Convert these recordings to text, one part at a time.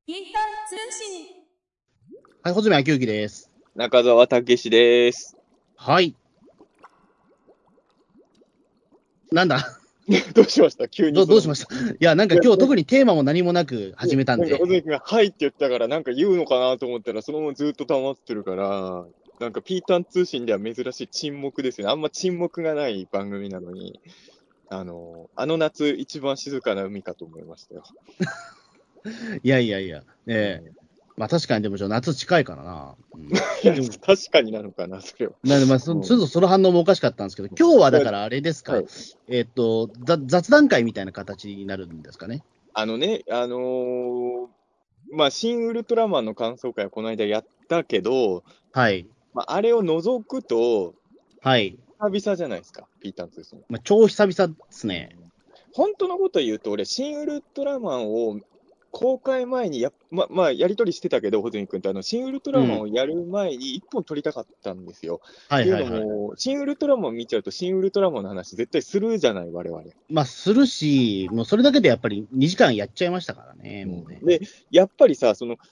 ピーター通信。 はい、穂積昭之です。 中澤武史です。 はい。なんだどうしました急にどうしました？いや、なんか今日特にテーマも何もなく始めたんなんか、小で。 関がはいって言ったから、なんか言うのかなと思ったら、そのままずっと黙ってるから、なんかピータン通信では珍しい沈黙ですよね。あんま沈黙がない番組なのに、あの夏一番静かな海かと思いましたよ。 いやいやいや。まあ確かにでも夏近いからな。 いや、 でも確かになのかな、それは。 まあ、その反応もおかしかったんですけど、今日はだからあれですか、 はい雑談会みたいな形になるんですかね。 まあ、新ウルトラマンの感想会はこの間やったけど、 はい。 まあ、あれを除くと、 はい。 久々じゃないですか、ピータン通信。 まあ、超久々ですね。 本当のこと言うと、俺、新ウルトラマンを公開前にまあ、やり取りしてたけど、穂積君と、新ウルトラマンをやる前に一本撮りたかったんですよ。っていうのはいはいはい。 も、新ウルトラマン見ちゃうと、新ウルトラマンの話絶対するじゃない、我々。 まあするし、もうそれだけでやっぱり2時間やっちゃいましたからね、もうね。 で、やっぱりさ、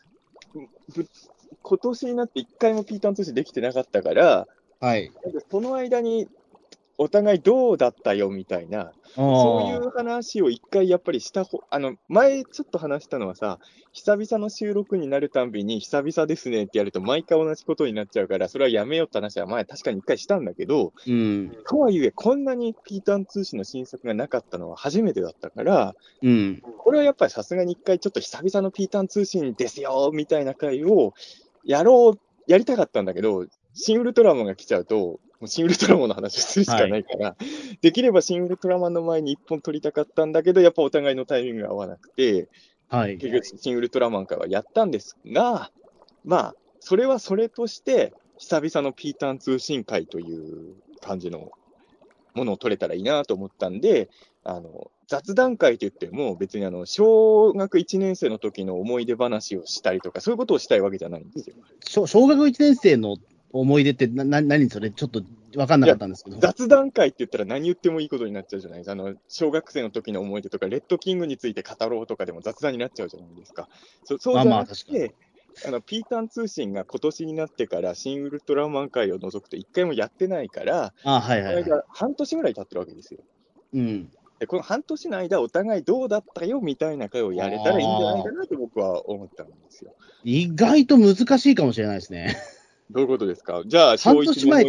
今年になって一回もピータン通信できてなかったから、 はい。 なんかその間にお互いどうだったよみたいな、そういう話を一回やっぱり前ちょっと話したのはさ、久々の収録になるたんびに、久々ですねってやると、毎回同じことになっちゃうから、それはやめようって話は前確かに一回したんだけど、 うん。 とはいえ、こんなにピータン通信の新作がなかったのは初めてだったから、 うん。 これはやっぱりさすがに一回ちょっと久々のピータン通信ですよみたいな回をやりたかったんだけど、シン・ウルトラマンが来ちゃうと、もうシン・ウルトラマンの話をするしかないから、できればシン・ウルトラマンの前に一本撮りたかったんだけど、やっぱお互いのタイミングが合わなくて、 はい。 結局シン・ウルトラマン会はやったんですが、まあ、それはそれとして、久々のピータン通信会という感じのものを撮れたらいいなと思ったんで、雑談会といっても、別に小学1年生の時の思い出話をしたりとか、そういうことをしたいわけじゃないんですよ。 小学1年生の思い出って何それちょっと分かんなかったんですけど。 雑談会って言ったら何言ってもいいことになっちゃうじゃないですか。小学生の時の思い出とか、レッドキングについて語ろうとかでも雑談になっちゃうじゃないですか。そうじゃなく確かに。 て、ピータン通信が今年になってから、新ウルトラマン会を除くと一回もやってないから、 はいはいはい。 この間半年ぐらい経ってるわけですよ。 うん。 でこの半年の間、お互いどうだったよみたいな会をやれたらいいんじゃないかなと僕は思ったんですよ。 意外と難しいかもしれないですね。 どういうことですか？じゃあ、 半年前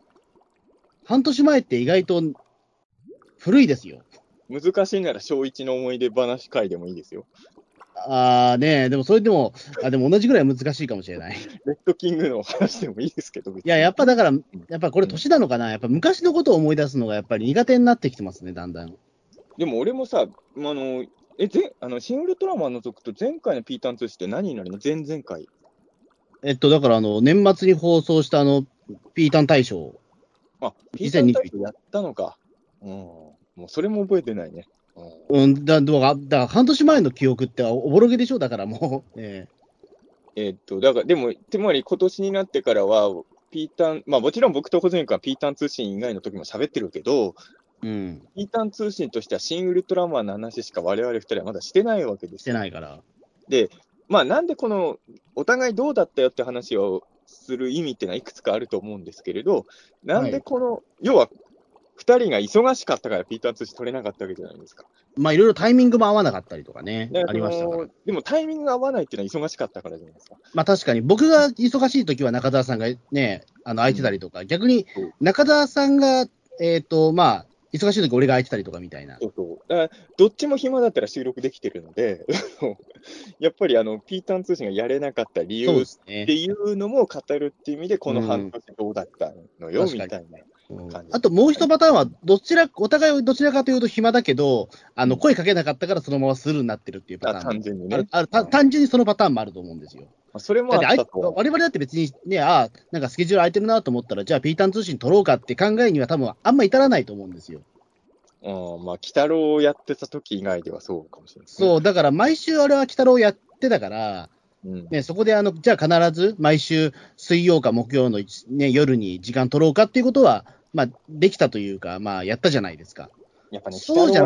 って意外と古いですよ。 難しいなら小1の思い出話会でもいいですよ。 でもそれでも、でも同じぐらい難しいかもしれない。 レッドキングの話でもいいですけど、 いや、やっぱだから、やっぱこれ年なのかな、やっぱ昔のことを思い出すのがやっぱり苦手になってきてますね、だんだん。 でも俺もさ、新ウルトラマンの続と前回のピータン通信って何になるの？前々回。 だから年末に放送したピータン大賞。 ピータン大賞やったのか。もうそれも覚えてないね。 だから半年前の記憶っておぼろげでしょ、だからもう。 だから、でも、つまり今年になってからは、もちろん僕と小泉君はピータン通信以外の時も喋ってるけど、ピータン通信としては新ウルトラマンの話しか我々二人はまだしてないわけですよ。 してないから。 で、なんでお互いどうだったよって話をする意味っていうのはいくつかあると思うんですけれど、なんで要は、二人が忙しかったからピーター通信取れなかったわけじゃないですか。 いろいろタイミングも合わなかったりとかね、ありましたから。 でもタイミングが合わないっていうのは忙しかったからじゃないですか。 確かに、僕が忙しい時は中澤さんがね、空いてたりとか、逆に中澤さんが、忙しい時俺が空いてたりとかみたいな。 だからどっちも暇だったら収録できてるので、やっぱりピータン通信がやれなかった理由っていうのも語るっていう意味で、この半年どうだったのよ、みたいな。 あともう一パターンは、お互いどちらかというと暇だけど、声かけなかったからそのままスルーになってるっていうパターンも。 単純にね。 単純にそのパターンもあると思うんですよ。 それもあったと。 我々だって別にね、なんかスケジュール空いてるなと思ったら、じゃあピータン通信取ろうかって考えには多分あんま至らないと思うんですよ。 鬼太郎をやってた時以外ではそうかもしれない、ね。 そう、だから毎週あれは鬼太郎やってたから、そこでじゃあ必ず毎週水曜か木曜の、夜に時間取ろうかっていうことは、できたというか、やったじゃないですか。 やっぱね、 そうじゃない。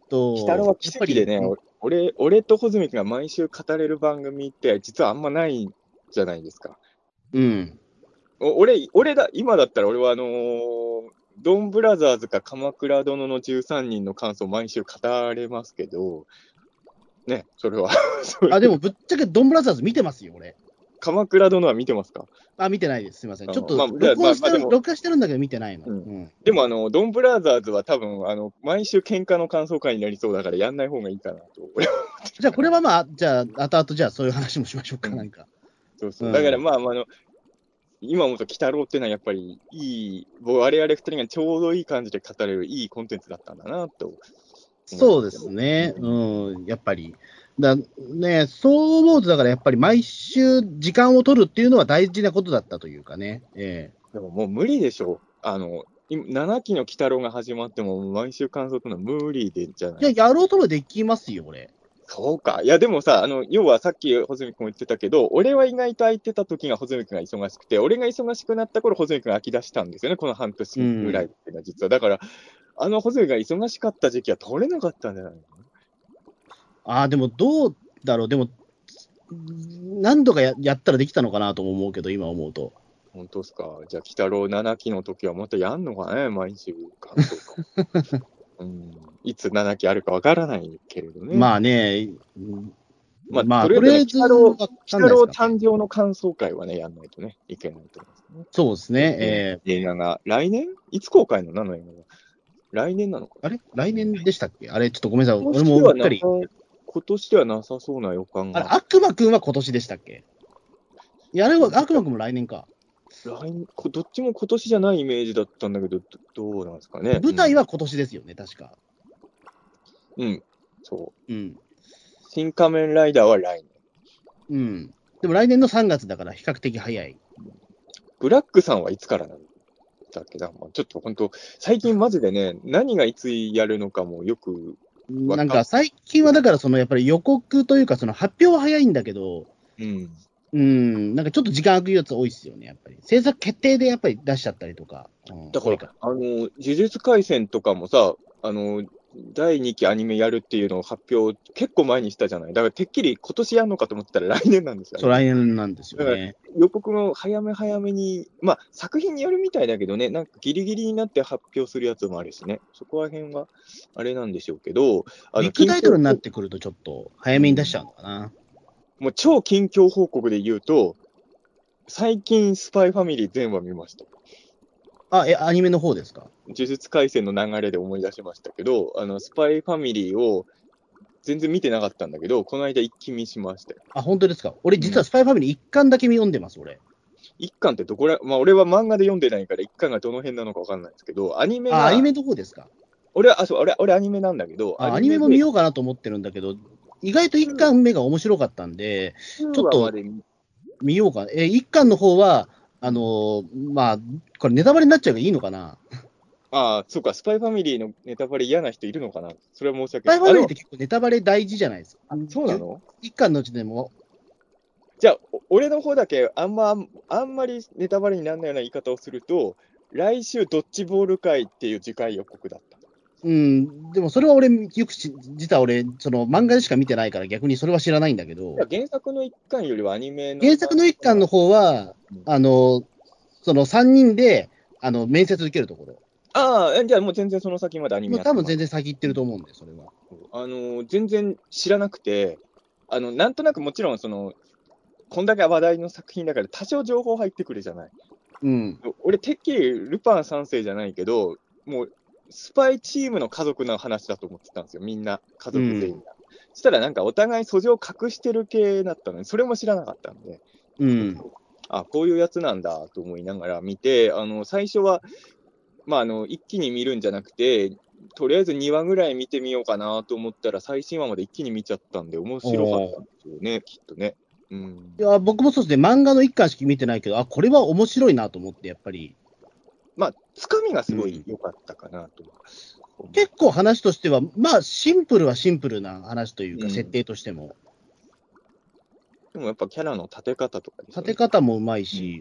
鬼太郎は奇跡でね、俺と穂積が毎週語れる番組って実はあんまないじゃないですか。 うん。 今だったら俺はドンブラザーズか鎌倉殿の13人の感想を毎週語れますけど、ね、それはあ、でもぶっちゃけドンブラザーズ見てますよ、俺。 鎌倉殿は見てますか？ あ、見てないです。すみません。ちょっとまあ、 録音してる、 でも、 録画してるんだけど見てないの。 うんうん。 でもドンブラザーズは多分、毎週喧嘩の感想会になりそうだからやんない方がいいかなと。 じゃあ、これはまあ、じゃあ、後々じゃあそういう話もしましょうか、 うんなんか。 そうそう。 うんだからまあ、今思うと鬼太郎っていうのはやっぱり我々二人がちょうどいい感じで語れるいいコンテンツだったんだなと。 そうですね。うん、やっぱり。ね、そう思うと、だからやっぱり毎週時間を取るっていうのは大事なことだったというかね。 でももう無理でしょ。7期の鬼太郎が始まっても毎週感想というのは無理でじゃない。 いや、やろうともできますよ、俺。 そうか。いや、でもさ、要はさっき穂積君も言ってたけど、俺は意外と空いてた時が穂積君が忙しくて、俺が忙しくなった頃、穂積君が空き出したんですよね、この半年ぐらいっていうのは実は。だから、穂積が忙しかった時期は取れなかったんじゃないの？ ああ、でもどうだろう。でも、何度かやったらできたのかなとも思うけど、今思うと。 本当ですか。じゃあ、鬼太郎7期の時はまたやんのかね、毎週感想会。いつ7期あるかわからないけれどね。 まあね、 まあ、とりあえず、鬼太郎誕生の感想会はね、やんないとね、いけないと思いますね。 そうですね。 映画が、来年いつ公開の映画が来年なのかあれ来年でしたっけ？あれ、ちょっとごめんなさい。俺もうっかり。 今年ではなさそうな予感が。 あれ、悪魔くんは今年でしたっけ？いや、あれは悪魔くんも来年か。 どっちも今年じゃないイメージだったんだけど、どうなんですかね。 舞台は今年ですよね、確か。 うん、そう。 うん。 新仮面ライダーは来年。うん。でも来年の3月だから比較的早い。 ブラックさんはいつからなんだっけな。ちょっと本当、最近マジでね、何がいつやるのかもよくなんか最近はだからやっぱり予告というか発表は早いんだけど、なんかちょっと時間空くやつ多いっすよね、やっぱり。制作決定でやっぱり出しちゃったりとか。 だから、呪術廻戦とかもさ、第2期アニメやるっていうのを発表、結構前にしたじゃない。だから、てっきり今年やるのかと思ったら来年なんですよ、ね。 そう、来年なんですよね。 予告の早めに、まあ、作品によるみたいだけどね、なんかギリギリになって発表するやつもあるしね、そこら辺はあれなんでしょうけど、 ビッグタイトルになってくると、ちょっと早めに出しちゃうのかな。 もう超近況報告で言うと、最近、スパイファミリー全話見ました。 アニメの方ですか？ 呪術廻戦の流れで思い出しましたけど、スパイファミリーを全然見てなかったんだけど、この間一気見しましたよ。 あ、本当ですか？俺、実はスパイファミリー1巻だけ読んでます、俺。 1巻ってまあ、俺は漫画で読んでないから、1巻がどの辺なのか分かんないんですけど、アニメアニメの方ですか？ 俺アニメなんだけど、 アニメも見ようかなと思ってるんだけど、意外と1巻目が面白かったんで、ちょっと見ようかな。1巻の方は、まあ、これネタバレになっちゃうからいいのかな？ ああ、そうか、スパイファミリーのネタバレ嫌な人いるのかな？それは申し訳ない。スパイファミリーって結構ネタバレ大事じゃないですか。 そうなの ？1巻のうちでも。 じゃあ、俺の方だけあんまりネタバレにならないような言い方をすると、来週ドッジボール会っていう次回予告だった。 でもそれは俺、実は俺、漫画でしか見てないから逆にそれは知らないんだけど。 原作の1巻よりはアニメの。 原作の1巻の方は、3人で、面接受けるところ。 じゃあもう全然その先までアニメやってます。 多分全然先行ってると思うんで、それは。 全然知らなくて、なんとなくもちろん、こんだけ話題の作品だから多少情報入ってくるじゃない。俺、てっきりルパン三世じゃないけど、もう、スパイチームの家族の話だと思ってたんですよ、みんな、家族全員が。そしたらなんかお互い訴状隠してる系だったのに、それも知らなかったんで、こういうやつなんだと思いながら見て、最初は、まあ、一気に見るんじゃなくて、とりあえず2話ぐらい見てみようかなと思ったら、最新話まで一気に見ちゃったんで、面白かったんですよね、きっとね。 いや、僕もそうですね、漫画の1巻しか見てないけど、これは面白いなと思って、やっぱり。 まあ、つかみがすごい良かったかなと。 結構話としては、まあ、シンプルはシンプルな話というか、設定としても。 でもやっぱキャラの立て方とかですね。 立て方もうまいし、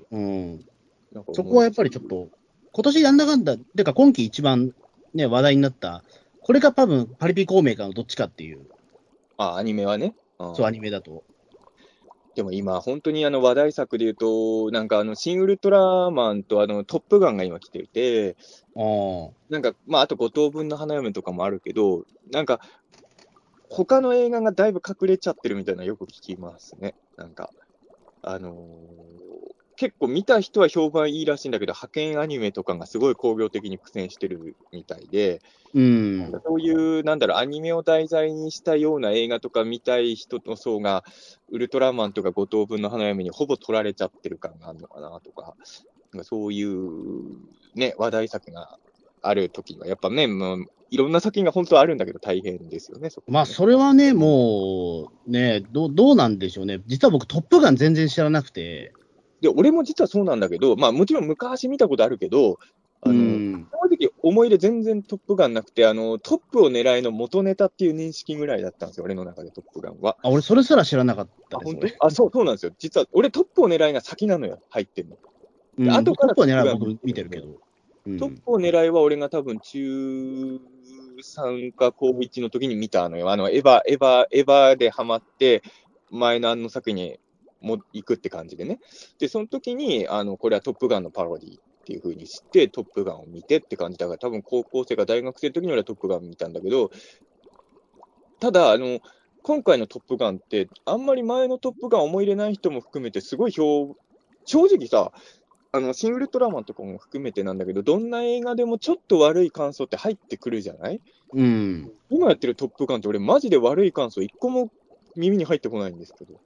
そこはやっぱりちょっと、今年なんだかんだ、てか今季一番ね、話題になったこれが多分パリピ孔明かのどっちかっていう。 アニメはね。 そう、アニメだと。 でも今、本当に話題作で言うと、なんかシン・ウルトラマンとトップガンが今来ていて、なんか、まあ、あと5等分の花嫁とかもあるけど、なんか、他の映画がだいぶ隠れちゃってるみたいなのよく聞きますね。なんか、結構見た人は評判いいらしいんだけど、派遣アニメとかがすごい興行的に苦戦してるみたいで、そういう、アニメを題材にしたような映画とか見たい人の層が、ウルトラマンとか5等分の花嫁にほぼ取られちゃってる感があるのかなとか、そういうね、話題作があるときは、やっぱね、いろんな作品が本当はあるんだけど大変ですよね、そこね。 まあ、それはね、もう、ね、どうなんでしょうね。実は僕、トップガン全然知らなくて。 で、俺も実はそうなんだけど、まあもちろん昔見たことあるけど、正直思い入れ全然トップガンなくて、トップを狙いの元ネタっていう認識ぐらいだったんですよ、俺の中でトップガンは。 俺それすら知らなかったです。 本当？そうなんですよ。実は、俺トップを狙いが先なのよ、入ってんの。後からトップを狙いは僕見てるけど。 トップを狙いは俺が多分中3か高1の時に見たのよ。エヴァでハマって、前の作品にも行くって感じでね。で、その時に、これはトップガンのパロディっていう風に知って、トップガンを見てって感じだから、多分高校生か大学生の時に俺はトップガン見たんだけど、ただ、今回のトップガンって、あんまり前のトップガン思い入れない人も含めて、すごい正直さ、シン・ウルトラマンとかも含めてなんだけど、どんな映画でもちょっと悪い感想って入ってくるじゃない？今やってるトップガンって俺マジで悪い感想一個も耳に入ってこないんですけど。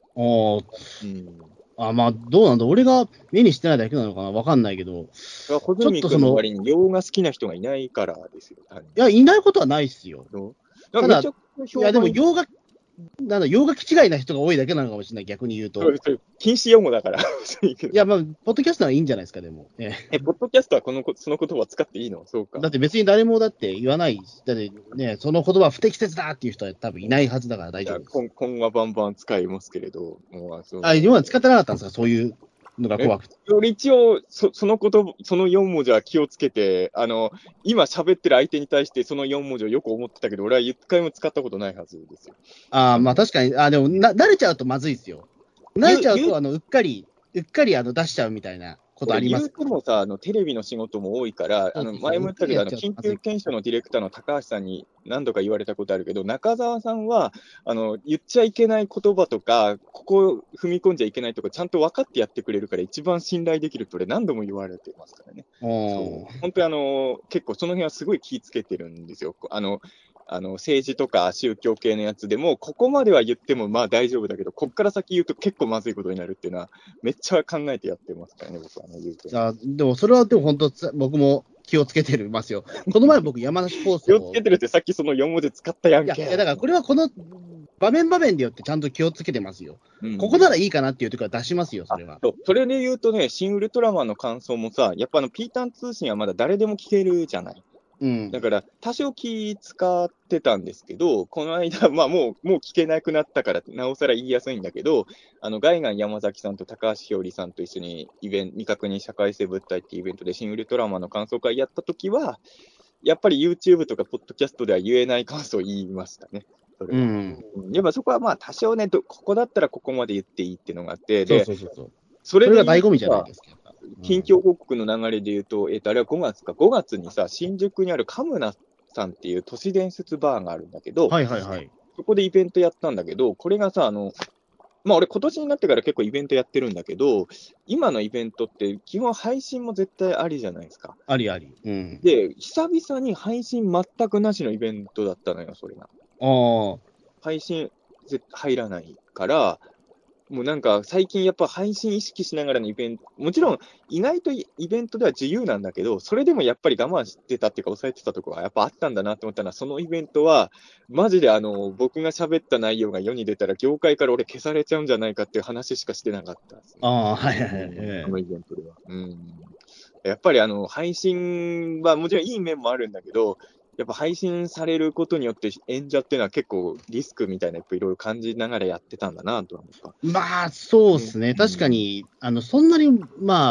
まあ、どうなんだ。俺が目にしてないだけなのかなわかんないけど。 ちょっとその割に洋画好きな人がいないからですよ。 いや、いないことはないっすよ。 ただ、 いや、でも洋画気違いな人が多いだけなのかもしれない、逆に言うと。 禁止用語だから。 いや、まあ、ポッドキャストはいいんじゃないですか、でも。 ポッドキャストはその言葉使っていいの？そうか。 だって別に誰もだって言わない。だってね、その言葉不適切だっていう人は多分いないはずだから大丈夫です。 今後はバンバン使いますけれど。 今まで使ってなかったんですか？そういうのが怖くて。 一応その4文字は気をつけて、今喋ってる相手に対してその4文字をよく思ってたけど、俺は一回も使ったことないはずですよ。 まあ確かに、でも慣れちゃうとまずいですよ。慣れちゃうと、うっかり出しちゃうみたいなことあります。 言うてもさ、テレビの仕事も多いから、前も言ったけど、緊急検証のディレクターの高橋さんに何度か言われたことあるけど、中澤さんは、言っちゃいけない言葉とか、ここ踏み込んじゃいけないとか、ちゃんと分かってやってくれるから、一番信頼できるって俺何度も言われてますからね。本当に結構その辺はすごい気をつけてるんですよ。政治とか宗教系のやつでも、ここまでは言ってもまあ大丈夫だけど、こっから先言うと結構まずいことになるっていうのは、めっちゃ考えてやってますからね、僕は言うと。 でもそれはでも本当、僕も気をつけてますよ。この前僕、山梨放送気をつけてるって、さっきその4文字使ったやんけ。 いやだからこれはこの場面でよってちゃんと気をつけてますよ。ここならいいかなっていうところは出しますよ、それは。 それで言うとね、シン・ウルトラマンの感想もさ、やっぱピータン通信はまだ誰でも聞けるじゃない。だから、多少気使ってたんですけど、この間、まあもう聞けなくなったから、なおさら言いやすいんだけど、ガイガン山崎さんと高橋ひょうりさんと一緒に未確認社会性物体っていうイベントでシン・ウルトラマンの感想会やったときは、やっぱり YouTube とかポッドキャストでは言えない感想を言いましたね。やっぱそこはまあ多少ね、ここだったらここまで言っていいっていうのがあって、それが醍醐味じゃないですか。近況報告の流れで言うと、あれは5月にさ、新宿にあるカムナさんっていう都市伝説バーがあるんだけど、そこでイベントやったんだけど、これがさ、まあ俺今年になってから結構イベントやってるんだけど、今のイベントって基本配信も絶対ありじゃないですか。 あり。 で、久々に配信全くなしのイベントだったのよ、それが。配信入らないから、もうなんか最近やっぱ配信意識しながらのイベント、もちろん意外とイベントでは自由なんだけど、それでもやっぱり我慢してたっていうか抑えてたところがやっぱあったんだなって思ったのは、そのイベントはマジで僕が喋った内容が世に出たら業界から俺消されちゃうんじゃないかっていう話しかしてなかったですね。このイベントでは。やっぱり配信はもちろんいい面もあるんだけど、やっぱ配信されることによって演者っていうのは結構リスクみたいなやっぱいろいろ感じながらやってたんだなとは思った。 まあそうですね、確かにそんなにまあ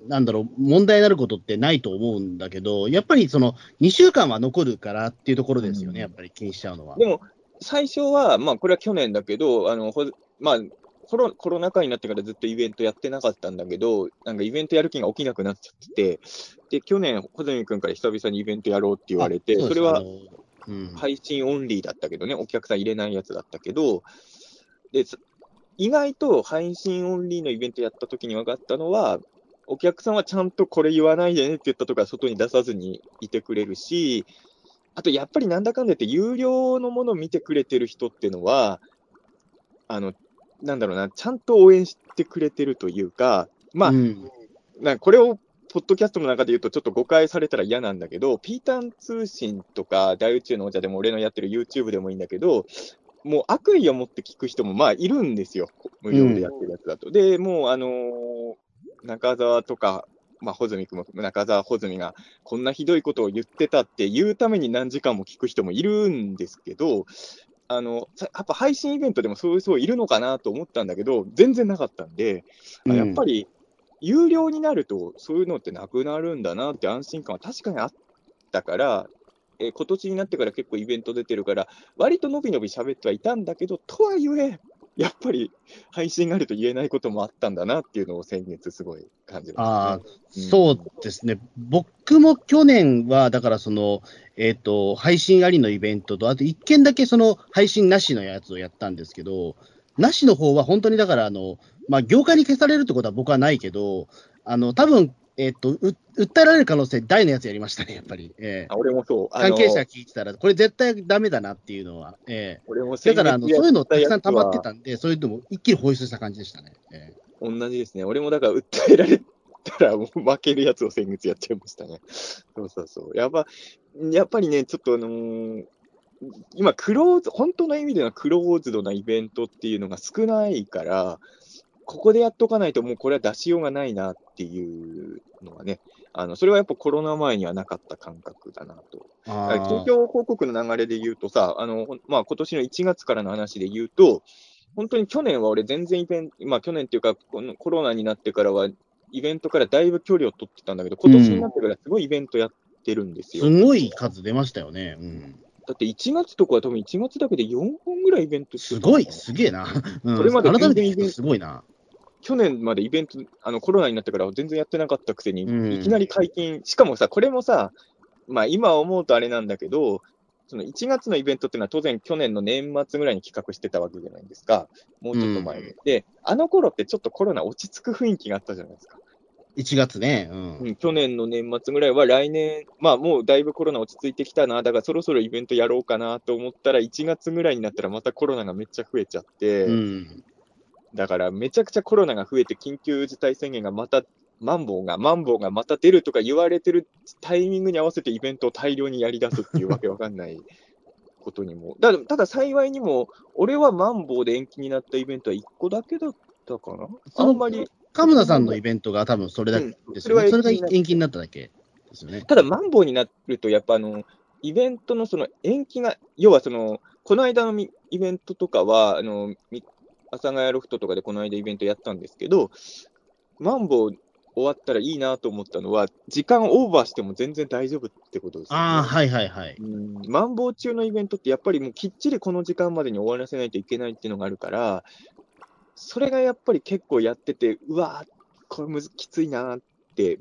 なんだろう、問題になることってないと思うんだけど、やっぱりその2週間は残るからっていうところですよね、やっぱり気にしちゃうのは。 でも、最初は、まあ、これは去年だけど、まあ、コロナ禍になってからずっとイベントやってなかったんだけど、なんかイベントやる気が起きなくなっちゃってて、で、去年、穂積君から久々にイベントやろうって言われて、それは配信オンリーだったけどね、お客さん入れないやつだったけど、で、意外と配信オンリーのイベントやった時に分かったのは、お客さんはちゃんとこれ言わないでねって言ったとか外に出さずにいてくれるし、あとやっぱりなんだかんだ言って有料のものを見てくれてる人っていうのは、なんだろうな、ちゃんと応援してくれてるというか、まあ、これをポッドキャストの中で言うとちょっと誤解されたら嫌なんだけど、ピータン通信とか大宇宙のお茶でも俺のやってる YouTube でもいいんだけど、もう悪意を持って聞く人もまあいるんですよ、無料でやってるやつだと。で、もう中澤とか、まあ、穂積君も中澤穂積がこんなひどいことを言ってたって言うために何時間も聞く人もいるんですけど、やっぱ配信イベントでもそういう人いるのかなと思ったんだけど、全然なかったんで、やっぱり有料になるとそういうのってなくなるんだなって安心感は確かにあったから、今年になってから結構イベント出てるから、割とのびのび喋ってはいたんだけど、とはいえ、やっぱり配信があると言えないこともあったんだなっていうのを先月すごい感じましたね。 そうですね。僕も去年は、だからその、配信ありのイベントと、あと1件だけその配信なしのやつをやったんですけど、なしの方は本当にだからまあ、業界に消されるってことは僕はないけど、多分訴えられる可能性大のやつやりましたね、やっぱり。 俺もそう。 関係者聞いてたら、これ絶対ダメだなっていうのは。 俺もだからそういうのたくさん溜まってたんで、そういうのも一気に放出した感じでしたね。 同じですね。俺もだから訴えられたらもう負けるやつを先月やっちゃいましたね。そうそうそう。やっぱりね、ちょっと今、本当の意味でのクローズドなイベントっていうのが少ないから、ここでやっとかないともうこれは出しようがないなっていうのはね、それはやっぱコロナ前にはなかった感覚だなと。近況報告の流れで言うとさ、まあ、今年の1月からの話で言うと、本当に去年は俺全然まあ去年っていうか、このコロナになってからはイベントからだいぶ距離を取ってたんだけど、今年になってからすごいイベントやってるんですよ。 すごい数出ましたよね。 だって1月とかは多分1月だけで4本ぐらいイベントしてた。すげえな。 それまで改めてイベントすごいな。 去年までイベント、コロナになってから全然やってなかったくせに、いきなり解禁、しかもさ、これもさ、まあ今思うとあれなんだけど、その1月のイベントっていうのは当然去年の年末ぐらいに企画してたわけじゃないですか。もうちょっと前で。で、あの頃ってちょっとコロナ落ち着く雰囲気があったじゃないですか。 1月ね。 去年の年末ぐらいは来年、まあもうだいぶコロナ落ち着いてきたな、だからそろそろイベントやろうかなと思ったら、1月ぐらいになったらまたコロナがめっちゃ増えちゃって、だからめちゃくちゃコロナが増えて緊急事態宣言がまたマンボウがまた出るとか言われてるタイミングに合わせてイベントを大量にやり出すっていうわけわかんないことにも。ただ幸いにも、俺はマンボウで延期になったイベントは1個だけだったかな。あんまり。 鎌田さんのイベントが多分それだけですよね。それが延期になっただけですよね。 ただマンボウになると、やっぱイベントのその延期が、要はこの間のイベントとかは、阿佐ヶ谷ロフトとかでこの間イベントやったんですけど、マンボウ終わったらいいなと思ったのは、時間オーバーしても全然大丈夫ってことですよね。 はいはいはい。 マンボウ中のイベントってやっぱりもうきっちりこの時間までに終わらせないといけないっていうのがあるから、それがやっぱり結構やってて、うわー、これきついなって。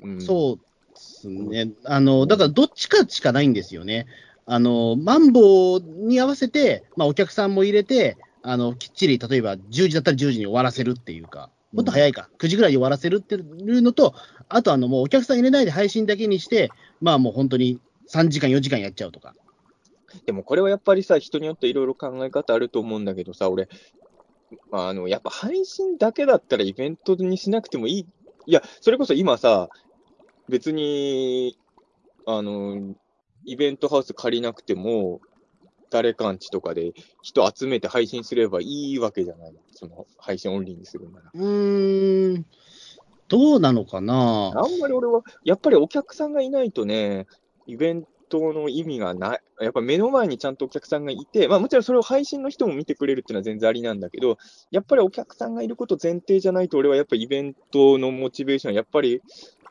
そうですね。だからどっちかしかないんですよね。マンボウに合わせて、まあお客さんも入れて、きっちり、例えば10時だったら10時に終わらせるっていうか、もっと早いか、9時ぐらいに終わらせるっていうのと、あともうお客さん入れないで配信だけにして、まあもう本当に3時間、4時間やっちゃうとか。 でもこれはやっぱりさ、人によっていろいろ考え方あると思うんだけどさ、俺、やっぱ配信だけだったらイベントにしなくてもいい。いや、それこそ今さ、別に、イベントハウス借りなくても、誰かんちとかで人集めて配信すればいいわけじゃない。その配信オンリーにするなら。 どうなのかな。 あんまり俺は、やっぱりお客さんがいないとね、イベントの意味がない。やっぱ目の前にちゃんとお客さんがいて、まあもちろんそれを配信の人も見てくれるっていうのは全然ありなんだけど、やっぱりお客さんがいること前提じゃないと、俺はやっぱりイベントのモチベーションはやっぱり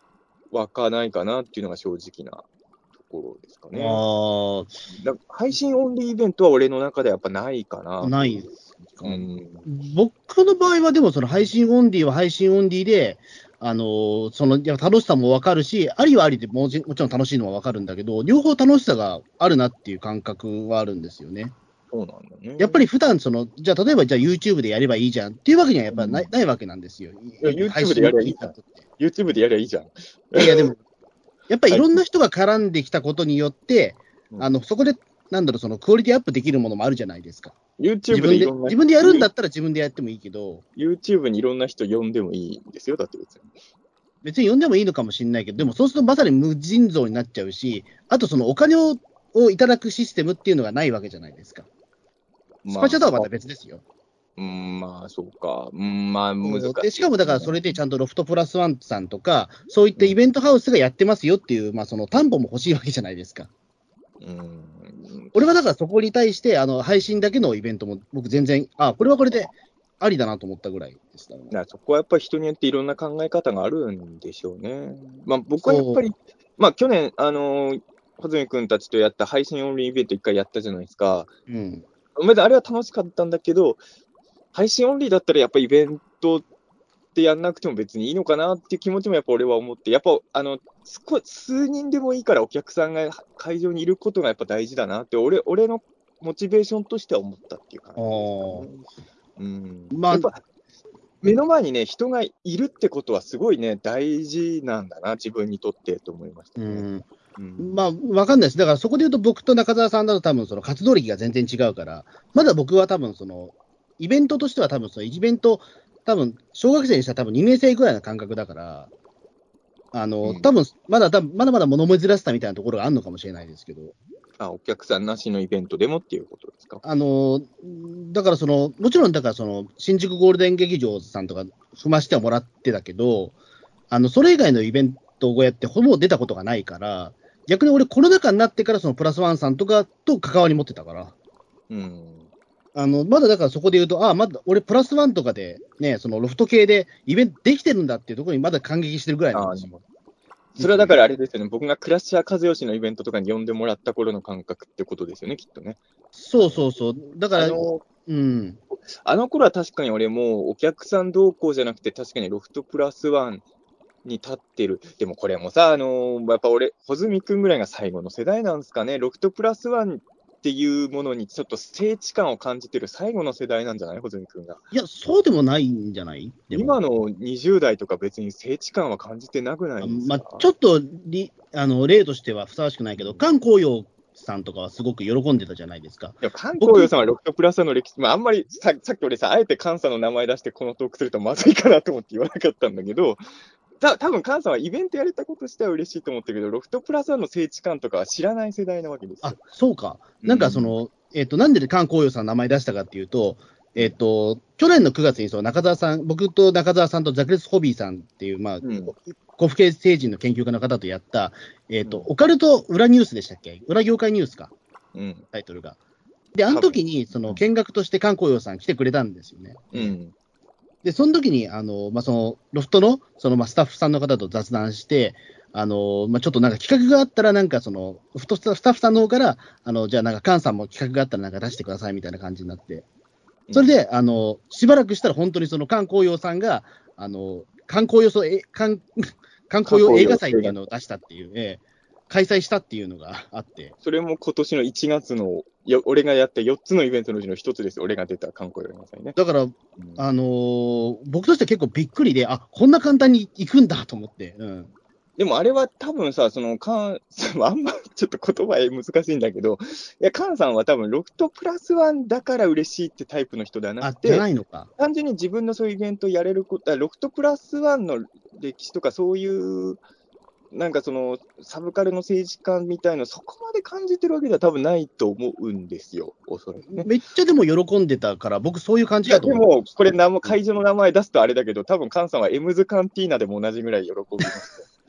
湧かないかなっていうのが正直なところですかね。配信オンリーイベントは俺の中ではやっぱないかな。 ないですか。 うん、 僕の場合はでもその配信オンリーは配信オンリーで、いや楽しさもわかるし、ありはありでもちろん楽しいのはわかるんだけど、両方楽しさがあるなっていう感覚はあるんですよね。 そうなんだね。 やっぱり普段じゃあ例えばじゃあ YouTube でやればいいじゃんっていうわけにはやっぱりないわけなんですよ。 YouTube でやればいいじゃん。YouTube でやればいいじゃん。 いやでも、やっぱりいろんな人が絡んできたことによって、そこで、そのクオリティアップできるものもあるじゃないですか。 YouTube でいろんな自分でやるんだったら自分でやってもいいけど、 YouTube にいろんな人呼んでもいいんですよ、だって別に呼んでもいいのかもしれないけど、でもそうするとまさに無尽蔵になっちゃうし、あとそのお金をいただくシステムっていうのがないわけじゃないですか。スパチャとはまた別ですよ。 まあ、そうか。まあ、難しい。 でしかもだからそれでちゃんとロフトプラスワンさんとか、そういったイベントハウスがやってますよっていう、まあその担保も欲しいわけじゃないですか。俺はだからそこに対して、配信だけのイベントも僕全然、これはこれでありだなと思ったぐらいでしたね。 そこはやっぱり人によっていろんな考え方があるんでしょうね。まあ僕はやっぱり、まあ去年、穂積君たちとやった配信オンリーイベント一回やったじゃないですか。あれは楽しかったんだけど、配信オンリーだったらやっぱりイベントってやんなくても別にいいのかなっていう気持ちもやっぱ俺は思って、やっぱ数人でもいいからお客さんが会場にいることがやっぱ大事だなって、俺のモチベーションとしては思ったっていう感じですかね。まあ、やっぱ目の前にね、人がいるってことはすごいね、大事なんだな、自分にとってと思いましたね。 まあ、わかんないです。だからそこで言うと、僕と中澤さんだと多分その活動歴が全然違うから、まだ僕は多分イベントとしては多分イベント、多分小学生にしたら多分2年生ぐらいの感覚だから、多分まだまだ物珍しさみたいなところがあるのかもしれないですけど。 お客さんなしのイベントでもっていうことですか。 だからもちろん、だから新宿ゴールデン劇場さんとか踏ましてはもらってたけど、それ以外のイベントをやってほぼ出たことがないから、逆に俺コロナ禍になってからプラスワンさんとかと関わり持ってたから。まだだからそこで言うと、まだ俺プラスワンとかでね、ロフト系でイベントできてるんだっていうところにまだ感激してるぐらいなんですよ。 それはだからあれですよね、僕がクラッシャー和義のイベントとかに呼んでもらった頃の感覚ってことですよね、きっとね。 そう。だから、 あの頃は確かに俺もお客さん同行じゃなくて、確かにロフトプラスワンに立ってる。でもこれもさ、やっぱ俺、穂積君ぐらいが最後の世代なんですかね、ロフトプラスワンっていうものにちょっと聖地感を感じてる最後の世代なんじゃない、穂積君が。 いや、そうでもないんじゃない？ 今の20代とか別に聖地感は感じてなくないですか？ ちょっと例としてはふさわしくないけど、菅光陽さんとかはすごく喜んでたじゃないですか。 いや、菅光陽さんはロフトプラスワンの歴史、あんまりさっき俺さ、あえて菅さんの名前出してこのトークするとまずいかなと思って言わなかったんだけど、多分菅さんはイベントやれたことしては嬉しいと思ってるけど、ロフトプラスワンの聖地感とかは知らない世代なわけですよ。 そうか。なんかなんで菅光陽さんの名前出したかっていうと、去年の9月に中澤さん、僕と中澤さんとザクレス・ホビーさんっていう、古府系政治の研究家の方とやった、オカルト裏ニュースでしたっけ？裏業界ニュースか、タイトルが。で、あの時に、見学として菅光陽さん来てくれたんですよね。で、その時に、ロフトの、スタッフさんの方と雑談して、ちょっとなんか企画があったら、なんかスタッフさんの方から、じゃあなんか菅さんも企画があったらなんか出してくださいみたいな感じになって、それで、しばらくしたら本当に菅光陽さんが、観光用映画祭っていうのを出したっていう、開催したっていうのがあって。 それも今年の1月の、俺がやった4つのイベントのうちの1つです。俺が出た観光映画祭ね。 だから、僕としては結構びっくりで、こんな簡単に行くんだと思って。 でもあれは多分さ、あんまちょっと言葉難しいんだけど、菅さんは多分ロフトプラスワンだから嬉しいってタイプの人ではなくて、 じゃないのか。 単純に自分のそういうイベントをやれること、ロフトプラスワンの歴史とかそういう、なんかサブカルの政治家みたいな、そこまで感じてるわけでは多分ないと思うんですよ、おそらくね。 めっちゃでも喜んでたから、僕そういう感じだと思う。 でも、これ会場の名前出すとあれだけど、多分菅さんはエムズカンティーナでも同じぐらい喜びますよ。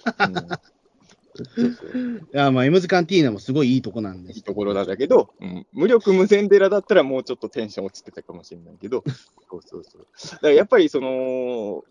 いや、エムズカンティーナもすごいいいとこなんです。 いいところなんだけど、無力無前寺だったらもうちょっとテンション落ちてたかもしれないけど、だからやっぱりプ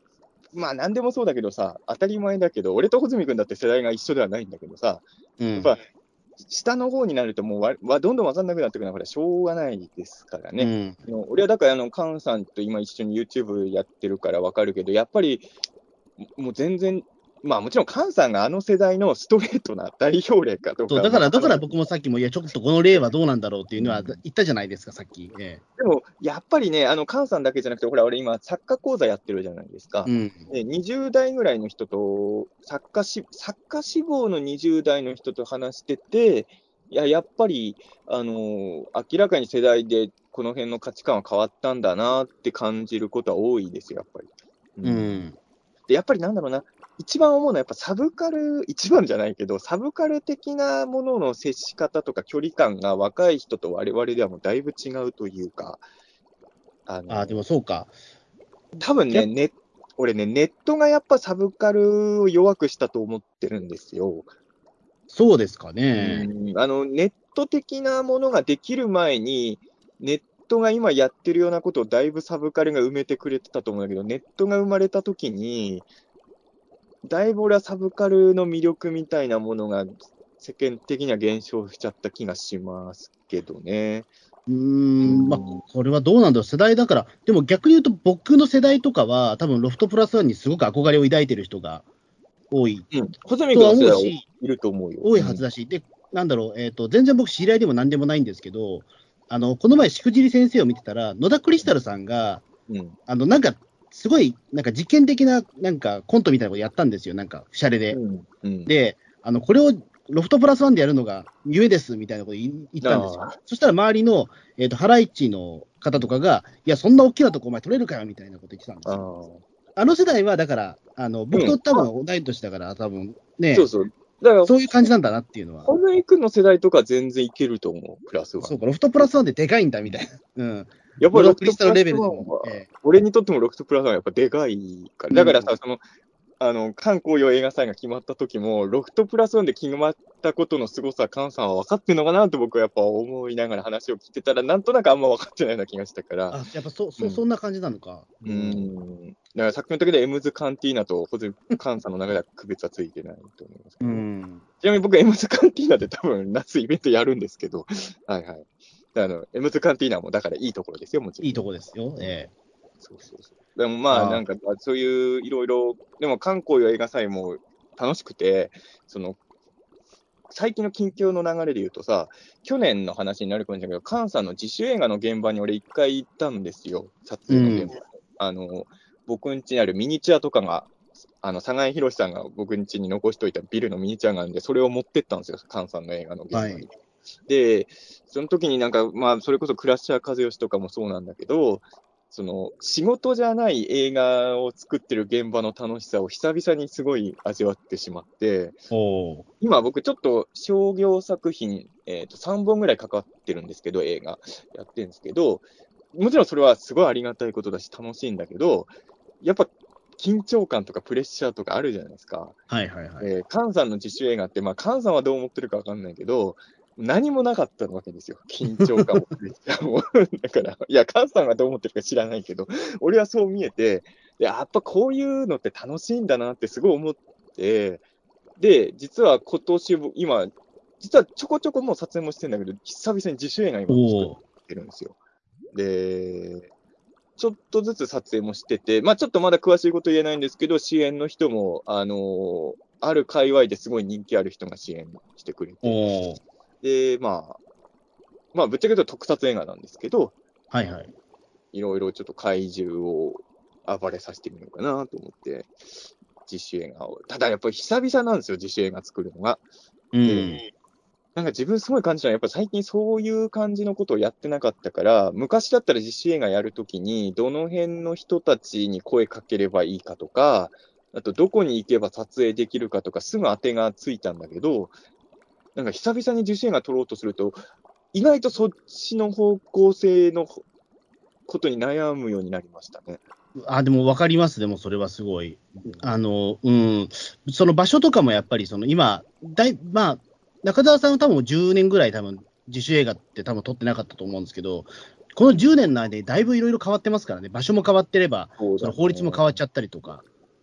まあ何でもそうだけどさ、当たり前だけど、俺と穂積君だって世代が一緒ではないんだけどさ、やっぱ下の方になるともうどんどん分かんなくなってくるのはこれはしょうがないですからね。俺はだから菅さんと今一緒に YouTube やってるから分かるけど、やっぱりもう全然、まあもちろん菅さんがあの世代のストレートな代表例かとか。 だから僕もさっきも、いや、ちょっとこの例はどうなんだろうっていうのは言ったじゃないですか、さっき。 でも、やっぱりね、菅さんだけじゃなくて、ほら、俺今、サッカー講座やってるじゃないですか。20代ぐらいの人と、サッカー志望の20代の人と話してて、やっぱり、明らかに世代でこの辺の価値観は変わったんだなって感じることは多いですよ、やっぱり。で、やっぱりなんだろうな、一番思うのはやっぱサブカル、一番じゃないけど、サブカル的なものの接し方とか距離感が若い人と我々ではもうだいぶ違うというか。 でもそうか。 多分ね、俺ね、ネットがやっぱサブカルを弱くしたと思ってるんですよ。 そうですかね。 ネット的なものができる前に、ネットが今やってるようなことをだいぶサブカルが埋めてくれてたと思うんだけど、ネットが生まれたときに、だいぶ俺はサブカルの魅力みたいなものが世間的には減少しちゃった気がしますけどね。 まあ、これはどうなんだろう、世代だから、でも逆に言うと、僕の世代とかは、多分ロフトプラスワンにすごく憧れを抱いてる人が多いとは思うし、いると思うよ。 多いはずだし、で、なんだろう、全然僕、知り合いでもなんでもないんですけど、この前、しくじり先生を見てたら、野田クリスタルさんが、なんか、すごい、なんか実験的な、なんかコントみたいなことやったんですよ、なんか、シャレで。で、これをロフトプラスワンでやるのが夢ですみたいなこと言ったんですよ。そしたら周りの、ハライチの方とかが、いや、そんな大きなとこお前取れるかよみたいなこと言ってたんですよ。あの世代は、だから、僕と多分同い年だから、多分ね、だからそういう感じなんだなっていうのは。 小野君の世代とか全然いけると思う、プラスワン。 そうか、ロフトプラスワンででかいんだみたいな。 やっぱりロフトプラスワンは、俺にとってもロフトプラスワンはやっぱでかいから。だからさ、韓国用映画祭が決まった時も、ロフトプラスワンで決まったことの凄さ、菅さんは分かってるのかなと僕はやっぱ思いながら話を聞いてたら、なんとなくあんま分かってないような気がしたから。 やっぱそんな感じなのか。 だからさっきの時でエムズ・カンティーナと菅さんの中では区別はついてないと思いますけど。ちなみに僕、エムズ・カンティーナで多分夏イベントやるんですけど、はいはい。エムズ・カンティーナもだからいいところですよ、もちろん。 いいところですよ。 そう。でもまあ、なんか、そういういろいろ、でも、韓国の映画祭も楽しくて、最近の近況の流れで言うとさ、去年の話になるかもしれないけど、菅さんの自主映画の現場に俺一回行ったんですよ、撮影の現場に。僕ん家にあるミニチュアとかが、佐賀博さんが僕ん家に残しといたビルのミニチュアがあるんで、それを持ってったんですよ、菅さんの映画の現場に。で、その時になんか、まあ、それこそクラッシャー和義とかもそうなんだけど、仕事じゃない映画を作ってる現場の楽しさを久々にすごい味わってしまって、今僕ちょっと商業作品、3本ぐらいかかってるんですけど、映画やってるんですけど、もちろんそれはすごいありがたいことだし楽しいんだけど、やっぱ緊張感とかプレッシャーとかあるじゃないですか。菅さんの自主映画って、まあ菅さんはどう思ってるかわかんないけど、何もなかったわけですよ。緊張感もプレッシャーも。だから、いや、菅さんがどう思ってるか知らないけど、俺はそう見えて、やっぱこういうのって楽しいんだなってすごい思って、で、実は今年、今、実はちょこちょこもう撮影もしてるんだけど、久々に自主映画今作ってるんですよ。で、ちょっとずつ撮影もしてて、まあちょっとまだ詳しいこと言えないんですけど、支援の人も、ある界隈ですごい人気ある人が支援してくれて、で、まあ、ぶっちゃけ言うと特撮映画なんですけど、いろいろちょっと怪獣を暴れさせてみようかなと思って、自主映画を。ただやっぱり久々なんですよ、自主映画作るのが。なんか自分すごい感じたのは、やっぱ最近そういう感じのことをやってなかったから、昔だったら自主映画やるときに、どの辺の人たちに声かければいいかとか、あとどこに行けば撮影できるかとか、すぐ当てがついたんだけど、なんか久々に自主映画撮ろうとすると、意外とそっちの方向性のことに悩むようになりましたね。 でも分かります、でもそれはすごい。その場所とかもやっぱり、今、まあ、中澤さんは多分10年ぐらい多分自主映画って多分撮ってなかったと思うんですけど、この10年の間でだいぶいろいろ変わってますからね、場所も変わってれば、その法律も変わっちゃったりとか。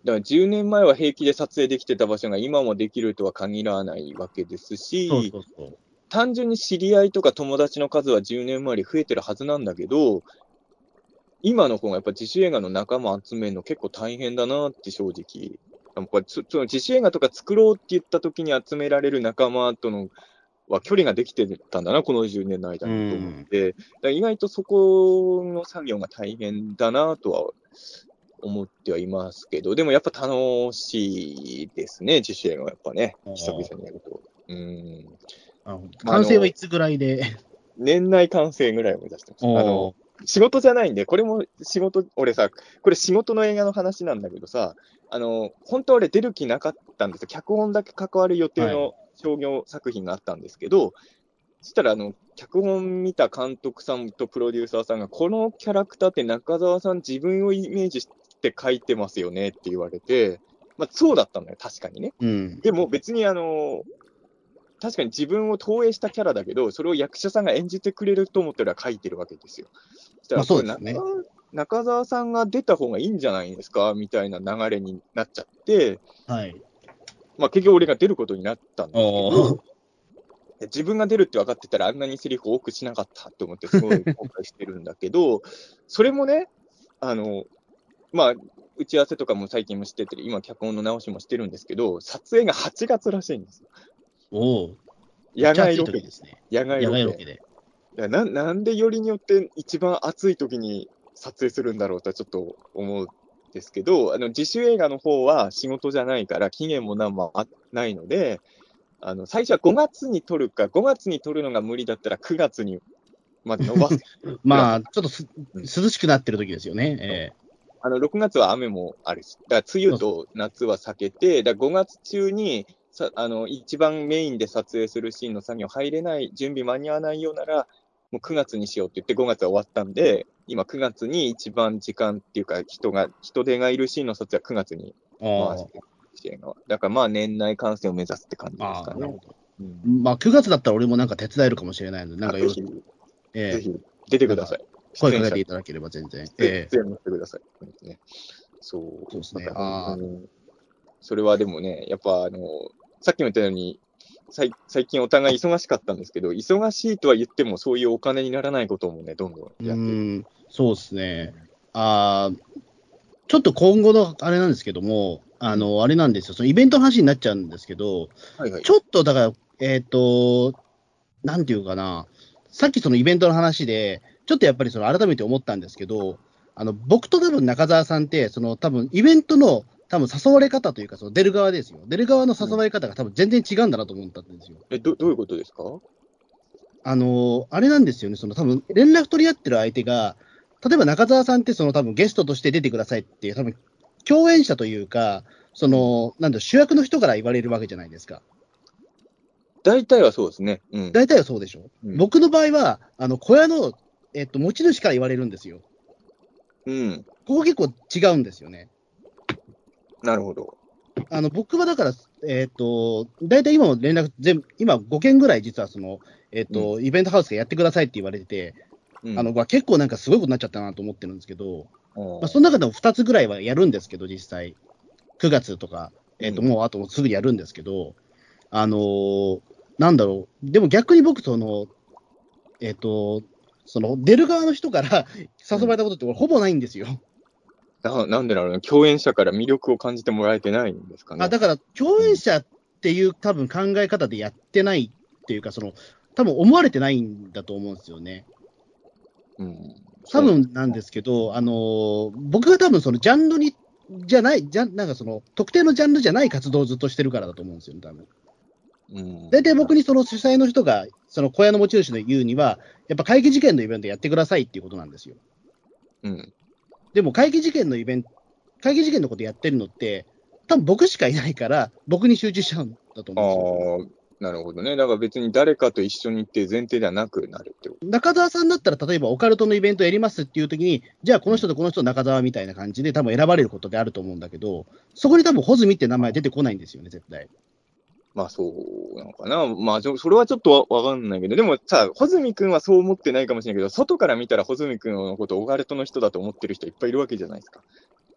だから10年前は平気で撮影できてた場所が今もできるとは限らないわけですそうし、 そうそう。 単純に知り合いとか友達の数は10年前より増えてるはずなんだけど、今の方がやっぱ自主映画の仲間集めるの結構大変だなって正直。やっぱその自主映画とか作ろうって言った時に集められる仲間とのは距離ができてたんだな、この10年の間うにと思っん。 て、だから意外とそこの作業が大変だなとは思ってはいますけど、でもやっぱ楽しいですね、自主映画はやっぱね、久々にやると。まあ、 完成はいつぐらいで。 年内完成ぐらいを目指してます。 おー仕事じゃないんで、これも仕事、俺さ、これ仕事の映画の話なんだけどさ、本当は俺出る気なかったんですよ。脚本だけ関わる予定はい。 の商業作品があったんですけど、そしたら脚本見た監督さんとプロデューサーさんが、このキャラクターって中澤さん自分をイメージして書いてますよねって言われて、まあそうだったのよ、確かにね。 うん。 でも別に確かに自分を投影したキャラだけど、それを役者さんが演じてくれると思ってら書いてるわけですよ。そしたまあら、これそうですね。 中澤さんが出た方がいいんじゃないですかみたいな流れになっちゃって、 はい。 まあ結局俺が出ることになったんですけど、 おー。 自分が出るって分かってたらあんなにセリフ多くしなかったと思ってすごい後悔してるんだけど、それもね、まあ、打ち合わせとかも最近もしてて、今脚本の直しもしてるんですけど、撮影が8月らしいんですよ。 おー。めっ野ちゃ暑い外ロケ。 時ですね。 野外野ロケ。 外ロケで。 なんでよりによって一番暑い時に撮影するんだろうとはちょっと思うんですけど、自主映画の方は仕事じゃないから期限も何もないので、最初は5月に撮るか、5月に撮るのが無理だったら9月にまで伸ばすプランも。 まあ、ちょっとうん、 涼しくなってる時ですよね。 6月は雨もあるし、だから梅雨と夏は避けて、5月中に一番メインで撮影するシーンの作業入れない、準備間に合わないようなら、もう9月にしようって言って5月は終わったんで、今9月に一番時間っていうか、人手がいるシーンの撮影は9月に回してるシーンが。だからまあ年内完成を目指すって感じですああ、なるかね。 ほど。 うん、 まあ、9月だったら俺もなんか手伝えるかもしれないので、なんかぜひ、ぜえひ出てなんかください。出演者声かけていただければ全然。 出演もしてください。ね、そう、 そうですね。 なんか本当ああ、 に、それはでもね、やっぱさっきも言ったように、最近お互い忙しかったんですけど、忙しいとは言っても、そういうお金にならないこともね、どんどんうやってる。 ーん、そうですね。ああ、ちょっと今後のあれなんですけども、 うん。 あれなんですよ。そのイベントの話になっちゃうんですけど、 はいはい。 ちょっとだから、なんていうかな、さっきそのイベントの話で、ちょっとやっぱりその改めて思ったんですけど、僕と多分中澤さんって、その多分イベントの多分誘われ方というか、その出る側ですよ。出る側のうん、 誘われ方が多分全然違うんだなと思ったんですよ。 どういうことですか？ あれなんですよね、その多分連絡取り合ってる相手が、例えば中澤さんってその多分ゲストとして出てくださいっていう、多分共演者というか、そうん。 の、なんだろう、主役の人から言われるわけじゃないですか。 大体はそうですね。うん。 大体はそうでしょ。 うん。 僕の場合は、小屋の、持ち主から言われるんですよ。 うん。 ここ結構違うんですよね。 なるほど。 僕はだから、大体今も連絡今5件ぐらい実はその、 うん。 イベントハウスがやってくださいって言われてて、 うん。 まあ、結構なんかすごいことになっちゃったなと思ってるんですけど、 あまあ、そのあ。 中でも2つぐらいはやるんですけど、実際。9月とか、 うん。 もうあとすぐやるんですけど、あのーなんだろう、でも逆に僕、その出る側の人から誘われうん。 たことって俺ほぼないんですよ。 なんでだろうね。共演者から魅力を感じてもらえてないんですかね。 だから共うん。 演者っていう多分考え方でやってないっていうか、多分思われてないんだと思うんですよね。 うん。 多そうなんです。 分なんですけど、僕が多分そのジャンルに、じゃない、なんかその特定のジャンルじゃない活動をずっとしてるからだと思うんですよね、多分。 うん。 大体僕にその主催の人が、その小屋の持ち主の言うには、やっぱ怪奇事件のイベントやってくださいっていうことなんですよ。 うん。 でも怪奇事件のことやってるのって、多分僕しかいないから、僕に集中しちゃうんだとあ思うんですよ。 あ、なるほどね。だから別に誰かと一緒に行っていう前提ではなくなるってこ中澤さんだったら、例えばオカルトのイベントやりますっていう時に、じゃあこと。うん。 の人とこの人中澤みたいな感じで多分選ばれることであると思うんだけど、そこに多分ホズミって名前出てこないんですよね、絶対。 まあそうなのかな。まあそれはちょっとわかんないけど、でもさ、穂積君はそう思ってないかもしれないけど、外から見たら穂積君のことをオカルトの人だと思ってる人いっぱいいるわけじゃないですか。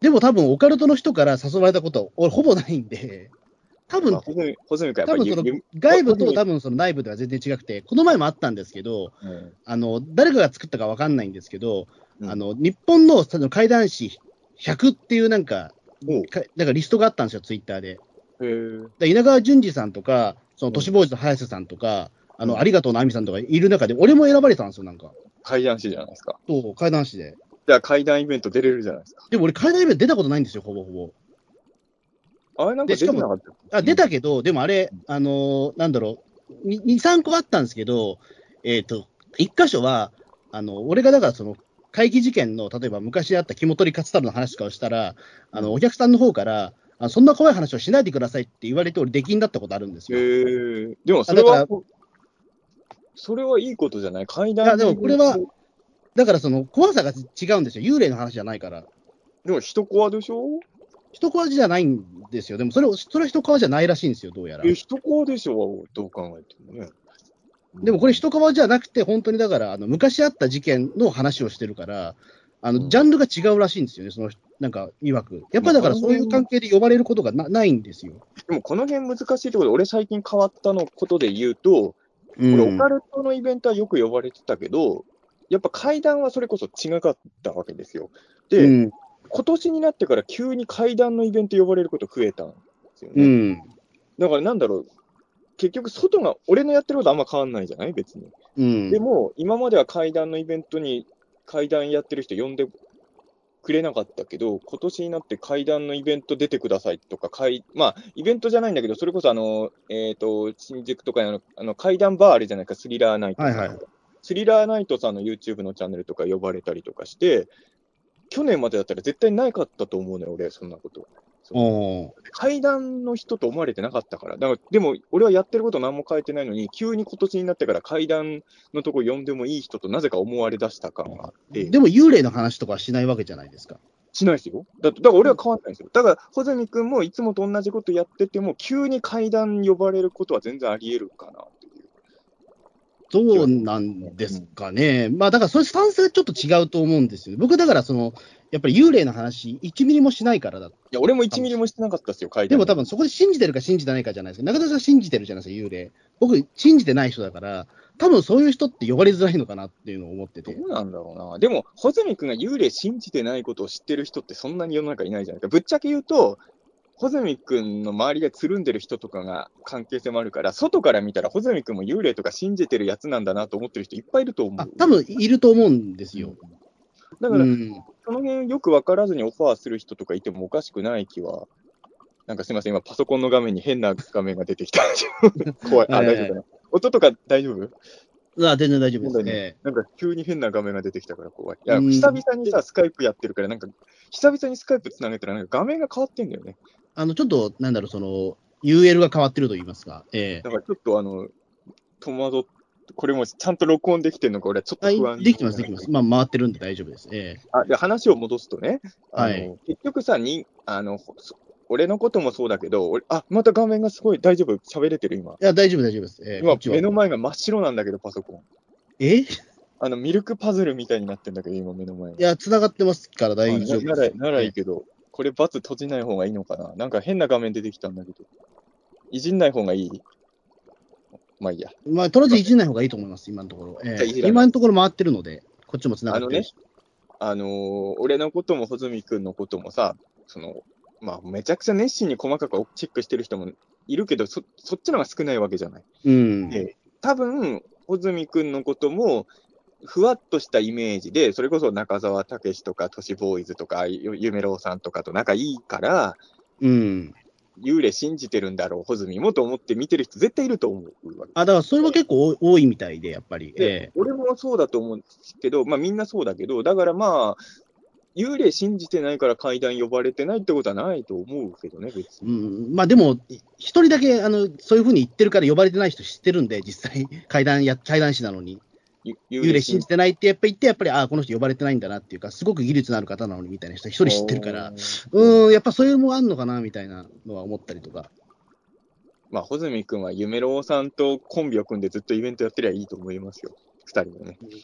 でも多分オカルトの人から誘われたことは俺ほぼないんで、多分、 穂積君やっぱり多分その外部と多分その内部では全然違くて、この前もあったんですけど、誰かが作ったか分かんないんですけど、日本のその怪談師100っていうなんかリストがあったんですよ、ツイッターで。稲川淳二さんとか、その都市ボーイズの早瀬さんとか、ありがとうのあみさんとかいる中で、俺も選ばれたんですよ、なんか。 怪談師じゃないですか。 そう、怪談師で。 じゃあ怪談イベント出れるじゃないですか。 でも俺、怪談イベント出たことないんですよ、ほぼほぼ。 あれなんか出てなかった？ 出たけど、でもあれ、なんだろう、2、3個あったんですけど、1箇所は、俺がだからその、怪奇事件の、例えば昔あった肝取り勝太郎の話とかをしたら、お客さんの方から、そんな怖い話をしないでくださいって言われて、俺、出禁だったことあるんですよ。 でもそれはいいことじゃない？怪談。 いや、でもこれは、だからその怖さが違うんですよ。幽霊の話じゃないから。 でも人コアでしょ？ 人コアじゃないんですよ。でもそれは人コアじゃないらしいんですよ、どうやら。 人コアでしょ、どう考えてもね。 でもこれ人コアじゃなくて、本当にだから、昔あった事件の話をしてるから、ジャンルが違うらしいんですよね、その、なんか、曰く。やっぱりだからそういう関係で呼ばれることがないんですよ。 でもこの辺難しいところで、俺最近変わったのことで言うと、俺オカルトのイベントはよく呼ばれてたけど、やっぱ怪談はそれこそ違かったわけですよ。で、今年になってから急に怪談のイベント呼ばれること増えたんですよね。だからなんだろう、結局外が、俺のやってることあんま変わんないじゃない別に。でも、今までは怪談のイベントに怪談やってる人呼んでくれなかったけど、今年になって怪談のイベント出てくださいとか、まあ、イベントじゃないんだけど、それこそ新宿とかに怪談バーあるじゃないか、スリラーナイト。スリラーナイトさんの YouTube のチャンネルとか呼ばれたりとかして、去年までだったら絶対ないかったと思うのよ、俺、そんなこと。怪談の人と思われてなかったから。でも、俺はやってること何も変えてないのに、急に今年になってから怪談のとこ呼んでもいい人となぜか思われ出した感があって。 でも、幽霊の話とかはしないわけじゃないですか。 しないですよ。だから俺は変わんないんですよ。だから、穂積君もいつもと同じことやってても、急に怪談呼ばれることは全然あり得るかなっていう。 そうなんですかね。まあ、だから、それスタンスがちょっと違うと思うんですよ。僕、だから、やっぱり幽霊の話、1ミリもしないからだ。いや、俺も1ミリもしてなかったですよ、怪談。 でも多分そこで信じてるか信じてないかじゃないですか。中田さん信じてるじゃないですか、幽霊。僕、信じてない人だから、多分そういう人って呼ばれづらいのかなっていうのを思ってて。 どうなんだろうな。でも、穂積君が幽霊信じてないことを知ってる人ってそんなに世の中いないじゃないか。ぶっちゃけ言うと、穂積君の周りがつるんでる人とかが関係性もあるから、外から見たら穂積君も幽霊とか信じてるやつなんだなと思ってる人いっぱいいると思う。 多分いると思うんですよ。 だから、その辺よく分からずにオファーする人とかいてもおかしくない気は。なんかすみません、今パソコンの画面に変な画面が出てきた。怖い。大丈夫かな。音とか大丈夫？ 全然大丈夫ですね。 なんか急に変な画面が出てきたから怖い。いや、久々にさ、スカイプやってるから、なんか、久々にスカイプつなげたら、なんか画面が変わってんだよね。 ちょっと、なんだろう、UL が変わってると言いますか。 だからちょっと戸惑って、これもちゃんと録音できてるのか、俺はちょっと不安。 できてます、できてます。まあ、回ってるんで大丈夫です。 で、話を戻すとね、結局さ、俺のこともそうだけど、また画面がすごい、大丈夫？喋れてる今。 いや、大丈夫、大丈夫です。 今、目の前が真っ白なんだけど、パソコン。ミルクパズルみたいになってんだけど、今、目の前が。 いや、繋がってますから大丈夫です。 ならいいけど、これ、バツ閉じない方がいいのかな？なんか変な画面出てきたんだけど。いじんない方がいい？まあいいや。 まあ、とりあえずいじんない方がいいと思います、今のところ。今のところ回ってるので、こっちも繋がってるし。 俺のことも、穂積君のこともさ、まあ、めちゃくちゃ熱心に細かくチェックしてる人もいるけど、そっちの方が少ないわけじゃない。多分、穂積君のことも、ふわっとしたイメージで、それこそ中澤武史とか、都市ボーイズとか、夢郎さんとかと仲いいから、幽霊信じてるんだろう、穂積もと思って見てる人絶対いると思う。 だからそれは結構多いみたいで、やっぱり。 俺もそうだと思うんですけど、まあみんなそうだけど、だからまあ、幽霊信じてないから怪談呼ばれてないってことはないと思うけどね、別に。まあでも、一人だけそういうふうに言ってるから呼ばれてない人知ってるんで、実際、怪談師なのに。幽霊信じてないってやっぱり言って、やっぱり、この人呼ばれてないんだなっていうか、すごく技術のある方なのにみたいな人一人知ってるから、やっぱそういうのもあんのかなみたいなのは思ったりとか。 まあ、穂積君は夢郎さんとコンビを組んでずっとイベントやってりゃいいと思いますよ、二人でね。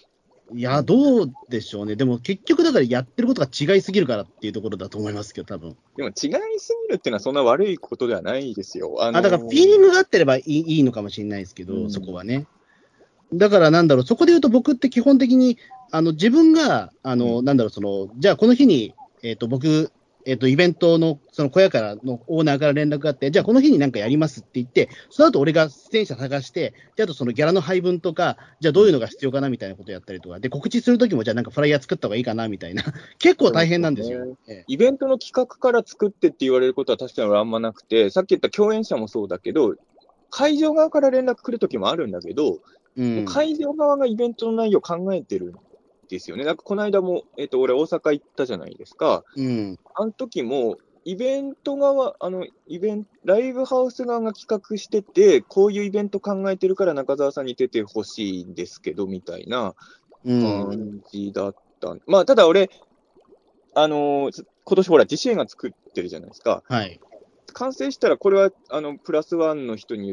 いや、どうでしょうね。でも結局だからやってることが違いすぎるからっていうところだと思いますけど、多分。 でも違いすぎるっていうのはそんな悪いことではないですよ。 だからフィーリングが合ってればいいのかもしれないですけど、そこはね。だからなんだろう、そこで言うと僕って基本的に、自分が、なんだろう、じゃあこの日に、僕、イベントの、その小屋からのオーナーから連絡があって、じゃあこの日になんかやりますって言って、その後俺が出演者探して、であとそのギャラの配分とか、じゃあどういうのが必要かなみたいなことをやったりとか、で、告知するときも、じゃあなんかフライヤー作った方がいいかなみたいな、結構大変なんですよ。 イベントの企画から作ってって言われることは確かに俺あんまなくて、さっき言った共演者もそうだけど、会場側から連絡来るときもあるんだけど、会場側がイベントの内容を考えてるんですよね。なんかこの間も、俺大阪行ったじゃないですか。あの時も、イベント側、ライブハウス側が企画してて、こういうイベント考えてるから中澤さんに出てほしいんですけど、みたいな感じだった。まあ、ただ俺、今年ほら、自主映画作ってるじゃないですか。 はい。 完成したら、これは、プラスワンの人に言って、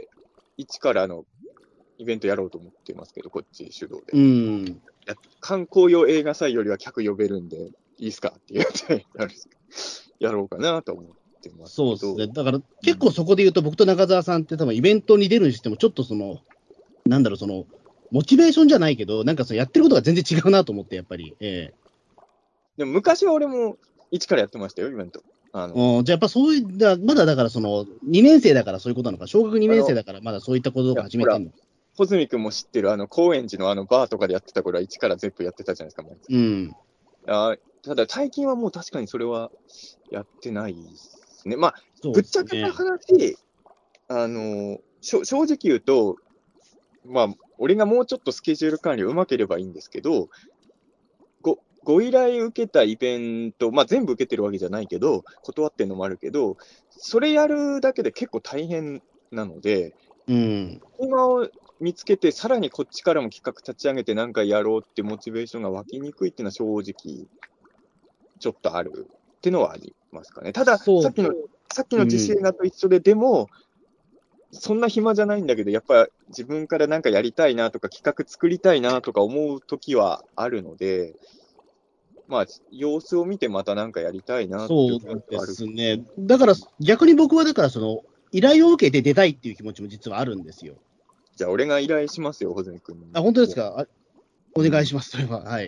一からイベントやろうと思ってますけど、こっち主導で。観光用映画祭よりは客呼べるんで、いいっすかって言ってやろうかなと思ってます。 そうですね。だから結構そこで言うと、僕と中澤さんって多分イベントに出るにしても、ちょっとなんだろう、モチベーションじゃないけど、なんかやってることが全然違うなと思って、やっぱり。でも昔は俺も一からやってましたよ、イベント。 じゃあやっぱそういう、まだだから2年生だからそういうことなのか、小学2年生だからまだそういったことを始めてるのか。 穂積君も知ってる、高円寺のバーとかでやってた頃は一から全部やってたじゃないですか、毎日。ただ最近はもう確かにそれはやってないですね。まあ、ぶっちゃけた話、正直言うと、まあ、俺がもうちょっとスケジュール管理うまければいいんですけど、ご依頼受けたイベント、まあ全部受けてるわけじゃないけど、断ってるのもあるけど、それやるだけで結構大変なので、今を見つけて、さらにこっちからも企画立ち上げて何かやろうってモチベーションが湧きにくいっていうのは正直、ちょっとあるっていうのはありますかね。ただ、さっきの自主映画と一緒で、でも、そんな暇じゃないんだけど、やっぱ自分から何かやりたいなとか、企画作りたいなとか思うときはあるので、まあ、様子を見てまた何かやりたいなってそうですね。だから、逆に僕はだから、依頼を受けて出たいっていう気持ちも実はあるんですよ。 じゃあ、俺が依頼しますよ、穂積君に。 本当ですか？お願いします、それは。はい。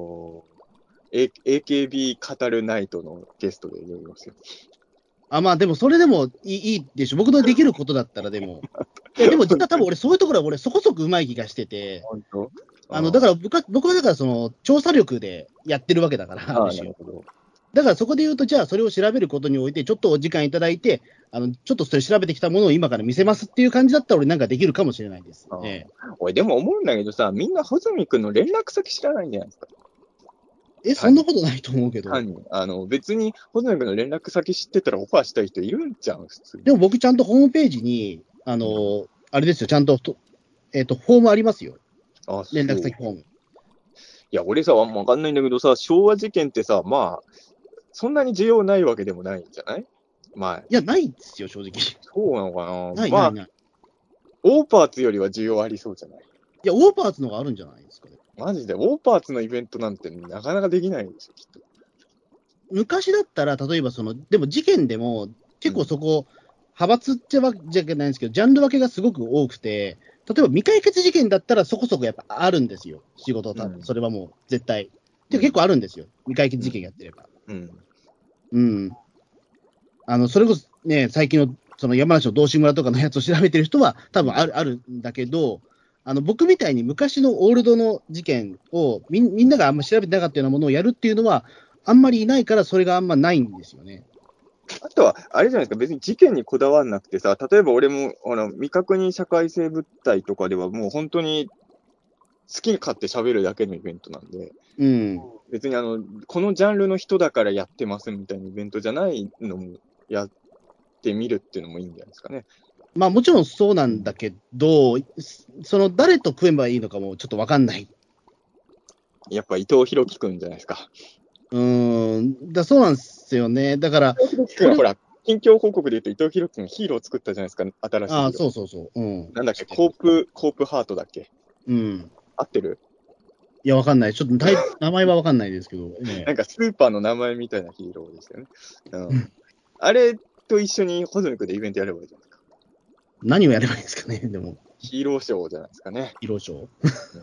AKB 語るナイトのゲストで呼びますよ。 まあでもそれでもいいでしょ。僕のできることだったらでも。でも実は多分俺そういうところは俺そこそこうまい気がしてて。 本当？ だから僕はだから調査力でやってるわけだから、だからそこで言うと、じゃあそれを調べることにおいて、ちょっとお時間いただいて、ちょっとそれ調べてきたものを今から見せますっていう感じだったら俺なんかできるかもしれないです。 俺でも思うんだけどさ、みんな穂積君の連絡先知らないんじゃないですか。 そんなことないと思うけど。 別に、穂積君の連絡先知ってたらオファーしたい人いるんじゃん、普通に。 でも僕ちゃんとホームページに、あれですよ、ちゃんと、フォームありますよ。連絡先フォーム。 いや、俺さ、わかんないんだけどさ、昭和事件ってさ、まあ、そんなに需要ないわけでもないんじゃない？まあ。 いや、ないですよ、正直。 そうなのかな？ ない。 オーパーツよりは需要ありそうじゃない？ いや、オーパーツの方があるんじゃないですかね。 マジで、オーパーツのイベントなんてなかなかできないんですよ、きっと。 昔だったら、例えばでも事件でも、結構そこ、派閥ってわけじゃないんですけど、ジャンル分けがすごく多くて、例えば未解決事件だったらそこそこやっぱあるんですよ、仕事多分、それはもう絶対。で結構あるんですよ、未解決事件やってれば。それこそね、最近の山梨の道志村とかのやつを調べてる人は多分あるんだけど、僕みたいに昔のオールドの事件をみんながあんま調べてなかったようなものをやるっていうのは、あんまりいないから、それがあんまないんですよね。 あとは、あれじゃないですか、別に事件にこだわらなくてさ、例えば俺も未確認社会性物体とかでは、もう本当に好きに勝手喋るだけのイベントなんで、別にこのジャンルの人だからやってますみたいなイベントじゃないのもやってみるっていうのもいいんじゃないですかね。 まあもちろんそうなんだけど、誰と組めばいいのかもちょっと分かんない。 やっぱ伊藤博樹くんじゃないですか。 そうなんですよね。だから、 ほら、近況報告で言うと伊藤博樹がヒーローを作ったじゃないですか、新しい。 そう。 なんだっけ、コープハートだっけ。合ってる？ いや、わかんない。ちょっと名前はわかんないですけど、 なんかスーパーの名前みたいなヒーローですよね。うん、あれと一緒にホズミ君でイベントやればいいじゃないですか。 何をやればいいんですかね、でも。 ヒーローショーじゃないですかね。 ヒーローショー。 うん、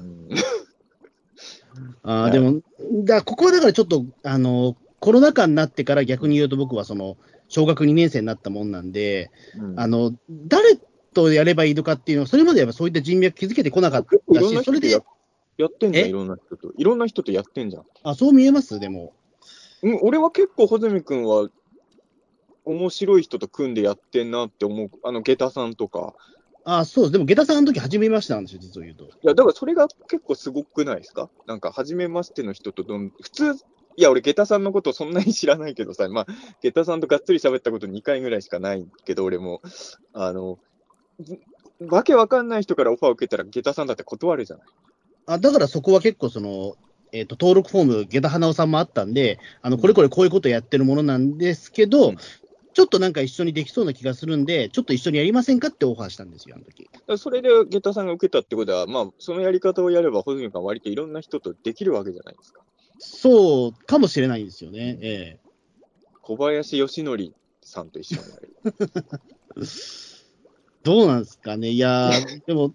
でも、ここはだからちょっと、コロナ禍になってから逆に言うと、僕は小学2年生になったもんなんで、誰とやればいいのかっていうのは、それまでやっぱそういった人脈築けてこなかったし、それで、 やってんじゃん、いろんな人とやってんじゃん。 そう見えますでも。 俺は結構、穂積君は面白い人と組んでやってんなって思う。下駄さんとか。 そうです。でも、下駄さんの時初めましてなんですよ、実を言うと。いや、だからそれが結構すごくないですか？なんか、初めましての人と普通、いや、俺、下駄さんのことそんなに知らないけどさ、下駄さんとがっつり喋ったこと2回ぐらいしかないけど、俺も、わけわかんない人からオファーを受けたら、下駄さんだって断るじゃない。 だからそこは結構登録フォーム、下駄花尾さんもあったんで、これこれこういうことやってるものなんですけど、ちょっとなんか一緒にできそうな気がするんで、ちょっと一緒にやりませんかってオファーしたんですよ、あの時。 それで下駄さんが受けたってことは、そのやり方をやれば、穂積君は割といろんな人とできるわけじゃないですか。 そうかもしれないんですよね。 小林義則さんと一緒にやれる。 どうなんですかね。いや、でも、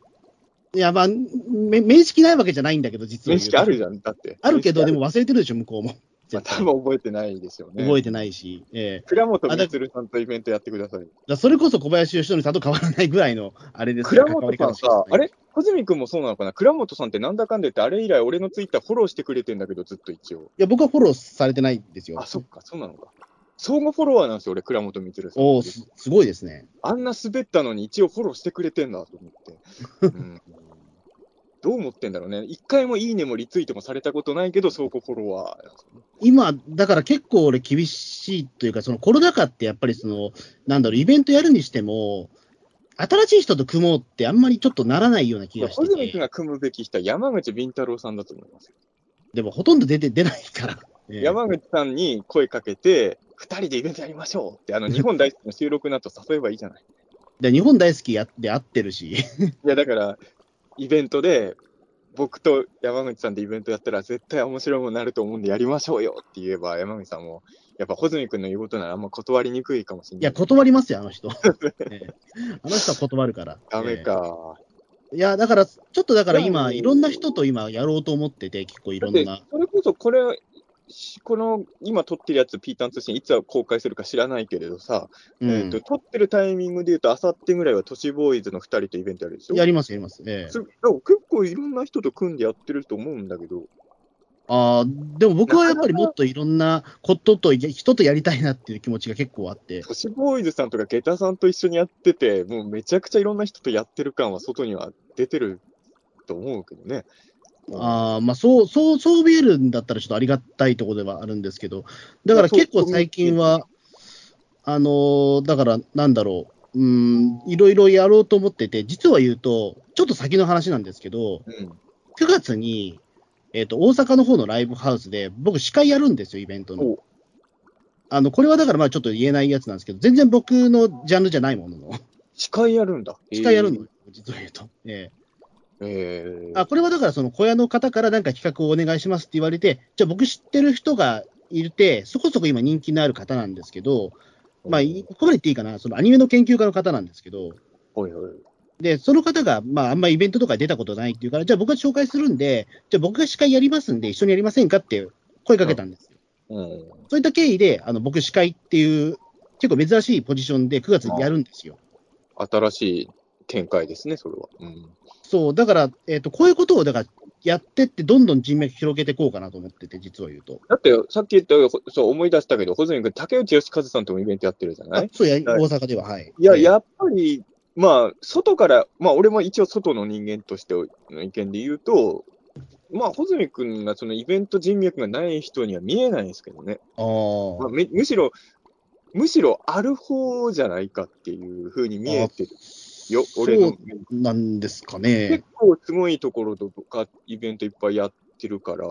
面識ないわけじゃないんだけど、実は。 面識あるじゃん、だって。 あるけど、でも忘れてるでしょ、向こうも。 多分覚えてないですよね。 覚えてないし。 倉本充さんとイベントやってください。 それこそ小林義則さんと変わらないぐらいの、あれですよ。倉本さんさ、あれ穂積君もそうなのかな？倉本さんってなんだかんでって、あれ以来俺のツイッターフォローしてくれてんだけど、ずっと一応。いや、僕はフォローされてないんですよ。 そっか、そうなのか。相互フォロワーなんですよ、俺、倉本充さん。 すごいですね。 あんな滑ったのに一応フォローしてくれてんだと思って。どう思ってんだろうね。一回もいいねもリツイートもされたことないけど、相互フォロワーなんですよね。 今、だから結構俺厳しいというか、コロナ禍ってやっぱりイベントやるにしても、新しい人と組もうってあんまりちょっとならないような気がしてて。 穂積君が組むべき人は山口敏太郎さんだと思いますよ。 でもほとんど出ないから。 山口さんに声かけて、2人でイベントやりましょうって、日本大好きの収録の後誘えばいいじゃない。 で日本大好きで会ってるし。 いや、だから、イベントで、僕と山口さんでイベントやったら絶対面白いものになると思うんでやりましょうよって言えば、山口さんも、やっぱ穂積君の言うことならあんま断りにくいかもしれない。 いや、断りますよ、あの人。あの人は断るから。 ダメか。 いや、だから、ちょっとだから今、いろんな人と今やろうと思ってて、結構いろんな。 それこそこの今撮ってるやつ、ピータン通信、いつは公開するか知らないけれどさ、撮ってるタイミングで言うと、あさってぐらいは都市ボーイズの2人とイベントやるでしょ？ やります。 結構いろんな人と組んでやってると思うんだけど。 でも僕はやっぱりもっといろんな人とやりたいなっていう気持ちが結構あって。 都市ボーイズさんとか下駄さんと一緒にやってて、もうめちゃくちゃいろんな人とやってる感は外には出てると思うけどね。 そう見えるんだったらちょっとありがたいところではあるんですけど、だから結構最近は、だからなんだろう、いろいろやろうと思ってて、実は言うと、ちょっと先の話なんですけど、9月に、大阪の方のライブハウスで、僕、司会やるんですよ、イベントの。これはだからちょっと言えないやつなんですけど、全然僕のジャンルじゃないものの。 司会やるんだ。 司会やるの、実を言うと。これはだから、小屋の方からなんか企画をお願いしますって言われて、じゃあ僕知ってる人がいて、そこそこ今人気のある方なんですけど、ここまで言っていいかな、アニメの研究家の方なんですけど、で、その方が、あんまりイベントとか出たことないっていうから、じゃあ僕が紹介するんで、じゃあ僕が司会やりますんで、一緒にやりませんかって声かけたんですよ。そういった経緯で、僕司会っていう、結構珍しいポジションで9月にやるんですよ。 新しい展開ですね、それは。 そう、だから、こういうことをだからやってって、どんどん人脈広げていこうかなと思ってて、実は言うと。 だって、さっき言った、そう思い出したけど、穂積君、竹内義和さんともイベントやってるじゃない？ そう大阪では、はい。 いや、やっぱり、外から、俺も一応外の人間としての意見で言うと、穂積君がそのイベント人脈がない人には見えないんですけどね。むしろある方じゃないかっていうふうに見えてるよ、俺の。 そうなんですかね。 結構すごいところとか、イベントいっぱいやってるから、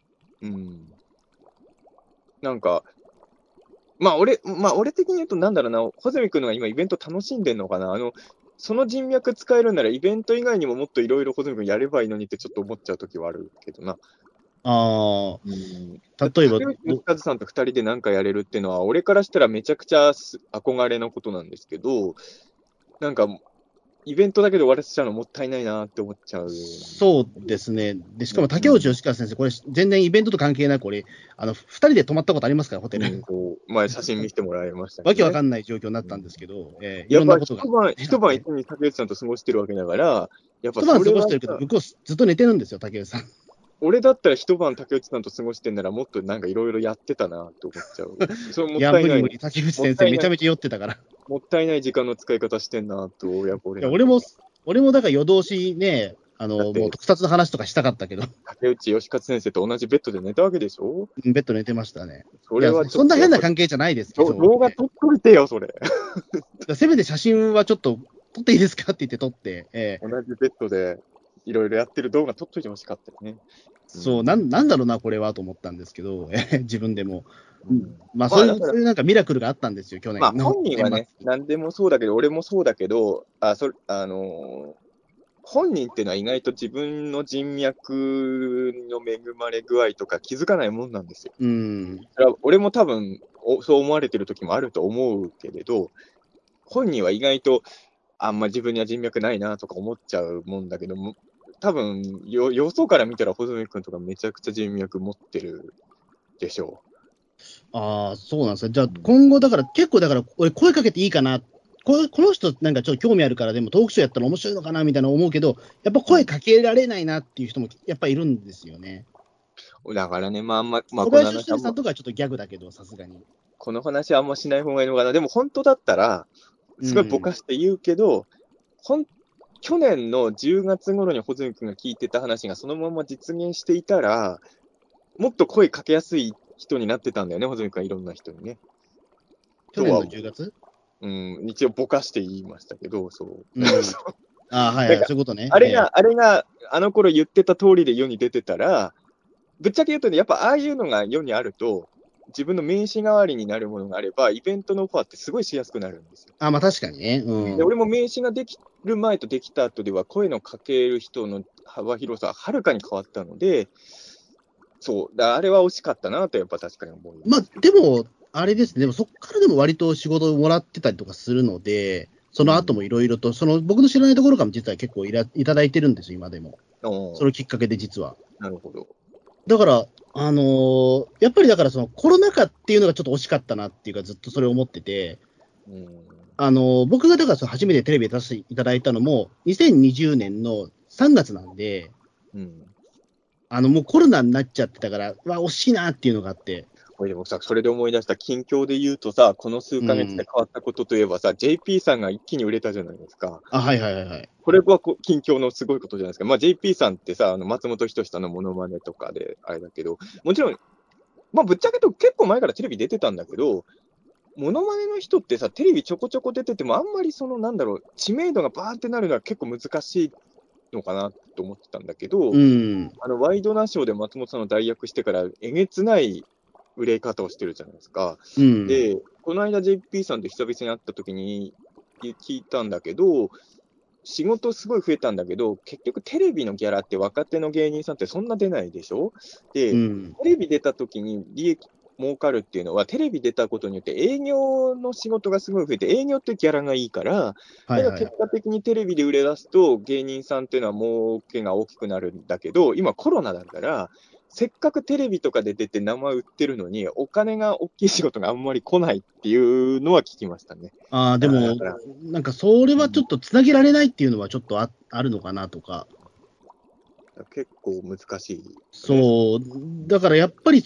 なんか、俺的に言うと、なんだろうな、穂積君のが今イベント楽しんでんのかな。 その人脈使えるなら、イベント以外にももっといろいろ穂積君やればいいのにってちょっと思っちゃうときはあるけどな。 ああ、例えば、 竹内義和さんと2人で何かやれるっていうのは、俺からしたらめちゃくちゃ憧れのことなんですけど、なんか、イベントだけで終わらせちゃうのもったいないなって思っちゃう。 そうですね。で、しかも竹内義和先生、これ、全然イベントと関係なく、俺、2人で泊まったことありますから、ホテル。 前写真見せてもらいましたけど、 わけわかんない状況になったんですけど、いやっぱろんなことが。 一晩一緒に竹内さんと過ごしてるわけだから、やっぱ一晩過ごしてるけど、向こうずっと寝てるんですよ、竹内さん。 俺だったら一晩竹内さんと過ごしてんなら、もっとなんかいろいろやってたなって思っちゃう。それもったいない。 いや、無理。竹内先生、めちゃめちゃ酔ってたから。 もったいない時間の使い方してんなと、やっぱ俺もだから夜通しね、もう特撮の話とかしたかったけど。 竹内義和先生と同じベッドで寝たわけでしょ？ ベッド寝てましたね。 それはそんな変な関係じゃないですけど。 動画撮っといてよ、それ。 せめて写真はちょっと撮っていいですかって言って撮って。 同じベッドでいろいろやってる動画撮っといてほしかったよね。 そう、なんだろうな、これはと思ったんですけど、自分でも。まあ、そういうなんかミラクルがあったんですよ、去年。 まあ、本人はね、何でもそうだけど、俺もそうだけど、本人っていうのは意外と自分の人脈の恵まれ具合とか気づかないもんなんですよ。俺も多分、そう思われてる時もあると思うけれど、本人は意外と、あんま自分には人脈ないなとか思っちゃうもんだけども、多分よそから見たら、穂積君とかめちゃくちゃ人脈持ってるでしょう。ああ、そうなんですよ。じゃあ、今後、だから、結構、だから、俺、声かけていいかな。この人、なんかちょっと興味あるから、でもトークショーやったら面白いのかなみたいな思うけど、やっぱ声かけられないなっていう人も、やっぱいるんですよね。 だからね、まあ、 小林俊さんとかはちょっとギャグだけど、さすがに。 この話はあんましない方がいいのかな。でも、本当だったら、すごいぼかして言うけど、去年の10月頃に穂積君が聞いてた話がそのまま実現していたら、もっと声かけやすい人になってたんだよね、穂積君はいろんな人にね。 去年の10月？ 一応ぼかして言いましたけど、そう。 はい、そういうことね。 あれが、あの頃言ってた通りで世に出てたら、ぶっちゃけ言うとね、やっぱああいうのが世にあると、自分の名刺代わりになるものがあれば、イベントのオファーってすごいしやすくなるんですよ。 まあ確かにね。 で俺も名刺ができる前とできた後では、声のかける人の幅広さははるかに変わったので、そう、あれは惜しかったなと、やっぱ確かに思います。 まあでも、あれですね、でもそこからでも割と仕事をもらってたりとかするので、その後もいろいろと、僕の知らないところからも実は結構いただいてるんですよ、今でも。そのきっかけで実は。 なるほど。 だから、やっぱりだからそのコロナ禍っていうのがちょっと惜しかったなっていうか、ずっとそれを思ってて、僕がだから初めてテレビで出していただいたのも、2020年の3月なんで、もうコロナになっちゃってたから、惜しいなっていうのがあって。 でもさ、それで思い出した近況で言うとさ、この数ヶ月で変わったことといえばさ、JP さんが一気に売れたじゃないですか。 はい。 これは近況のすごいことじゃないですか。まあ JP さんってさ、松本人志さんのモノマネとかであれだけど、もちろん、まあぶっちゃけと結構前からテレビ出てたんだけど、モノマネの人ってさ、テレビちょこちょこ出てても、あんまり知名度がバーンってなるのは結構難しいのかなと思ってたんだけど、ワイドナショーで松本さんの代役してから、えげつない売れ方をしてるじゃないですか。で、この間 JP さんと久々に会った時に聞いたんだけど、仕事すごい増えたんだけど、結局テレビのギャラって若手の芸人さんってそんな出ないでしょ？で、テレビ出た時に利益儲かるっていうのは、テレビ出たことによって営業の仕事がすごい増えて、営業ってギャラがいいから、結果的にテレビで売れ出すと、芸人さんっていうのは儲けが大きくなるんだけど、今コロナだから、せっかくテレビとかで出て名前売ってるのに、お金が大きい仕事があんまり来ないっていうのは聞きましたね。 でも、なんかそれはちょっとつなげられないっていうのはちょっとあるのかなとか。 結構難しい、ね。 そう、だからやっぱり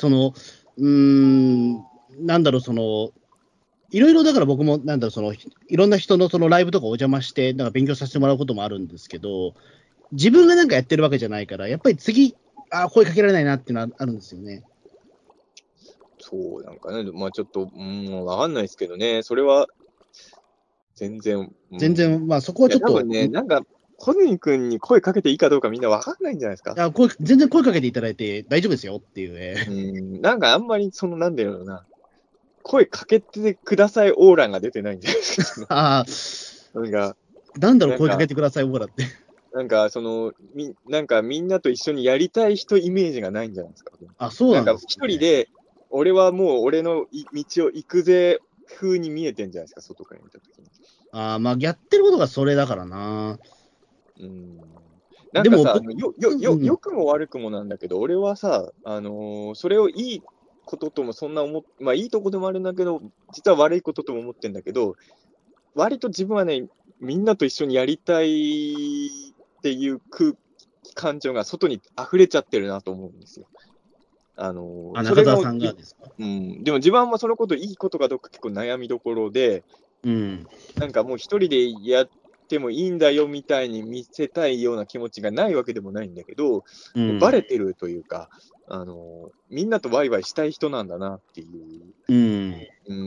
なんだろう、いろいろだから僕も、いろんな人のライブとかお邪魔して、なんか勉強させてもらうこともあるんですけど、自分がなんかやってるわけじゃないから、やっぱり次、声かけられないなっていうのはあるんですよね。 そう、なんかね、まあちょっと、わかんないですけどね、それは、全然、 まあそこはちょっと。 多分ね、なんか、小泉君に声かけていいかどうかみんなわかんないんじゃないですか。 全然声かけていただいて大丈夫ですよっていう。 なんかあんまりなんだろうな、声かけてくださいオーラが出てないんじゃないですか。なんか、 なんだろう、声かけてください、オーラって。 なんか、なんかみんなと一緒にやりたい人イメージがないんじゃないですか。 あ、そうなんかなんですね。 一人で、俺はもう俺の道を行くぜ風に見えてんじゃないですか、外から見たときに。 まあ、やってることがそれだからな。 うん。なんでも、 かさ、 うん、 良くも悪くもなんだけど、俺はさ、それをいいことともそんなまあいいとこでもあるんだけど、実は悪いこととも思ってんだけど、割と自分はね、みんなと一緒にやりたいっていう感情が外に溢れちゃってるなと思うんですよ。それが、 中澤さんがですか。 うん、でも自分はそのこといいことかどうか結構悩みどころで、 うん。 なんかもう一人でやってもいいんだよみたいに見せたいような気持ちがないわけでもないんだけど、もうバうん。 レてるというか、みんなとワイワイしたい人なんだなっていう、 うん。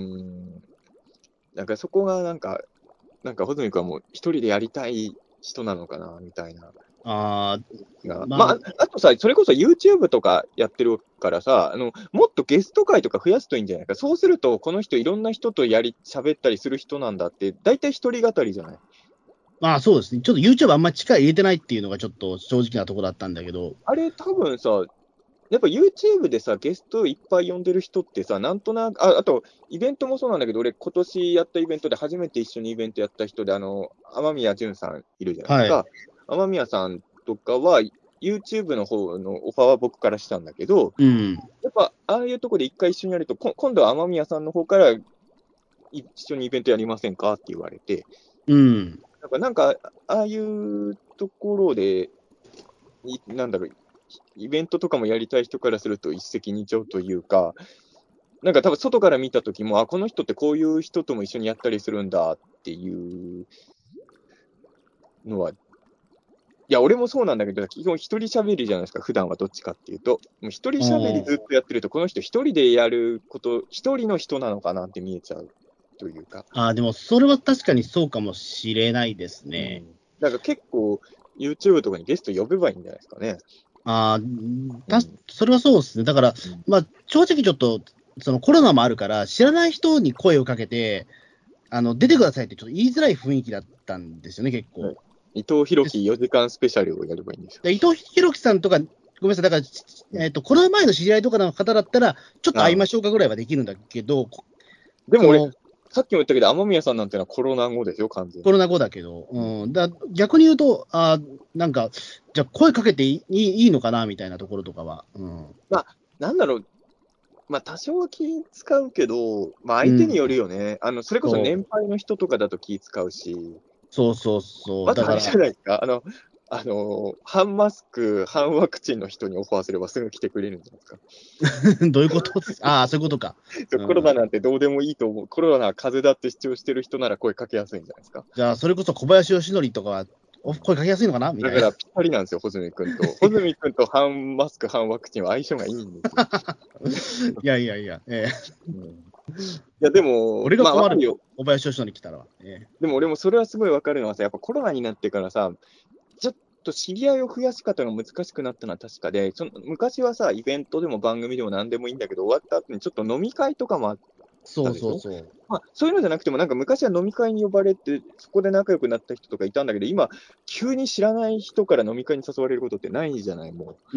なんかそこがなんか穂積君はもう一人でやりたい人なのかなみたいな。 ああ、まあ、 まあ、あとさ、それこそ YouTube とかやってるからさ、もっとゲスト会とか増やすといいんじゃないか。そうすると、この人いろんな人と喋ったりする人なんだって、大体一人語りじゃない。 まあそうですね。ちょっと YouTube あんまり力入れてないっていうのがちょっと正直なところだったんだけど。 あれ多分さ、やっぱ YouTube でさ、ゲストいっぱい呼んでる人ってさ、なんとなく、あと、イベントもそうなんだけど、俺、今年やったイベントで初めて一緒にイベントやった人で、雨宮淳さんいるじゃないですはい。 か。雨宮さんとかは、YouTube の方のオファーは僕からしたんだけど、 うん。 やっぱ、ああいうとこで一回一緒にやると、今度は雨宮さんの方から一緒にイベントやりませんかって言われて、 うん。 なんか、ああいうところで、なんだろう、イベントとかもやりたい人からすると一石二鳥というか、なんか多分外から見たときも、あ、この人ってこういう人とも一緒にやったりするんだっていうのは、いや、俺もそうなんだけど、基本一人喋りじゃないですか、普段はどっちかっていうと。もう一人喋りずっとやってると、この人一人でやること、一人の人なのかなって見えちゃうというか。 でもそれは確かにそうかもしれないですね。 うん。だから結構、YouTube とかにゲスト呼べばいいんじゃないですかね。 ああ、 うん。 それはそうですね。だから、まあ、正直ちょっと、そのコロナもあるから、知らない人に声をかけて、出てくださいってちょっと言いづらい雰囲気だったんですよね、結構。 はい。伊藤博で樹4時間スペシャルをやればいいんですよ。 伊藤博樹さんとか、ごめんなさい、だから、コロナ前の知り合いとかの方だったら、ちょっと会いああ。 ましょうかぐらいはできるんだけど、 でも俺、 そのさっきも言ったけど、雨宮さんなんてのはコロナ後ですよ、完全に。 コロナ後だけど、 うん。 逆に言うと、なんか、じゃあ声かけていいのかなみたいなところとかは。 まあ、なんだろう、まあ、多少は気使うけど、まあ、 うん、 相手によるよね。それこそそう、 年配の人とかだと気使うし、 そうそうそう、 まずあれじだから、 ゃないですか、半マスク、半ワクチンの人にオファーすればすぐ来てくれるんじゃないですか。 どういうことそういうことか。 そうコロナなんてどうでもいいと思う。コロナは風邪だって主張してる人なら声かけやすいんじゃないですか。 じゃあ、それこそ小林義則とかは、声かけやすいのかなみたいな。 だからぴったりなんですよ、穂積君と。穂積君と半マスク、半ワクチンは相性がいいんですよ。 いやいやいや、 うん、いや、でも、 俺がまあ、わ困るよ、 かるよ。 小林義則来たらは。 でも俺もそれはすごいわかるのはさ、やっぱコロナになってからさ、ちょっと知り合いを増やし方が難しくなったのは確かで、昔はさ、イベントでも番組でも何でもいいんだけど、終わった後にちょっと飲み会とかもあったそうでしょ。 そうそう。 まあ、そういうのじゃなくても、なんか昔は飲み会に呼ばれて、そこで仲良くなった人とかいたんだけど、今、急に知らない人から飲み会に誘われることってないじゃない、もう。 うん。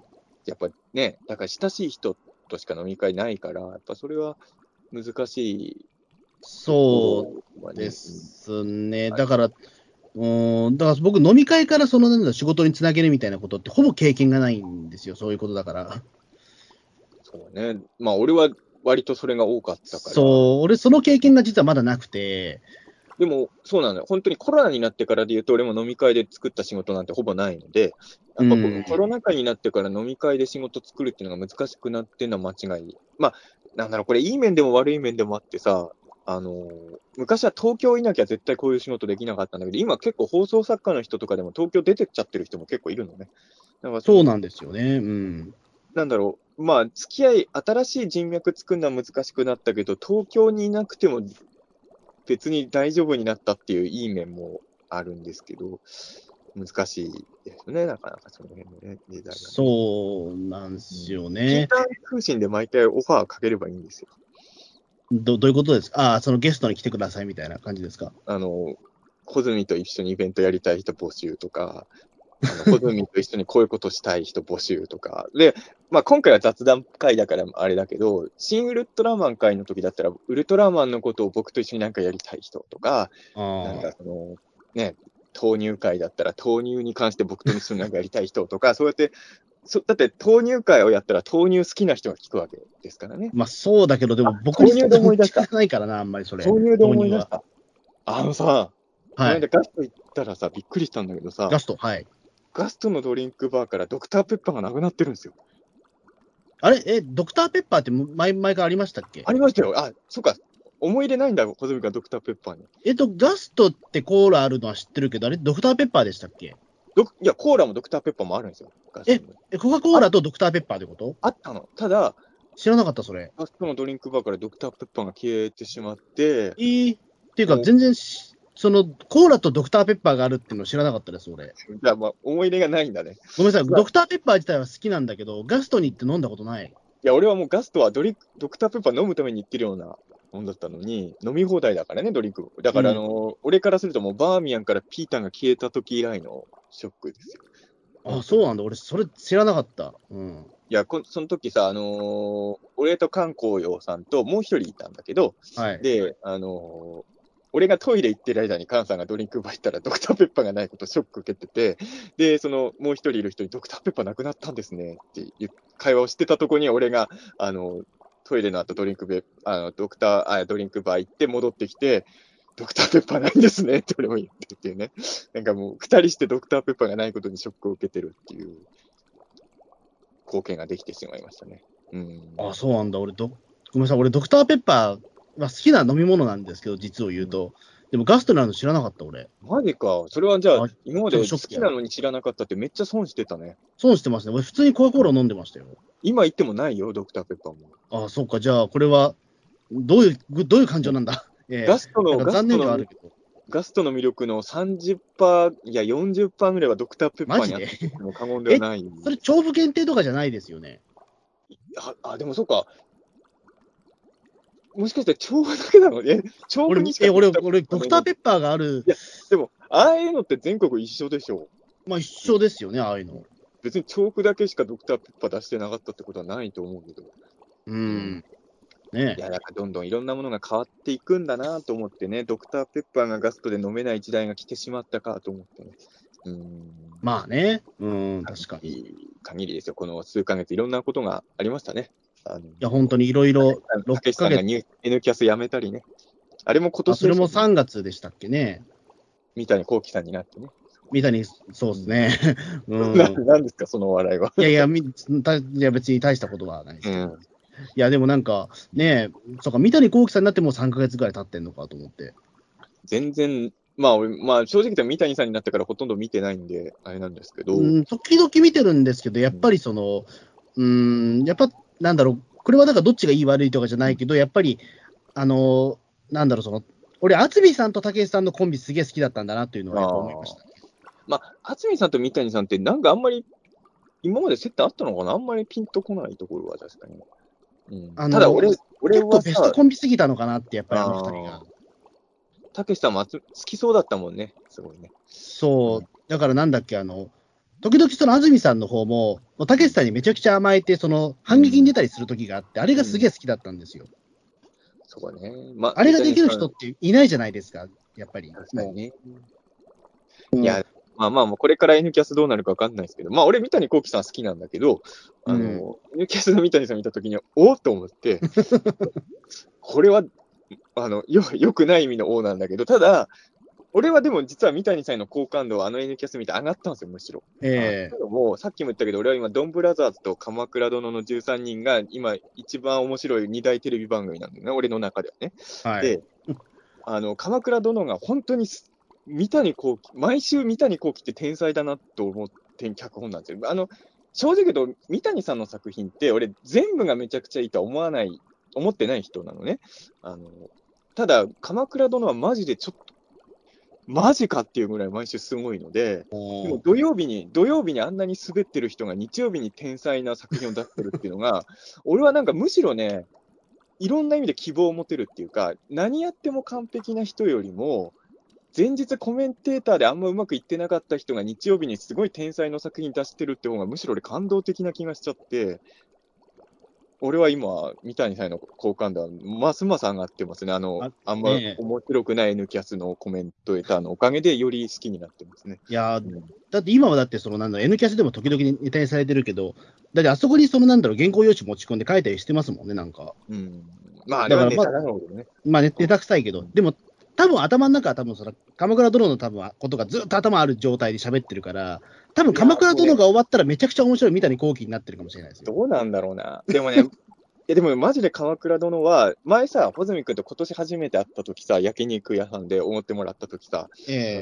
やっぱね、だから親しい人としか飲み会ないから、やっぱそれは難しいとこそろはうでね、 すね。 ある。 だから僕、飲み会からなんだ仕事につなげるみたいなことって、ほぼ経験がないんですよ、そういうことだから。 そうね。まあ、俺は割とそれが多かったから。 そう、俺、その経験が実はまだなくて、 でも、そうなのよ。本当にコロナになってからで言うと、俺も飲み会で作った仕事なんてほぼないので、やっぱうん、 コロナ禍になってから飲み会で仕事作るっていうのが難しくなってるのは間違い。まあ、なんだろう、これいい面でも悪い面でもあってさ、昔は東京いなきゃ絶対こういう仕事できなかったんだけど、今結構放送作家の人とかでも東京出てっちゃってる人も結構いるのね。だからそうなんですよね。うん。 なんだろう、まあ、付き合い、新しい人脈作るのは難しくなったけど、東京にいなくても別に大丈夫になったっていういい面もあるんですけど、難しいですね、なかなかその辺のね、時代がね。 そうなんですよね。 ピーター通信で毎回オファーかければいいんですよ。 どういうことですか？そのゲストに来てくださいみたいな感じですか？ 穂積と一緒にイベントやりたい人募集とか、穂積と一緒にこういうことしたい人募集とか。で、まあ今回は雑談会だからあれだけど、新ウルトラマン会の時だったら、ウルトラマンのことを僕と一緒になんかやりたい人とか、なんかね、豆乳会だったら豆乳に関して僕と一緒になんかやりたい人とか、そうやって、だって豆乳会をやったら豆乳好きな人が聞くわけですからね。 まあそうだけど、でも僕豆乳で思い出した。 ないからな、あんまりそれ。 豆乳で思い出した。さ、このはい。 間ガスト行ったらさ、びっくりしたんだけどさ、 ガスト、はい。 ガストのドリンクバーからドクターペッパーがなくなってるんですよ。 あれドクターペッパーって前からありましたっけ？ ありましたよ。あ、そっか。思い入れないんだ、小泉がドクターペッパーに。 ガストってコーラあるのは知ってるけど、あれドクターペッパーでしたっけ？ いや、コーラもドクターペッパーもあるんですよ。ガストにコカ・コーラとドクターペッパーってこと？ あったの。ただ、 知らなかった、それ。 ガストのドリンクバーからドクターペッパーが消えてしまって、 っていうか、全然コーラとドクターペッパーがあるっていうの知らなかったです、俺。 じゃあ、まあ、思い入れがないんだね。 ごめんなさい、ドクターペッパー自体は好きなんだけど、ガストに行って飲んだことない。 いや、俺はもうガストはドクターペッパー飲むために行ってるようなもんだったのに、飲み放題だからね、ドリンク。だから、俺からするともうバーミヤンからピータンが消えた時以来のショックですよ。 あ、そうなんだ。俺、それ知らなかった。うん。 いや、その時さ、俺と観光陽さんともう一人いたんだけど、 はい。 で、俺がトイレ行ってる間にカンさんがドリンク奪ったらドクターペッパーがないことショック受けてて、で、もう一人いる人にドクターペッパーなくなったんですねっていう会話をしてたとこに俺が、トイレの後ドリンクバー行って戻ってきて、ドクターペッパーないんですねって俺も言ってっていうね。なんかもう二人してドクターペッパーがないことにショックを受けてるっていう貢献ができてしまいましたね。 あ、そうなんだ。ごめんなさい。俺、ドクターペッパーは好きな飲み物なんですけど、実を言うと。でもガストになるの知らなかった、俺。 マジか。それはじゃあ、今まで好きなのに知らなかったってめっちゃ損してたね。 損してますね。俺、普通にコカ・コーラ飲んでましたよ。 今言ってもないよ、ドクターペッパーも。 あ、そうか。じゃあ、これは、どういう感情なんだ。 ガストの魅力の30%、いや40%ぐらいはドクターペッパーにあっても過言ではない。 それ、調布限定とかじゃないですよね。 でもそうか。もしかして調布だけなの？調布にしか俺、ドクターペッパーがある。 いや、でも、ああいうのって全国一緒でしょ。 まあ、一緒ですよね、ああいうの。 別に調布だけしかドクターペッパー出してなかったってことはないと思うけど。 ね、 いや、なんかどんどんいろんなものが変わっていくんだなと思ってね、ドクターペッパーがガストで飲めない時代が来てしまったかと思ってね。 まあね、確かに。 限りですよ、この数ヶ月、いろんなことがありましたね。 いや、本当にいろいろ、 たけしさんが N キャス辞めたりね。あれも今年それも3月でしたっけね。 三谷幸喜さんになってね。 そうですね。 何ですか、その笑いは。 いや、別に大したことはないですけど。いや、でもなんか、ねそうか、三谷幸喜さんになってもう3ヶ月ぐらい経ってんのかと思って。 全然、まあ正直言ったら三谷さんになってからほとんど見てないんで、あれなんですけど。 時々見てるんですけど、やっぱりやっぱ、なんだろう、これはなんかどっちがいい悪いとかじゃないけど、やっぱり、なんだろう、俺、渥美さんと武さんのコンビすげえ好きだったんだなというのはやっぱ思いました。 渥美さんと三谷さんってなんかあんまり、今まで接点あったのかな？あんまりピンとこないところは確かに。ただ俺は結構ベストコンビすぎたのかなって、やっぱり二人が。 たけしさんも好きそうだったもんね、すごいね。 そう、だからなんだっけ、時々安住さんの方も、たけしさんにめちゃくちゃ甘えて、反撃に出たりする時があって、あれがすげえ好きだったんですよ。 そうだね。 あれができる人っていないじゃないですか、やっぱり。 確かにね。いや、これから N キャスどうなるか分かんないですけど、俺、三谷幸喜さん好きなんだけど、N キャスの三谷さん見たときに、おーっと思って、これは、よくない意味のおーなんだけど、ただ、俺はでも実は三谷さんの好感度はN キャス見て上がったんですよ、むしろ。もうさっきも言ったけど、俺は今、ドンブラザーズと鎌倉殿の13人が今、一番面白い2大テレビ番組なんだよね、俺の中ではね。で、鎌倉殿が本当に毎週三谷幸喜って天才だなと思って脚本なんですよ。正直言うと、三谷さんの作品って、俺、全部がめちゃくちゃいいとは思ってない人なのね。ただ、鎌倉殿はマジでちょっと、マジかっていうぐらい毎週すごいので、でも土曜日にあんなに滑ってる人が日曜日に天才な作品を出してるっていうのが、俺はなんかむしろね、いろんな意味で希望を持てるっていうか、何やっても完璧な人よりも、 前日コメンテーターであんまうまくいってなかった人が日曜日にすごい天才の作品出してるって方がむしろ俺感動的な気がしちゃって、俺は今、三谷さんへの好感度はますます上がってますね。あんま面白くない N キャスのコメントーターのおかげでより好きになってますね。 いやだって今はだって、N キャスでも時々ネタにされてるけど、だってあそこに原稿用紙持ち込んで書いたりしてますもんね、なんか。 まあ、あれはネタなのでね。 まあ、ネタ臭いけど、でも、多分頭の中は鎌倉殿のことがずっと頭ある状態で喋ってるから、多分鎌倉殿が終わったらめちゃくちゃ面白い三谷幸喜になってるかもしれないですよ。 どうなんだろうな。でもね、でもマジで鎌倉殿は、前さ、穂積君と今年初めて会った時さ、焼肉屋さんで思ってもらった時さ、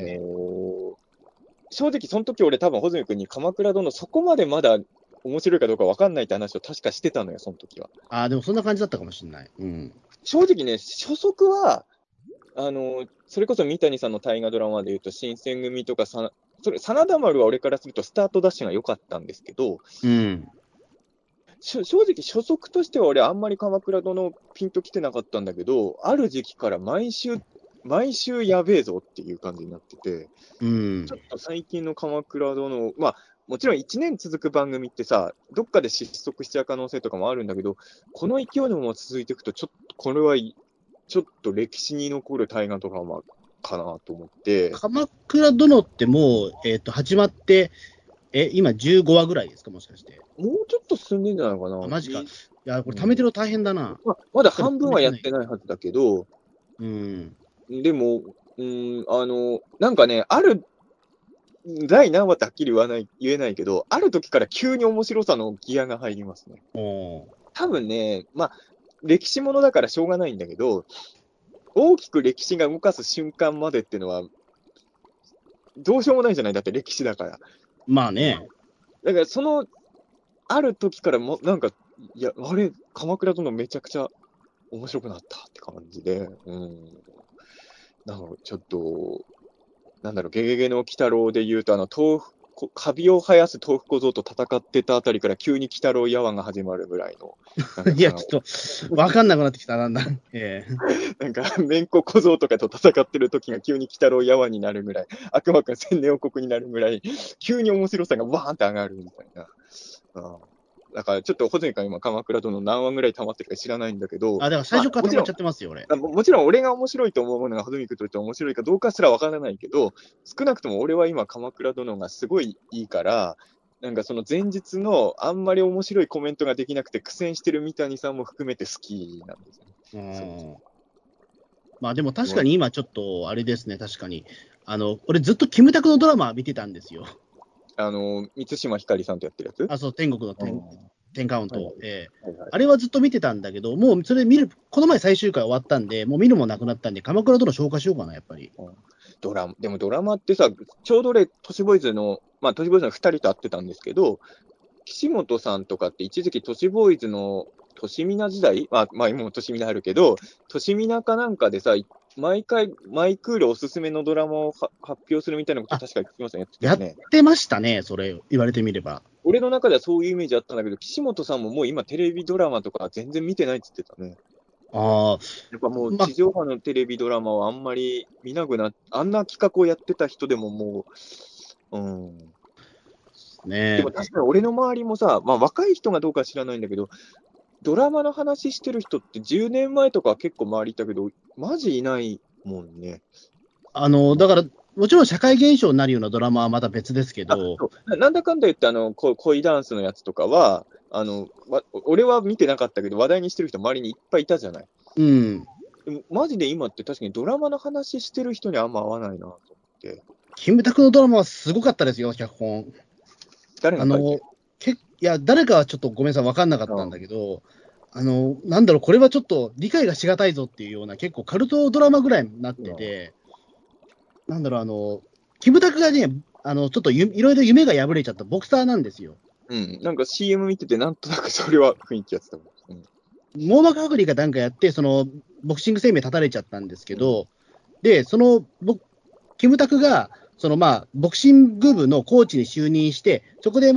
正直その時俺多分穂積君に鎌倉殿そこまでまだ面白いかどうか分かんないって話を確かしてたのよ、その時は。 でもそんな感じだったかもしれない。 正直ね、初速は、それこそ三谷さんの大河ドラマでいうと、新選組とか真田丸は俺からするとスタートダッシュが良かったんですけど、正直初速としては俺あんまり鎌倉殿ピンときてなかったんだけど、ある時期から毎週やべえぞっていう感じになってて、ちょっと最近の鎌倉殿、まあもちろん1年続く番組ってさ、どっかで失速しちゃう可能性とかもあるんだけど、この勢いのまま続いていくと、ちょっとこれはちょっと歴史に残る大河ドラマかなと思って。 鎌倉殿ってもう、始まって、今15話ぐらいですか、もしかして。 もうちょっと進んでんじゃないかな。 マジか。いや、これ、貯めてるの大変だな。 まだ半分はやってないはずだけど、でも、なんかね、ある、第何話ってはっきり言えないけど、ある時から急に面白さのギアが入りますね。多分ね、まあ、歴史ものだからしょうがないんだけど、大きく歴史が動かす瞬間までっていうのは、どうしようもないじゃない、だって歴史だから。 まあね。 だからある時からなんか、いや、あれ、鎌倉殿めちゃくちゃ面白くなったって感じで、なんかちょっと、なんだろう、ゲゲゲの鬼太郎で言うと、カビを生やす豆腐小僧と戦ってたあたりから急に鬼太郎やわが始まるぐらいの。 いや、ちょっと、わかんなくなってきた、なんだ。 なんか、めんこ小僧とかと戦ってる時が急に鬼太郎やわになるぐらい、悪魔くん千年王国になるぐらい、急に面白さがわーンって上がるみたいな。だからちょっと、穂積君今、鎌倉殿何話ぐらい溜まってるか知らないんだけど、 だから最初から溜まっちゃってますよ、俺。 もちろん俺が面白いと思うものが穂積君として面白いかどうかすらわからないけど、少なくとも俺は今、鎌倉殿がすごいいいから、なんかその前日のあんまり面白いコメントができなくて苦戦してる三谷さんも含めて好きなんですね。 まあでも確かに今ちょっとあれですね、確かに。俺ずっとキムタクのドラマ見てたんですよ。 満島ひかりさんとやってるやつ？ そう、天国の10カウント。あれはずっと見てたんだけど、もうそれこの前最終回終わったんで、もう見るもなくなったんで、鎌倉殿消化しようかな、やっぱり。 でもドラマってさ、ちょうど俺、都市ボーイズの2人と会ってたんですけど、岸本さんとかって一時期都市ボーイズの都市ミナ時代、まあ今も都市ミナあるけど、都市ミナかなんかでさ、毎回、マイクールおすすめのドラマを発表するみたいなこと確かに聞きましたね。 やってましたね、それ、言われてみれば。 俺の中ではそういうイメージあったんだけど、岸本さんももう今テレビドラマとか全然見てないって言ってたね。やっぱもう地上波のテレビドラマはあんまり見なくなっあんな企画をやってた人でももう、でも確かに俺の周りもさ、まあ若い人がどうか知らないんだけど、ドラマの話してる人って10年前とかは結構周りいたけど、マジいないもんね。 だから、もちろん社会現象になるようなドラマはまた別ですけど、 なんだかんだ言って恋ダンスのやつとかは、俺は見てなかったけど、話題にしてる人、周りにいっぱいいたじゃない。でもマジで今って確かにドラマの話してる人にあんま合わないなと思って。 キムタクのドラマはすごかったですよ、脚本。 誰が書いてる？ いや、誰かはちょっとごめんなさい、分かんなかったんだけど、なんだろう、これはちょっと理解がしがたいぞっていうような、結構カルトドラマぐらいになってて、なんだろう、キムタクがね、ちょっといろいろ夢が破れちゃったボクサーなんですよ。 なんか CM 見てて、なんとなくそれは雰囲気やってたもん。 網膜剥離かなんかやって、ボクシング生命絶たれちゃったんですけど、で、キムタクが、ボクシング部のコーチに就任して、そこで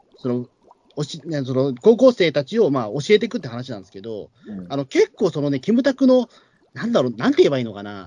高校生たちを教えていくって話なんですけど、結構キムタクの、なんて言えばいいのかな、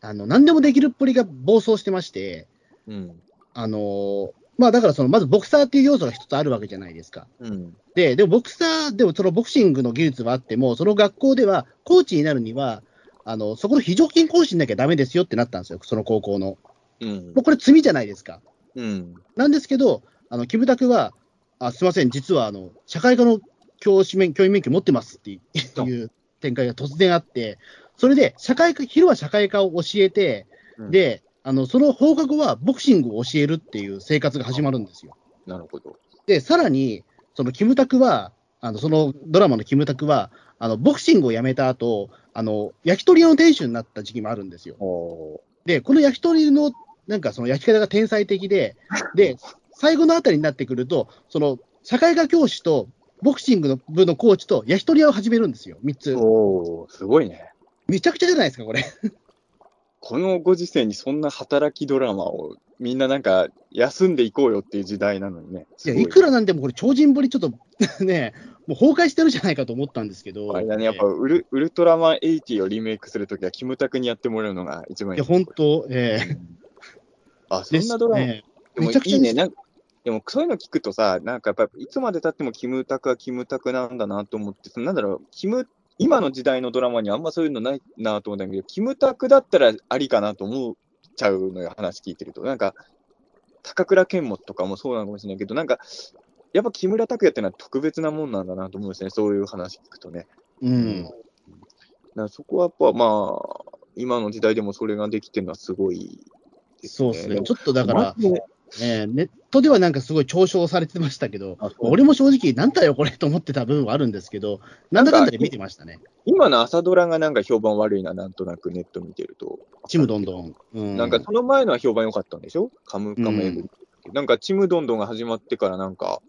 何でもできるっぽりが暴走してまして、 うん。 まあだからまずボクサーっていう要素が一つあるわけじゃないですか。 うん。 でもでもそのボクシングの技術はあっても、その学校ではコーチになるには、そこの非常勤講師になきゃダメですよってなったんですよ、その高校の。 うん。 もうこれ罪じゃないですか。 うん。 なんですけど、キムタクは、すみません、実は社会科の教員免許持ってますっていう展開が突然あって、それで昼は社会科を教えて、 うん、 で、その放課後はボクシングを教えるっていう生活が始まるんですよ。 なるほど。 で、さらに、そのキムタクは、そのドラマのキムタクは、ボクシングをやめた後、焼き鳥屋の店主になった時期もあるんですよ。で、この焼き鳥の、なんかその焼き方が天才的で、最後のあたりになってくると、その社会科教師とボクシングの部のコーチと焼き鳥屋を始めるんですよ、3つ。 おー、すごいね。 めちゃくちゃじゃないですか、これ。 このご時世にそんな働きドラマをみんななんか休んでいこうよっていう時代なのにね。 いや、いくらなんでもこれ超人ぶりちょっとね、もう崩壊してるじゃないかと思ったんですけど。 あれだね、やっぱウルトラマン80をリメイクするときはキムタクにやってもらうのが一番いい。 いや、本当、 あ、そんなドラマ、でもめちゃくちゃいいね。でもそういうの聞くとさ、なんかやっぱいつまで経ってもキムタクはキムタクなんだなと思って、なんだろう、今の時代のドラマにあんまそういうのないなと思ったんだけど、キムタクだったらありかなと思っちゃうのよ、話聞いてると。なんか、高倉健もとかもそうなのかもしれないけど、なんか、やっぱ木村拓哉ってのは特別なもんなんだなと思うんですね、そういう話聞くとね。 うん。 だからそこはやっぱまあ、今の時代でもそれができてるのはすごいですね。 そうですね。ちょっとだから、 ネットではなんかすごい嘲笑されてましたけど、俺も正直、なんだよこれと思ってた部分はあるんですけど、なんだかんだで見てましたね。 今の朝ドラがなんか評判悪いな、なんとなくネット見てると。 ちむどんどん。 なんかその前のは評判良かったんでしょ、カムカムエブリ。なんかちむどんどんが始まってからなんか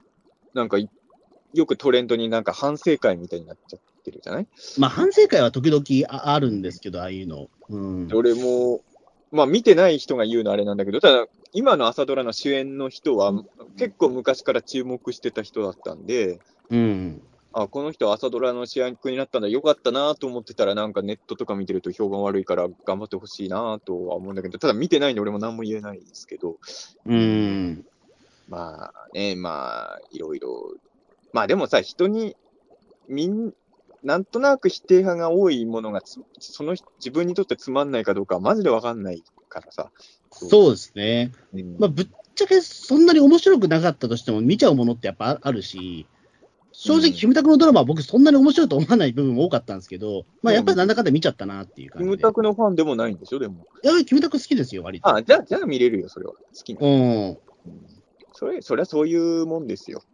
よくトレンドになんか反省会みたいになっちゃってるじゃない？ まあ反省会は時々あるんですけど、ああいうの。 俺も、まあ見てない人が言うのはあれなんだけど、ただ今の朝ドラの主演の人は結構昔から注目してた人だったんで、あ、この人朝ドラの主役になったんだ、よかったなと思ってたら、なんかネットとか見てると評判悪いから頑張ってほしいなとは思うんだけど、ただ見てないんで俺も何も言えないですけど、まあね、まあいろいろ、まあでもさ、人になんとなく否定派が多いものが自分にとってつまんないかどうかはマジでわかんないからさ。 そうですね。まあぶっちゃけそんなに面白くなかったとしても見ちゃうものってやっぱあるし、正直、キムタクのドラマは僕そんなに面白いと思わない部分も多かったんですけど、まあやっぱりなんだかんだ見ちゃったなっていう感じで。 キムタクのファンでもないんでしょ、でも。 いや、キムタク好きですよ、割と。 あ、じゃあ見れるよ、それは。好きな。そりゃそういうもんですよ。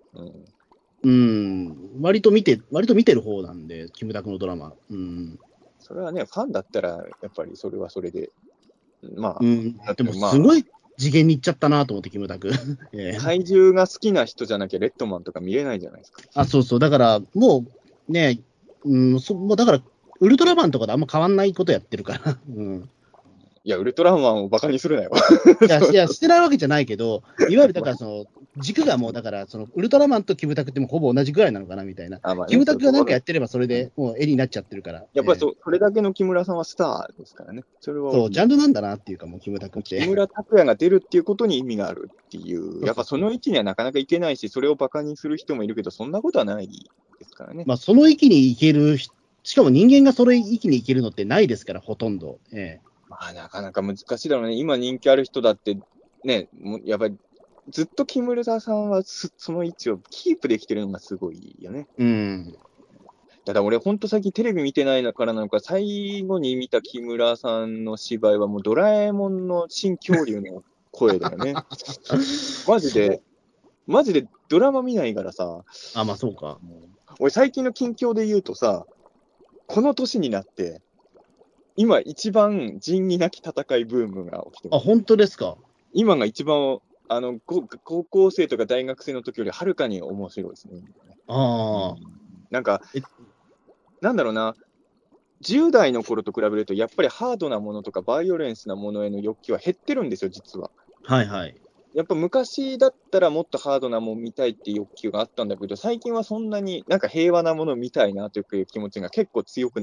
割と見てる方なんで、キムタクのドラマ。 それはね、ファンだったら、やっぱりそれはそれで。まあ、でもすごい次元に行っちゃったなと思って、キムタク。 怪獣が好きな人じゃなきゃ、レッドマンとか見れないじゃないですか。 あ、そうそう。だから、もうね、もうだから、ウルトラマンとかであんま変わんないことやってるから。 いや、ウルトラマンをバカにするなよ。 いや、してないわけじゃないけど、いわゆるだから軸がもう、だからウルトラマンとキムタクってもほぼ同じぐらいなのかなみたいな。キムタクがなんかやってればそれでもう絵になっちゃってるから。 やっぱりそれだけの木村さんはスターですからね。それはそう、ジャンルなんだなっていうか、もうキムタクって。 木村拓哉が出るっていうことに意味があるっていう、やっぱその位置にはなかなかいけないし、それをバカにする人もいるけど、そんなことはないですからね。 まあ、その域に行ける、しかも人間がその域に行けるのってないですから、ほとんど。 まあ、なかなか難しいだろうね。今人気ある人だって、ね、やっぱりずっと木村さんはその位置をキープできてるのがすごいよね。ただ俺、ほんと最近テレビ見てないからなのか、最後に見た木村さんの芝居はもうドラえもんの新恐竜の声だよね。マジでドラマ見ないからさ。 あ、まあそうか。 俺最近の近況で言うとさ、この年になって、今一番仁義なき戦いブームが起きてます。 あ、本当ですか。 今が一番、高校生とか大学生の時よりはるかに面白いですね。なんか、なんだろうな、10代の頃と比べると、やっぱりハードなものとかバイオレンスなものへの欲求は減ってるんですよ、実は。 はいはい。 やっぱ昔だったらもっとハードなもの見たいっていう欲求があったんだけど、最近はそんなになんか平和なものを見たいなという気持ちが結構強くなっ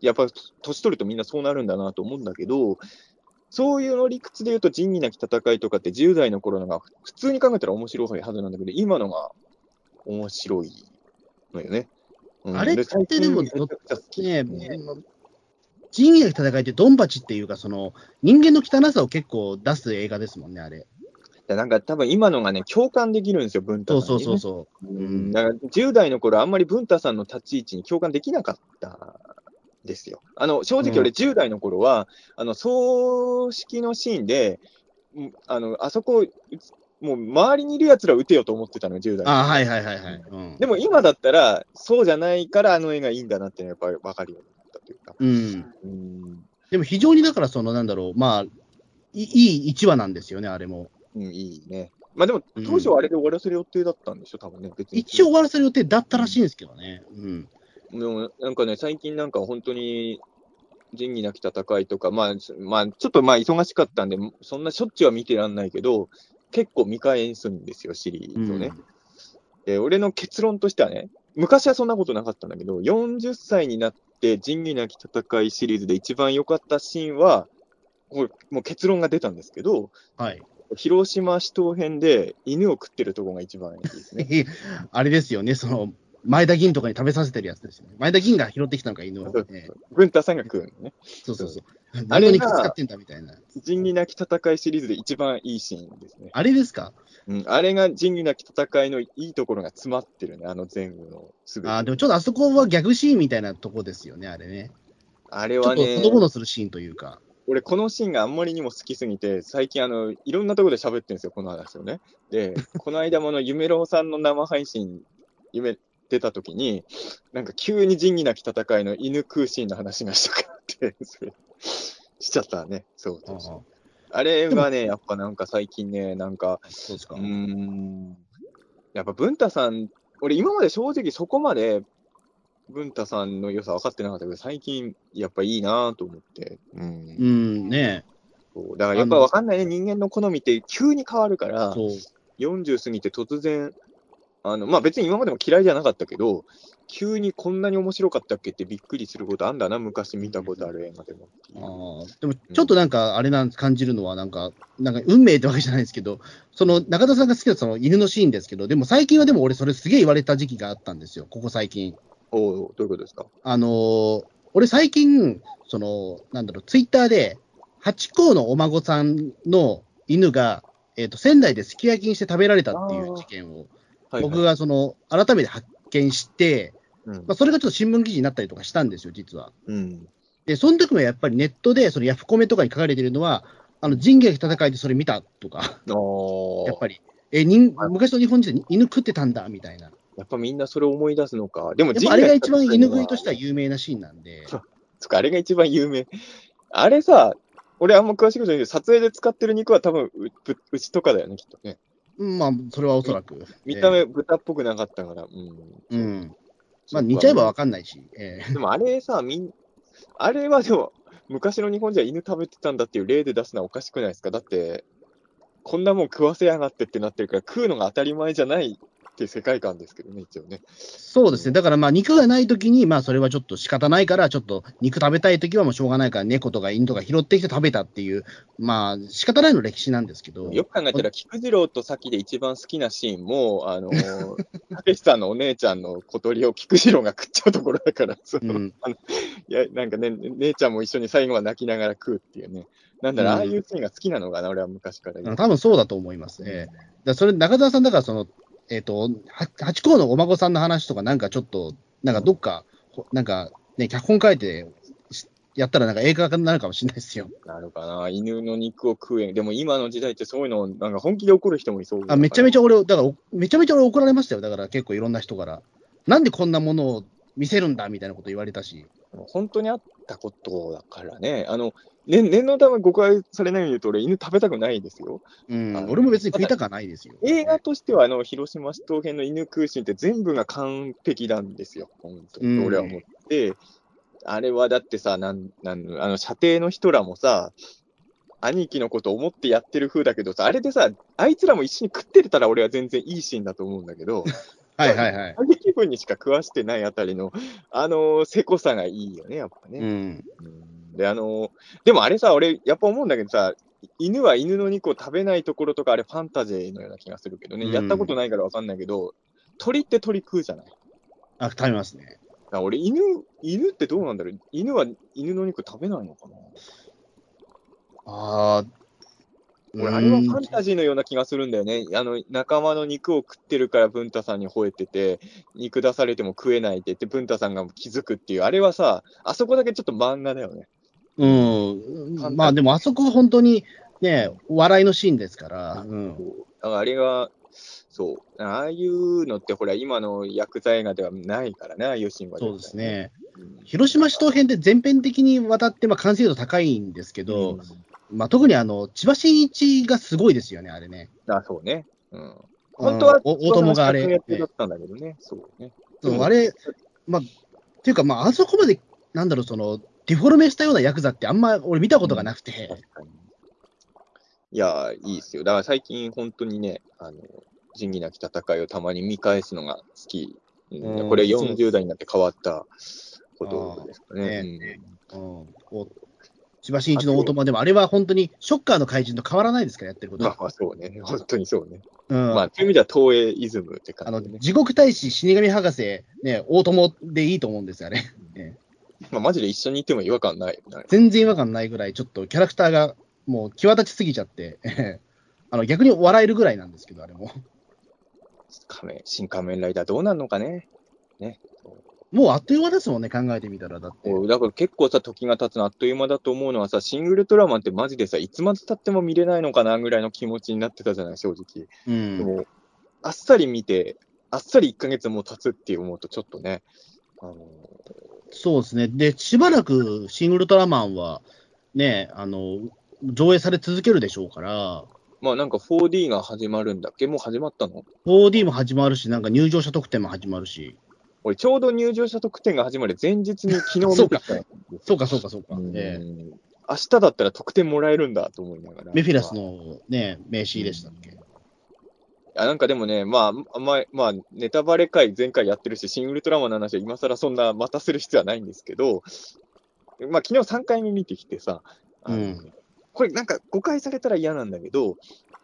やっぱ年取るとみんなそうなるんだなと思うんだけど、そういうの理屈で言うと、仁義なき戦いとかって10代の頃のが普通に考えたら面白いはずなんだけど、今のが面白いのよね。 あれっで最てでも、 近めちゃくちゃ好き。 ね、仁義なき戦いってドンパチっていうか、その人間の汚さを結構出す映画ですもんね、あれ。 なんか多分今のがね、共感できるんですよ、文太そうさんにね。 そうそうそう。 だから10代の頃あんまり文太さんの立ち位置に共感できなかったんですよ。正直俺10代の頃は、葬式のシーンで、あそこ、もう周りにいる奴ら撃てよと思ってたの、10代のああ、 時は。 はいはいはいはい。 でも今だったら、そうじゃないからあの映画いいんだなっていうのがやっぱり分かるようになったというか。 でも非常にだから、そのなんだろう、まあ、いい1話なんですよね、あれも。 いいね。まあでも、当初はあれで終わらせる予定だったんでしょ、多分ね。別に。 一応終わらせる予定だったらしいんですけどね。 でもなんかね、最近なんか本当に、仁義なき戦いとか、ちょっと忙しかったんで、そんなしょっちゅうは見てらんないけど、結構見返すんですよ、シリーズをね。俺の結論としてはね、昔はそんなことなかったんだけど、40歳になって仁義なき戦いシリーズで一番良かったシーンは、もう結論が出たんですけど、 はい。 広島市東編で犬を食ってるところが一番いいですね。 あれですよね、その、前田銀とかに食べさせてるやつですよね。前田銀が拾ってきたのか、犬を。 文太さんが食うのね。 そうそうそう。 あれが何の肉使ってんだみたいな。 仁義なき戦いシリーズで一番いいシーンですね。 あれですか？ あれが仁義なき戦いのいいところが詰まってるね、あの前後のすべて。 でもちょっとあそこはギャグシーンみたいなとこですよね、あれね。 あれはね、 ちょっとほのぼのするシーンというか。 俺、このシーンがあんまりにも好きすぎて、最近いろんなところで喋ってるんですよ、この話をね。で、この間も夢郎さんの生配信、出たときに、なんか急に仁義なき戦いの犬食うシーンの話がしたかって、それしちゃったね。そうそうそう。あれがね、やっぱなんか最近ね、なんか、 そうですか。 やっぱ文太さん、俺今まで正直そこまで文太さんの良さ分かってなかったけど、最近やっぱいいなと思って。 ねそうだからやっぱ分かんないね、人間の好みって急に変わるから、 そう 40過ぎて突然、別に今までも嫌いじゃなかったけど、急にこんなに面白かったっけってびっくりすることあんだな、昔見たことある映画でも。 でもちょっとなんかあれなん感じるのはなんか運命ってわけじゃないですけど、その中田さんが好きなその犬のシーンですけど、でも最近はでも俺それすげえ言われた時期があったんですよ、ここ最近。 どういうことですか？ 俺最近、そのなんだろう、ツイッターでハチ公のお孫さんの犬が、仙台ですき焼きにして食べられたっていう事件を、僕がその改めて発見して、それがちょっと新聞記事になったりとかしたんですよ、実は。で、その時もやっぱりネットで、そのヤフコメとかに書かれているのは、仁義なき戦いでそれ見たとか、やっぱり、昔の日本人で犬食ってたんだみたいな。 やっぱみんなそれを思い出すのか。でもやっぱあれが一番犬食いとしては有名なシーンなんで。 あれが一番有名。あれさ、俺あんま詳しくないけど、撮影で使ってる肉は多分牛とかだよね、きっとね。 それはおそらく。 見た目豚っぽくなかったから。 似ちゃえばわかんないし。 でもあれさ、あれはでも、昔の日本じゃ犬食べてたんだっていう例で出すのはおかしくないですか？だって、こんなもん食わせやがってってなってるから、食うのが当たり前じゃないっていう世界観ですけどね、一応ね。 そうですね。だから肉がないときに、それはちょっと仕方ないから、ちょっと肉食べたいときはもうしょうがないから、猫とか犬とか拾ってきて食べたっていう、仕方ないの歴史なんですけど。 よく考えたら、菊次郎と咲で一番好きなシーンも、たけしさんのお姉ちゃんの小鳥を菊次郎が食っちゃうところだから、いや、なんかね、姉ちゃんも一緒に最後は泣きながら食うっていうね。なんだろう、ああいうシーンが好きなのかな、俺は昔から。 多分そうだと思います。それ、中澤さん、だからその、ハチ公のお孫さんの話とか、なんかちょっと、なんかどっか、なんかね、脚本書いてやったら、なんか映画化になるかもしれないですよ。 なるかな、犬の肉を食え。でも今の時代ってそういうの、なんか本気で怒る人もいそう。 めちゃめちゃ俺怒られましたよ。だから結構いろんな人から。なんでこんなものを見せるんだみたいなこと言われたし。 本当にあったことだからね。念のため誤解されないように言うと、俺、犬食べたくないですよ。 俺も別に食いたくはないですよ。 映画としては、広島市東編の犬食うシーンって全部が完璧なんですよ。本当に。俺は思って。あれはだってさ、射程の人らもさ、兄貴のこと思ってやってる風だけどさ、あれでさ、あいつらも一緒に食ってたら俺は全然いいシーンだと思うんだけど、 はいはいはい。 過激分にしか食わしてないあたりの、せこさがいいよね、やっぱね。 うん。 で、でもあれさ、俺、やっぱ思うんだけどさ、犬は犬の肉を食べないところとか、あれファンタジーのような気がするけどね、やったことないからわかんないけど、鳥って鳥食うじゃない。 あ、食べますね。 俺、犬ってどうなんだろう、犬は犬の肉食べないのかな。 ああ、 俺、あれはファンタジーのような気がするんだよね。仲間の肉を食ってるから文太さんに吠えてて、肉出されても食えないって言って文太さんが気づくっていう、あれはさ、あそこだけちょっと漫画だよね。 まあでもあそこは本当にね、笑いのシーンですから。 だからあれが、そう、ああいうのってほら、今の薬剤映画ではないからね、ああいうシーンは、 そうですね。広島市東編で全編的にわたって、完成度高いんですけど、特に千葉真一がすごいですよね、あれね。 そうね。本当は大友があれ。 だったんだけどね。そうね。 あれ、っていうか、あそこまで、なんだろう、デフォルメしたようなヤクザってあんま俺見たことがなくて。 いや、いいですよ。だから最近本当にね、仁義なき戦いをたまに見返すのが好き。これ40代になって変わったことですかね。 千葉真一の大友でも、あれは本当にショッカーの怪人と変わらないですから、やってることは。 そうね。本当にそうね。という意味では東映イズムって感じ、ね。 地獄大使、死神博士、ね、大友でいいと思うんですよね。 マジで一緒にいても違和感ない。 全然違和感ないぐらい、ちょっとキャラクターがもう際立ちすぎちゃって、逆に笑えるぐらいなんですけど、あれも。 新仮面ライダーどうなんのかね。 もうあっという間ですもんね、考えてみたら。だから結構さ、時が経つのあっという間だと思うのはさ、シン・ウルトラマンってマジでさ、いつまで経っても見れないのかなぐらいの気持ちになってたじゃない、正直。でもあっさり見て、あっさり1ヶ月も経つって思うと、ちょっとね。 そうですね。で、しばらくシン・ウルトラマンは、ね、上映され続けるでしょうから。 なんか 4D が始まるんだっけ？もう始まったの？ 4D も始まるし、なんか入場者特典も始まるし。 俺、ちょうど入場者特典が始まる前日に昨日見てきた。 そうか。 明日だったら特典もらえるんだと思いながら。 メフィラスのね、名刺でしたっけ？ なんかでもね、ネタバレ回前回やってるし、シン・ウルトラマンの話は今更そんな待たせる必要はないんですけど、昨日3回目見てきてさ、これなんか誤解されたら嫌なんだけど、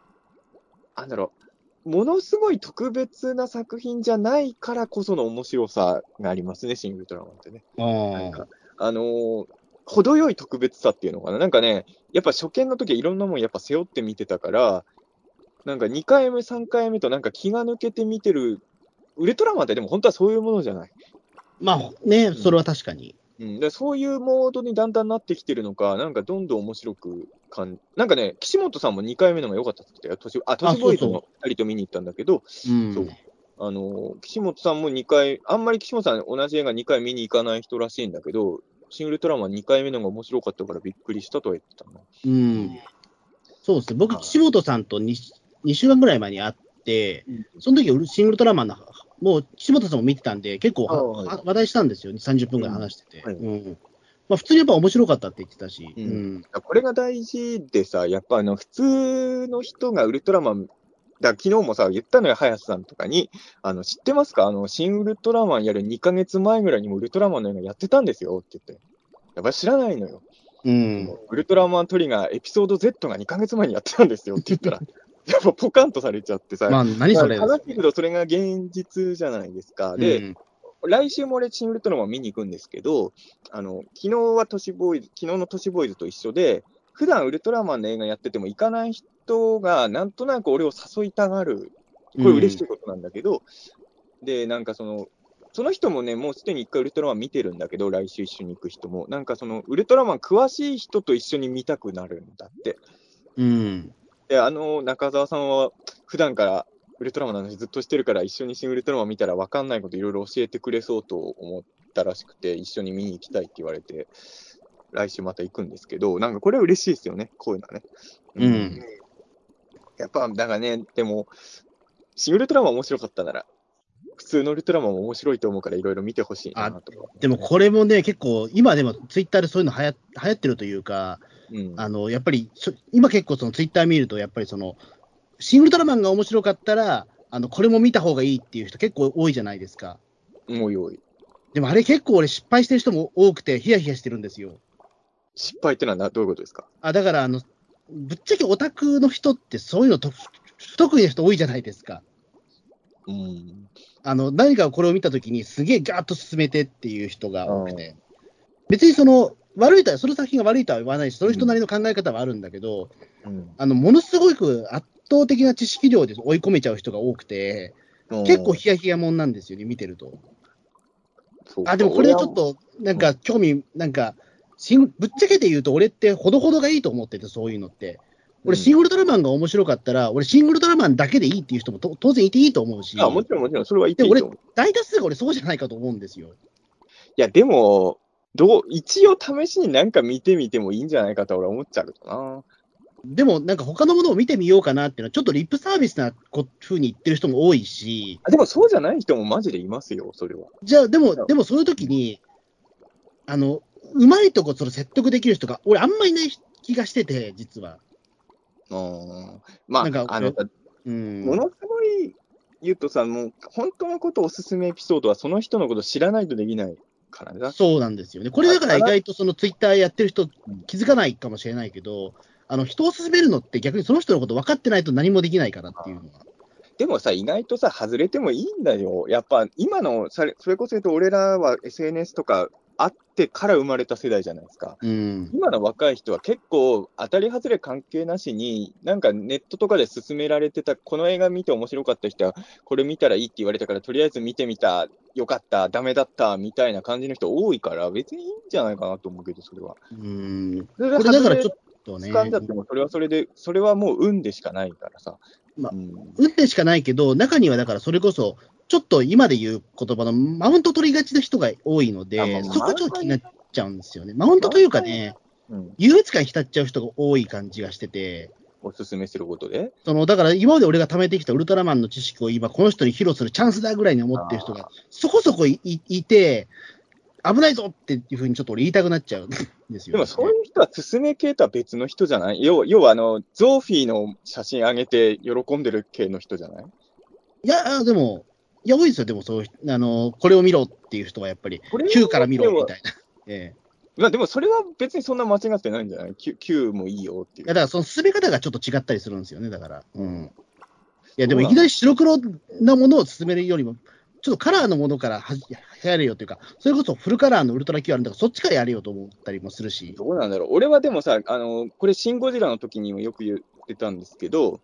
ものすごい特別な作品じゃないからこその面白さがありますね、シン・ウルトラマンってね。なんか程よい特別さっていうのかな。なんかね、やっぱ初見の時はいろんなもんやっぱ背負って見てたから、なんか2回目、3回目となんか気が抜けて見てる、ウルトラマンってでも本当はそういうものじゃない。 それは確かに。 でそういうモードにだんだんなってきてるのか、なんかどんどん面白くなんかね、岸本さんも2回目のも良かったって言ってたよ。都市ボーイズの2人と見に行ったんだけど、岸本さんも2回、あんまり岸本さん同じ映画2回見に行かない人らしいんだけど、シン・ウルトラマン2回目のが面白かったからびっくりしたとは言ってたな。 そうですね。僕、岸本さんと2週間ぐらい前に会って、その時シン・ウルトラマンの、もう岸本さんも見てたんで、結構話題したんですよ。30分ぐらい話してて。普通にやっぱ面白かったって言ってたし。 これが大事でさ、やっぱ普通の人がウルトラマン、昨日もさ、言ったのよ、早瀬さんとかに、知ってますかシン・ウルトラマンやる2ヶ月前ぐらいにもウルトラマンの映画やってたんですよって言って。やっぱり知らないのよ。ウルトラマントリガーエピソード Z が2ヶ月前にやってたんですよって言ったら、やっぱポカンとされちゃってさ、 何それ。 話してくるとそれが現実じゃないですか。で、来週も俺、シン・ウルトラマン見に行くんですけど、昨日の都市ボーイズと一緒で、普段ウルトラマンの映画やってても行かない人が、なんとなく俺を誘いたがる。これ嬉しいことなんだけど、で、なんかその人もね、もうすでに一回ウルトラマン見てるんだけど、来週一緒に行く人も、なんかウルトラマン詳しい人と一緒に見たくなるんだって。で、中澤さんは普段からウルトラマンの話ずっとしてるから、一緒にシン・ウルトラマン見たら分かんないこといろいろ教えてくれそうと思ったらしくて、一緒に見に行きたいって言われて、来週また行くんですけど、なんかこれは嬉しいですよね、こういうのはね。やっぱ、だからね、でも、シン・ウルトラマン面白かったなら、普通のウルトラマンも面白いと思うから、いろいろ見てほしいなとか。 でもこれもね、結構、今でもツイッターでそういうの流行ってるというか、やっぱり今結構ツイッター見ると、やっぱりシン・ウルトラマンが面白かったら、 これも見た方がいいっていう人結構多いじゃないですか。 おいおい。 でもあれ結構俺失敗してる人も多くてヒヤヒヤしてるんですよ。 失敗ってのはどういうことですか？ だからぶっちゃけオタクの人ってそういうの不得意な人多いじゃないですか。何かこれを見たときにすげえガーッと進めてっていう人が多くて。別にその作品が悪いとは言わないし、その人なりの考え方はあるんだけど、ものすごく圧倒的な知識量で追い込めちゃう人が多くて、結構ヒヤヒヤもんなんですよね、見てると。でもこれはちょっと、なんか興味、なんか、ぶっちゃけて言うと、俺ってほどほどがいいと思ってて、そういうのって。俺、シン・ウルトラマンが面白かったら、俺、シン・ウルトラマンだけでいいっていう人も当然いていいと思うし。 もちろん、もちろん、それはいいと思う。 で、俺、大多数が俺、そうじゃないかと思うんですよ。 いや、でも、一応試しになんか見てみてもいいんじゃないかと俺は思っちゃうかな。 でも、なんか他のものを見てみようかなっていうのは、ちょっとリップサービスな風に言ってる人も多いし。 でもそうじゃない人もマジでいますよ、それは。 じゃあ、でもそういう時に、うまいとこその説得できる人が、俺あんまいない気がしてて、実は。 まあ、 なんかものすごい言うとさ、もう本当のことおすすめエピソードはその人のこと知らないとできないからね。 そうなんですよね。これだから意外とそのツイッターやってる人気づかないかもしれないけど、人を勧めるのって逆にその人のこと分かってないと何もできないからっていうのは。 でもさ、意外とさ、外れてもいいんだよ。やっぱ今の、それこそ言うと俺らは SNS とかあってから生まれた世代じゃないですか。今の若い人は結構当たり外れ関係なしに、なんかネットとかで勧められてた、この映画見て面白かった人は、これ見たらいいって言われたから、とりあえず見てみた、よかった、ダメだったみたいな感じの人多いから、別にいいんじゃないかなと思うけど、それは。 これだからちょっとね。 掴んじゃっても、それはもう運でしかないからさ。 運でしかないけど、中にはだからそれこそ、ちょっと今で言う言葉のマウント取りがちな人が多いので、そこはちょっと気になっちゃうんですよね。マウントというかね、優越感浸っちゃう人が多い感じがしてて。 おすすめすることでだから今まで俺が貯めてきたウルトラマンの知識を今この人に披露するチャンスだぐらいに思ってる人がそこそこ いて、危ないぞっていうふうにちょっと俺言いたくなっちゃうんですよ、ね。 でもそういう人は勧め系とは別の人じゃない？要はゾーフィーの写真上げて喜んでる系の人じゃない？ いや、でも、多いですよ、でもそういうこれを見ろっていう人はやっぱり、Q から見ろみたいな。 でもそれは別にそんな間違ってないんじゃない？ Q もいいよっていう。 だからその進め方がちょっと違ったりするんですよね、だから。いや、でもいきなり白黒なものを進めるよりも、ちょっとカラーのものから流行れよというか、それこそフルカラーのウルトラ Q あるんだから、そっちからやれよと思ったりもするし。 どうなんだろう。俺はでもさ、これ、シン・ゴジラの時にもよく言ってたんですけど、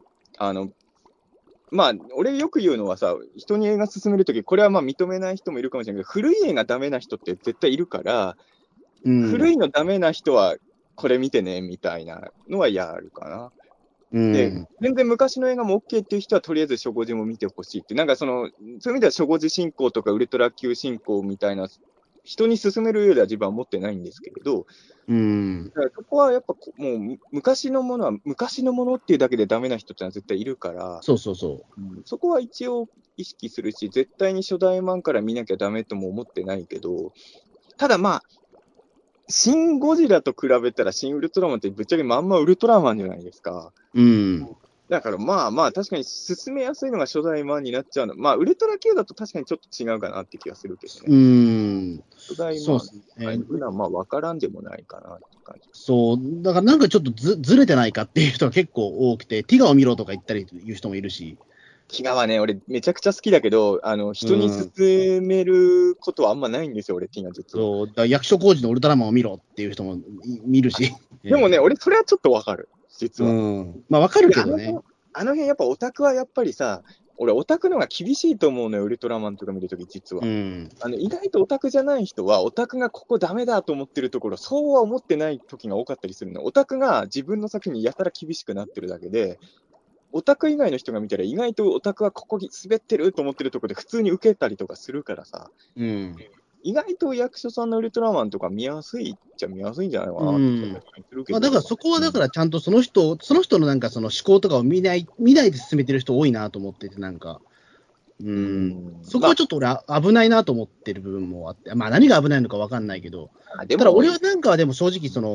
俺よく言うのはさ、人に映画進めるとき、これは認めない人もいるかもしれないけど、古い映画ダメな人って絶対いるから、古いのダメな人はこれ見てね、みたいなのはやるかな。で、全然昔の映画も OK っていう人は、とりあえず初号時も見てほしいって、なんかそういう意味では初号時進行とかウルトラ級進行みたいな、人に勧めるようでは自分は思ってないんですけれど、だからそこはやっぱもう昔のものは昔のものっていうだけでダメな人ってのは絶対いるから、そこは一応意識するし、絶対に初代版から見なきゃダメとも思ってないけど、ただシン・ゴジラと比べたらシン・ウルトラマンってぶっちゃけまんまウルトラマンじゃないですか。だから確かに進めやすいのが初代版になっちゃうの。ウルトラ級だと確かにちょっと違うかなって気がするけどね。初代版、普段分からんでもないかなって感じ。 そう、だからなんかちょっとずれてないかっていう人が結構多くて、ティガを見ろとか言ったり言う人もいるし。 ティガはね、俺めちゃくちゃ好きだけど、人に勧めることはあんまないんですよ、俺ティガ実は。 そう、だから役所広司のウルトラマンを見ろっていう人も見るし。 でもね、俺それはちょっとわかる、実は。 わかるけどね。 あの辺やっぱオタクはやっぱりさ、俺オタクの方が厳しいと思うのよ、ウルトラマンとか見るとき実は。意外とオタクじゃない人は、オタクがここダメだと思ってるところ、そうは思ってない時が多かったりするの。オタクが自分の作品にやたら厳しくなってるだけで、オタク以外の人が見たら意外とオタクはここに滑ってると思ってるところで普通に受けたりとかするからさ、意外と役所さんのウルトラマンとか見やすいっちゃ見やすいんじゃないのかなってするけど、 だからそこはだからちゃんとその人のなんかその思考とかを見ないで進めてる人多いなと思ってて、なんかそこはちょっと俺危ないなと思ってる部分もあって、何が危ないのか分かんないけど、ただ俺はなんかはでも正直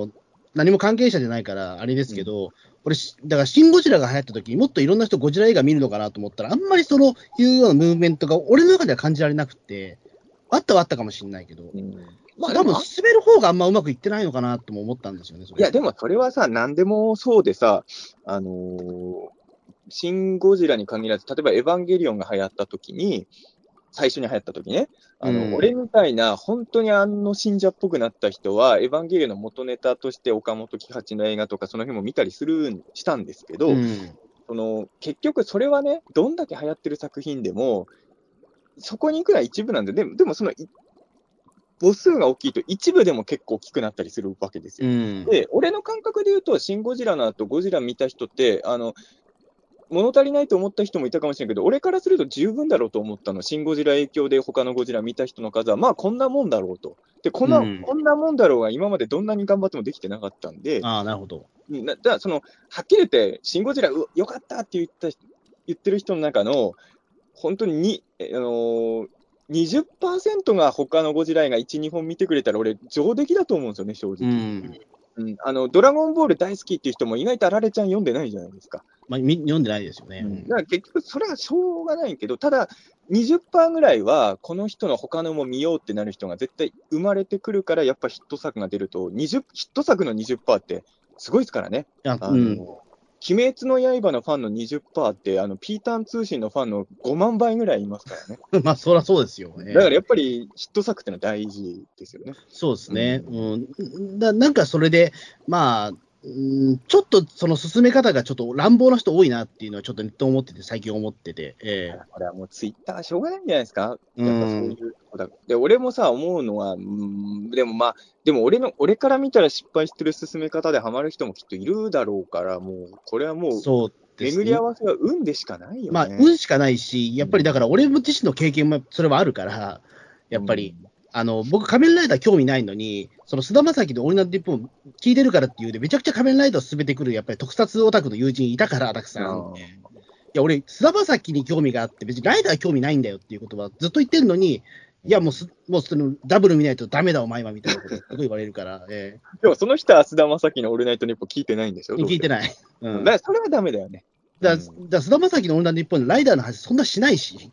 何も関係者じゃないから、あれですけど、俺、だから、シン・ゴジラが流行った時にもっといろんな人ゴジラ映画見るのかなと思ったら、あんまりいうようなムーブメントが、俺の中では感じられなくて、あったはあったかもしれないけど、まあ、多分進める方があんまうまくいってないのかなとも思ったんですよね。 いや、でもそれはさ、何でもそうでさ、シン・ゴジラに限らず、例えばエヴァンゲリオンが流行った時に、最初に流行った時ね、俺みたいな、本当に信者っぽくなった人は、エヴァンゲリオンの元ネタとして岡本喜八の映画とか、その辺も見たりしたんですけど、結局それはね、どんだけ流行ってる作品でも、そこに行くのは一部なんで、でもその母数が大きいと一部でも結構大きくなったりするわけですよ。で、俺の感覚で言うと、シン・ゴジラの後、ゴジラ見た人って、物足りないと思った人もいたかもしれないけど、俺からすると十分だろうと思ったの。シン・ゴジラ影響で他のゴジラ見た人の数は、まあこんなもんだろうと。で、こんなもんだろうが今までどんなに頑張ってもできてなかったんで、 なるほど。 だからはっきり言って、シン・ゴジラよかったって言ってる人の中の、本当に20% が他のゴジラ映画1、2本見てくれたら、俺、上出来だと思うんですよね、正直。ドラゴンボール大好きっていう人も意外とあられちゃん読んでないじゃないですか。 まあ、読んでないですよね。 だから結局、それはしょうがないけど、ただ、20% ぐらいは、この人の他のも見ようってなる人が絶対生まれてくるから、やっぱヒット作が出ると、ヒット作の 20% ってすごいですからね。鬼滅の刃のファンの 20% って、ピーターン通信のファンの5万倍ぐらいいますからね。 まあ、そりゃそうですよね。 だからやっぱりヒット作ってのは大事ですよね。 そうですね。なんかそれで、まあ、ちょっとその進め方がちょっと乱暴な人多いなっていうのはちょっとネット思ってて、最近思ってて。 これはもうツイッターしょうがないんじゃないですか。やっぱそういうで、俺もさ、思うのは、でも俺から見たら失敗してる進め方でハマる人もきっといるだろうから、もう、これはもう、巡り合わせは運でしかないよね。 まあ、運しかないし、やっぱりだから俺自身の経験もそれはあるから、やっぱり。僕、仮面ライダー興味ないのに、その菅田将暉のオールナイトニッポン聞いてるからっていうで、めちゃくちゃ仮面ライダーを進めてくる、やっぱり特撮オタクの友人いたから、たくさん。いや、俺、菅田将暉に興味があって、別にライダー興味ないんだよっていうことはずっと言ってるのに、いや、もうそのダブル見ないとダメだ、お前はみたいなことすごい言われるから。でも、その人は菅田将暉のオールナイトニッポン聞いてないんでしょ？ 聞いてない。 だからそれはダメだよね。 菅田将暉のオンライン日本のライダーの話、そんなしないし。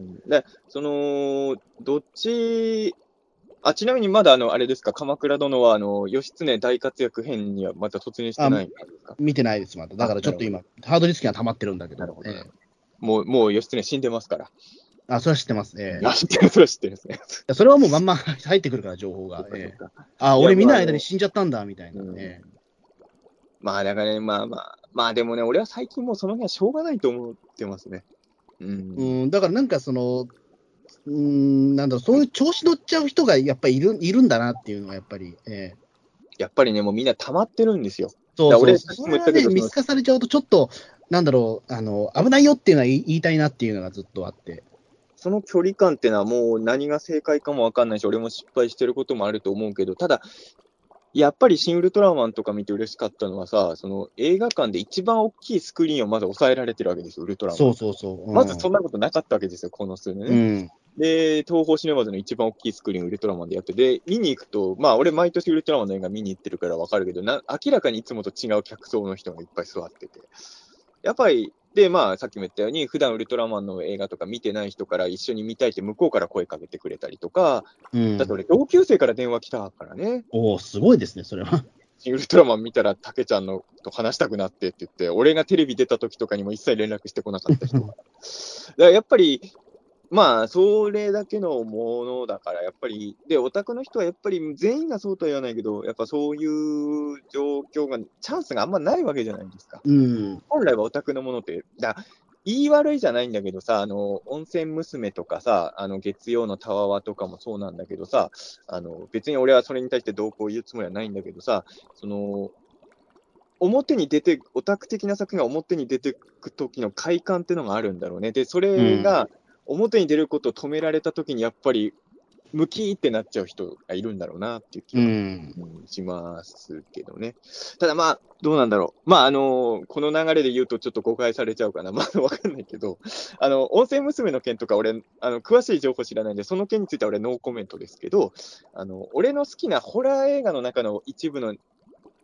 どっち、ちなみにまだあれですか、鎌倉殿は義経大活躍編にはまた突入してないんですか？ 見てないです、まだ。だからちょっと今、ハードディスクが溜まってるんだけど。 もう義経死んでますから。 それは知ってます。 それは知ってるんですね。 それはもうまんま入ってくるから、情報が。俺見ない間に死んじゃったんだ、みたいな。 まあ、だからね、まあでもね、俺は最近もうその辺はしょうがないと思ってますね。 だからなんかなんだろう、そういう調子乗っちゃう人がやっぱりいるんだなっていうのは、やっぱり。 やっぱりね、もうみんな溜まってるんですよ。 俺、それはね、見透かされちゃうと、ちょっと、なんだろう、危ないよっていうのは言いたいなっていうのがずっとあって。 その距離感っていうのはもう何が正解かもわかんないし、俺も失敗してることもあると思うけど、ただ、やっぱりシン・ウルトラマンとか見て嬉しかったのはさ、その映画館で一番大きいスクリーンをまず抑えられてるわけですよ、ウルトラマン。 そう。 まずそんなことなかったわけですよ、この数年ね。で、東宝シネマズの一番大きいスクリーン、ウルトラマンでやって、で、見に行くと、まあ、俺、毎年ウルトラマンの映画見に行ってるからわかるけど、明らかにいつもと違う客層の人がいっぱい座ってて。やっぱり、で、まあ、さっきも言ったように、普段ウルトラマンの映画とか見てない人から一緒に見たいって向こうから声かけてくれたりとか、だって俺、同級生から電話来たからね。 すごいですね、それは。 ウルトラマン見たら、たけちゃんのと話したくなってって言って、俺がテレビ出た時とかにも一切連絡してこなかった人が。だからやっぱり、まあ、それだけのものだから、やっぱり、で、オタクの人はやっぱり全員がそうとは言わないけど、やっぱそういう状況が、チャンスがあんまないわけじゃないですか。本来はオタクのものって、言い悪いじゃないんだけどさ、温泉娘とかさ、月曜のたわわとかもそうなんだけどさ、別に俺はそれに対してどうこう言うつもりはないんだけどさ、オタク的な作品が表に出てく時の快感っていうのがあるんだろうね。で、それが表に出ることを止められた時にやっぱりムキーってなっちゃう人がいるんだろうなっていう気がしますけどね。ただまあ、どうなんだろう。まあこの流れで言うとちょっと誤解されちゃうかな。まあわかんないけど、温泉娘の件とか俺、詳しい情報知らないんで、その件については俺ノーコメントですけど、俺の好きなホラー映画の中の一部の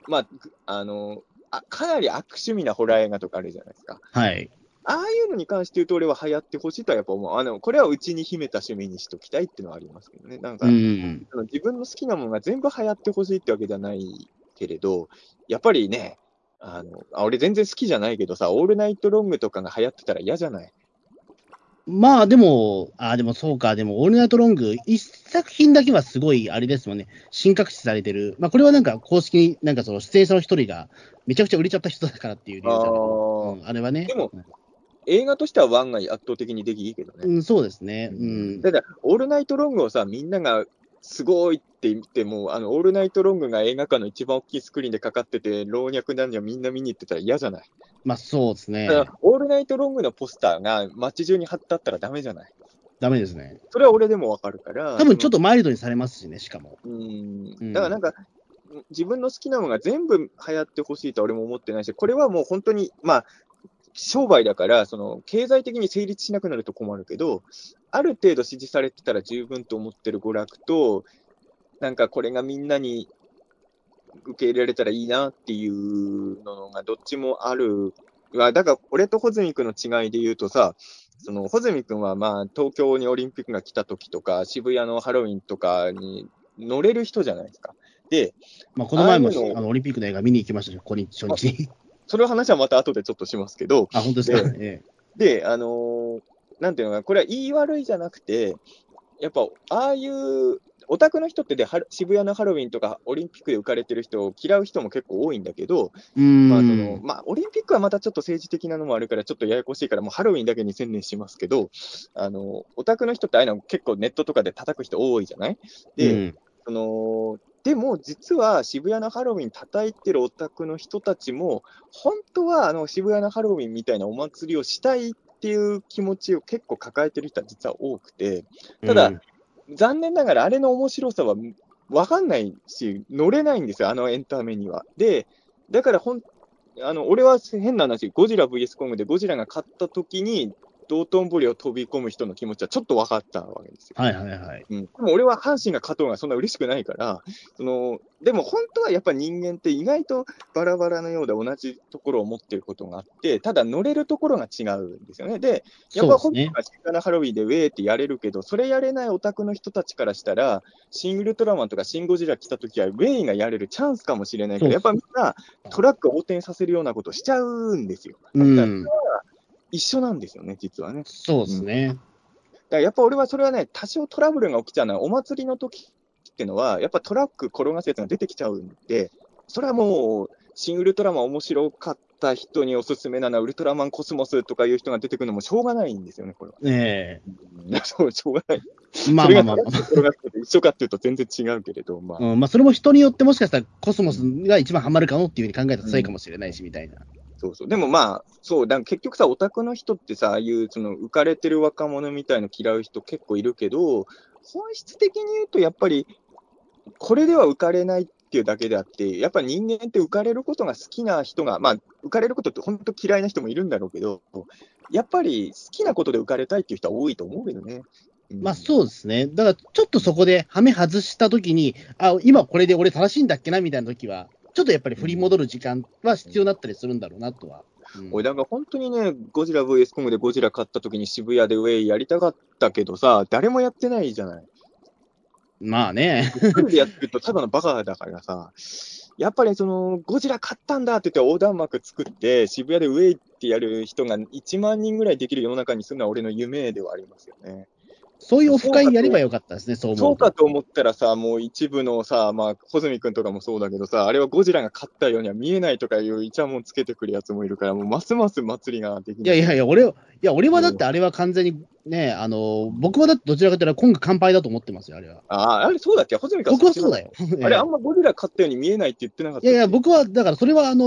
まかなり悪趣味なホラー映画とかあるじゃないですか。 はい。 ああいうのに関して言うと、俺は流行ってほしいとはやっぱ思う。これはうちに秘めた趣味にしときたいっていうのはありますけどね。なんか、自分の好きなものが全部流行ってほしいってわけじゃないけれど、やっぱりね、俺全然好きじゃないけどさ、オールナイトロングとかが流行ってたら嫌じゃない。 まあでも、でもそうか、でも、オールナイトロング、一作品だけはすごい、あれですもんね、神隠しされてる。まあこれはなんか公式に、なんかその出演者の一人が、めちゃくちゃ売れちゃった人だからっていう理由だけど、あれはね。 でも、映画としてはワンが圧倒的にできいいけどね。 そうですね。 ただ、オールナイトロングをさ、みんながすごいって言っても、オールナイトロングが映画館の一番大きいスクリーンでかかってて、老若男女みんな見に行ってたら嫌じゃない。 まあそうですね。 だからオールナイトロングのポスターが街中に貼ってあったらダメじゃない。 ダメですね。 それは俺でもわかるから。 多分ちょっとマイルドにされますしね、しかも。 だからなんか、自分の好きなものが全部流行ってほしいとは俺も思ってないし、これはもう本当に、まあ、商売だから、経済的に成立しなくなると困るけど、ある程度支持されてたら十分と思ってる娯楽と、なんかこれがみんなに受け入れられたらいいなっていうのがどっちもある。だから俺と穂積君の違いで言うとさ、穂積君はまあ東京にオリンピックが来た時とか、渋谷のハロウィンとかに乗れる人じゃないですか。で、 まあ、この前もオリンピックの映画見に行きましたよ、初日に。 それの話はまた後でちょっとしますけど、 本当ですか。 で、なんていうのかな、これは言い悪いじゃなくて、やっぱ、ああいうオタクの人って渋谷のハロウィンとかオリンピックで浮かれてる人を嫌う人も結構多いんだけど、オリンピックはまたちょっと政治的なのもあるから、ちょっとややこしいから、もうハロウィンだけに専念しますけど、オタクの人ってああいうの結構ネットとかで叩く人多いじゃない。で、でも実は渋谷のハロウィン叩いてるオタクの人たちも、本当は渋谷のハロウィンみたいなお祭りをしたいっていう気持ちを結構抱えてる人は実は多くて、ただ、残念ながらあれの面白さは分かんないし、乗れないんですよ、エンタメには。で、だから俺は変な話、ゴジラ VS コングでゴジラが勝った時に、道頓堀を飛び込む人の気持ちはちょっと分かったわけですよ。でも俺は阪神が勝とうがそんな嬉しくないから、でも本当はやっぱり人間って意外とバラバラのようで同じところを持っていることがあって、ただ乗れるところが違うんですよね。で、やっぱ本当は渋谷のハロウィンでウェーってやれるけど、それやれないオタクの人たちからしたら、シン・ウルトラマンとかシン・ゴジラ来た時はウェイがやれるチャンスかもしれないけど、やっぱみんなトラックを横転させるようなことしちゃうんですよ。一緒なんですよね、実はね。 そうですね。 だからやっぱ俺はそれはね、多少トラブルが起きちゃうのは、お祭りの時っていうのは、やっぱトラック転がすやつが出てきちゃうんで、それはもう、新ウルトラマン面白かった人におすすめなのは、ウルトラマンコスモスとかいう人が出てくるのもしょうがないんですよね、これは。そう、しょうがない。まあまあまあ。転がすこと一緒かっていうと全然違うけれど、 それも人によってもしかしたらコスモスが一番ハマるかもっていうふうに考えたらそうかもしれないし、みたいな。 そうそう。でもまあ、そう、結局さ、オタクの人ってさ、ああいう浮かれてる若者みたいの嫌う人結構いるけど、本質的に言うとやっぱり、これでは浮かれないっていうだけであって、やっぱり人間って浮かれることが好きな人が、まあ、浮かれることって本当嫌いな人もいるんだろうけど、やっぱり好きなことで浮かれたいっていう人は多いと思うけどね。 まあそうですね。だからちょっとそこでハメ外したときに、今これで俺正しいんだっけなみたいなときは、ちょっとやっぱり振り戻る時間は必要になったりするんだろうなとは。 俺なんか本当にね、ゴジラ VS コングでゴジラ勝った時に渋谷でウェイやりたかったけどさ、誰もやってないじゃない。 まあね。 一人でやってるとただのバカだからさ、やっぱりゴジラ勝ったんだって言って横断幕作って、渋谷でウェイってやる人が1万人ぐらいできる世の中にするのは俺の夢ではありますよね。 そういうオフ会やればよかったですね、 そうかと思ったらさ、もう一部のさ、まあ、穂積君とかもそうだけどさ、あれはゴジラが勝ったようには見えないとかいうイチャモンつけてくるやつもいるから、もうますます祭りができない。 いや、俺はだってあれは完全にね、僕はだってどちらかというと今回完敗だと思ってますよ、あれは。 あれそうだっけ、穂積君僕はそうだよ。 あれあんまゴジラ勝ったように見えないって言ってなかった。 いや、僕は、だからそれは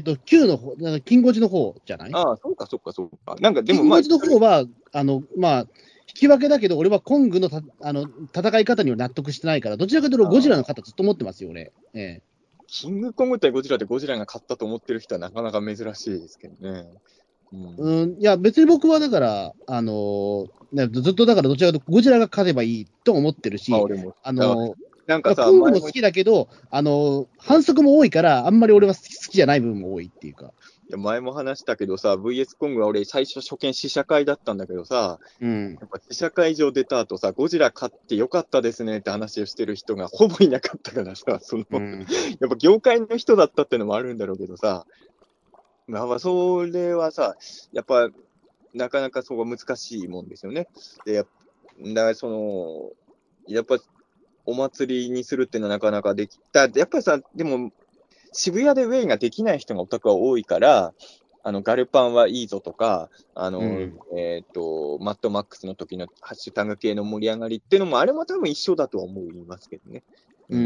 Q の方、キンゴジの方じゃない？ そうか。なんかでもキンゴジの方は、まあ、引き分けだけど、俺はコングの戦い方には納得してないから、どちらかというとゴジラの方ずっと持ってますよ、俺。 キングコング対ゴジラでゴジラが勝ったと思ってる人はなかなか珍しいですけどね。 いや、別に僕はだから、ずっとだからどちらかというとゴジラが勝てばいいと思ってるし、 俺もなんかさ、 コングも好きだけど、反則も多いから、あんまり俺は好きじゃない部分も多いっていうか。 前も話したけどさ、VS コングは俺最初初見試写会だったんだけどさ、 うん。 やっぱ試写会場出た後さ、ゴジラ勝ってよかったですねって話をしてる人がほぼいなかったからさ、 うん。 やっぱ業界の人だったってのもあるんだろうけどさ、まあそれはさ、やっぱなかなかそこが難しいもんですよね。で、だからやっぱお祭りにするってのはなかなかできた。やっぱりさ、でも渋谷でウェイができない人がオタクは多いから、ガルパンはいいぞとか、 うん。 マットマックスの時のハッシュタグ系の盛り上がりっていうのも、あれも多分一緒だとは思いますけどね。 うん。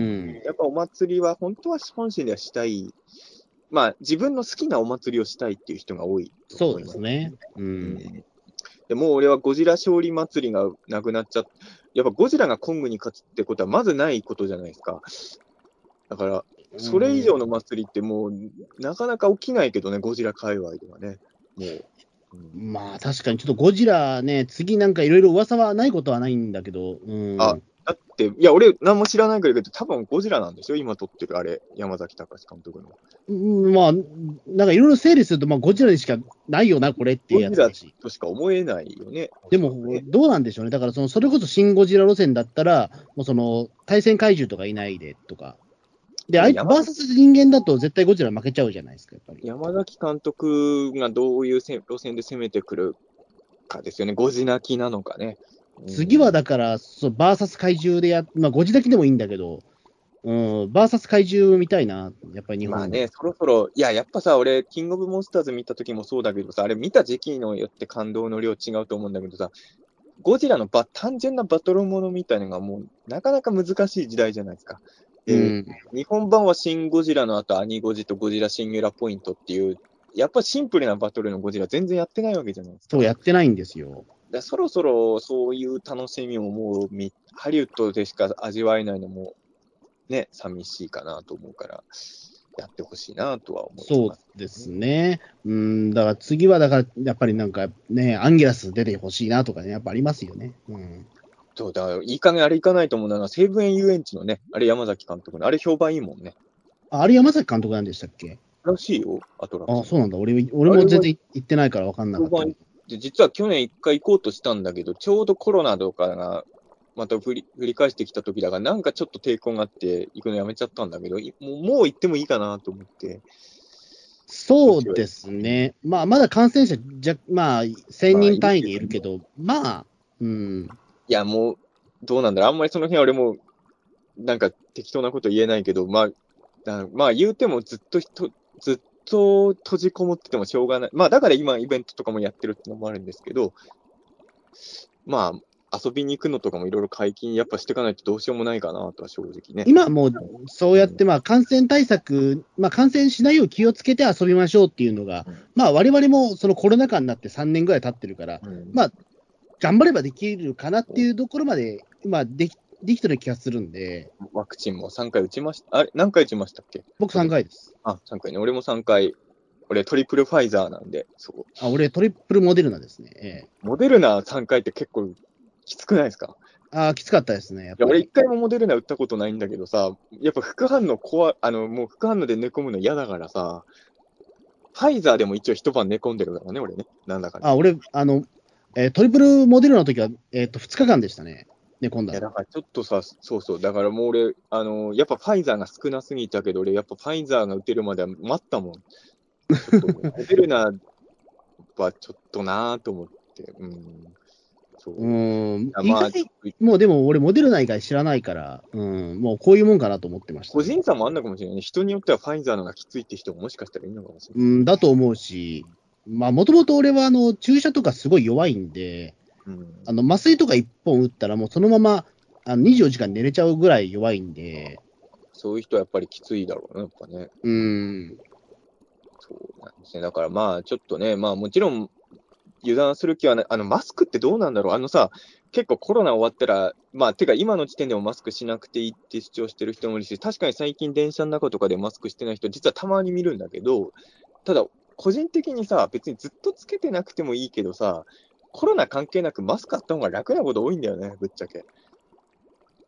やっぱお祭りは本当は本心ではしたい。まあ、自分の好きなお祭りをしたいっていう人が多いとそう思います。 ですね。ううんん。 でもう俺はゴジラ勝利祭りがなくなっちゃっやっぱゴジラがコングに勝つってことはまずないことじゃないですか。だから、それ以上の祭りってもう、なかなか起きないけどね、ゴジラ界隈ではね。もう。 まあ確かにちょっとゴジラね、次なんかいろいろ噂はないことはないんだけど、 あ、だって、いや、俺、何も知らないけど、多分ゴジラなんですよ、今撮ってるあれ、山崎隆監督の。 まあ、なんかいろいろ整理すると、まあゴジラにしかないよな、これっていうゴジラやつだし。 としか思えないよね。 でも、どうなんでしょうね。だからそれこそシン・ゴジラ路線だったら、もう対戦怪獣とかいないでとか。で、バーサス人間だと絶対ゴジラ負けちゃうじゃないですか、やっぱり。 山崎監督がどういう路線で攻めてくるかですよね。ゴジ泣きなのかね。 次はだから、バーサス怪獣でまあ、ゴジだけでもいいんだけど、バーサス怪獣みたいな、やっぱり日本まあね、そろそろ、いや、やっぱさ、俺、キングオブモンスターズ見た時もそうだけどさ、あれ見た時期によって感動の量違うと思うんだけどさ、ゴジラの単純なバトルものみたいなのがもう、なかなか難しい時代じゃないですか。で、日本版はシン・ゴジラの後、アニゴジとゴジラシンギュラポイントっていう、やっぱシンプルなバトルのゴジラ全然やってないわけじゃないですか。 そう、やってないんですよ。 そろそろそういう楽しみももうハリウッドでしか味わえないのもね、寂しいかなと思うから、やってほしいなとは思います。 そうですね。だから次は、だからやっぱりなんかね、アンゲラス出てほしいなとかね、やっぱありますよね。 そうだ、いい加減あれ行かないと思うな、西武園遊園地のね、あれ山崎監督の、あれ評判いいもんね。 あれ山崎監督なんでしたっけ？ らしいよ、アトラクション。 そうなんだ。俺も全然行ってないから分かんなかった。 で実は去年一回行こうとしたんだけど、ちょうどコロナとかがまた振り返してきた時だから、なんかちょっと抵抗があって、行くのやめちゃったんだけど、もう行ってもいいかなと思って。 そうですね。まあ、まだ感染者、まあ、1000人単位でいるけど、まあ、 いや、もう、どうなんだろう。あんまりその辺は俺も、なんか適当なこと言えないけど、まあ言うてもずっと閉じこもっててもしょうがない。まあだから今イベントとかもやってるってのもあるんですけど、まあ遊びに行くのとかもいろいろ解禁やっぱしていかないとどうしようもないかなとは正直ね。 今もうそうやってまあ感染対策、まあ感染しないよう気をつけて遊びましょうっていうのが、まあ我々もそのコロナ禍になって3年ぐらい経ってるから、まあ頑張ればできるかなっていうところまで、今できてる気がするんで。 ワクチンも3回打ちました。あれ何回打ちましたっけ？ 僕3回です。 3回ね。俺も3回。俺トリプルファイザーなんで、そう。 俺トリプルモデルナですね。 モデルナ3回って結構きつくないですか？ きつかったですね。やっぱり俺1回もモデルナ打ったことないんだけどさ、やっぱ副反応もう副反応で寝込むの嫌だからさ、ファイザーでも一応一晩寝込んでるからね、俺ね。なんだかね。 俺、トリプルモデルの時は、2日間でしたね。寝込んだ。 いや、だからちょっとさ、そうそう。だからもう俺、やっぱファイザーが少なすぎたけど、俺、やっぱファイザーが打てるまでは待ったもん。ちょっとモデルナはちょっとなぁと思って。 もうでも俺、モデルナ以外知らないから、もうこういうもんかなと思ってました、 個人差もあんのかもしれないね。人によってはファイザーのがきついって人ももしかしたらいるのかもしれない。 だと思うし、まあ、もともと俺は注射とかすごい弱いんで、麻酔とか1本打ったら、もうそのまま24時間寝れちゃうぐらい弱いんで。 そういう人はやっぱりきついだろうね、やっぱね。そうなんですね。だからまあ、ちょっとね、まあもちろん、油断する気はない。マスクってどうなんだろう。結構コロナ終わったら、まあ、てか今の時点でもマスクしなくていいって主張してる人もいるし、確かに最近電車の中とかでマスクしてない人、実はたまに見るんだけど、ただ、個人的にさ、別にずっとつけてなくてもいいけどさ、コロナ関係なくマスクあった方が楽なこと多いんだよね、ぶっちゃけ。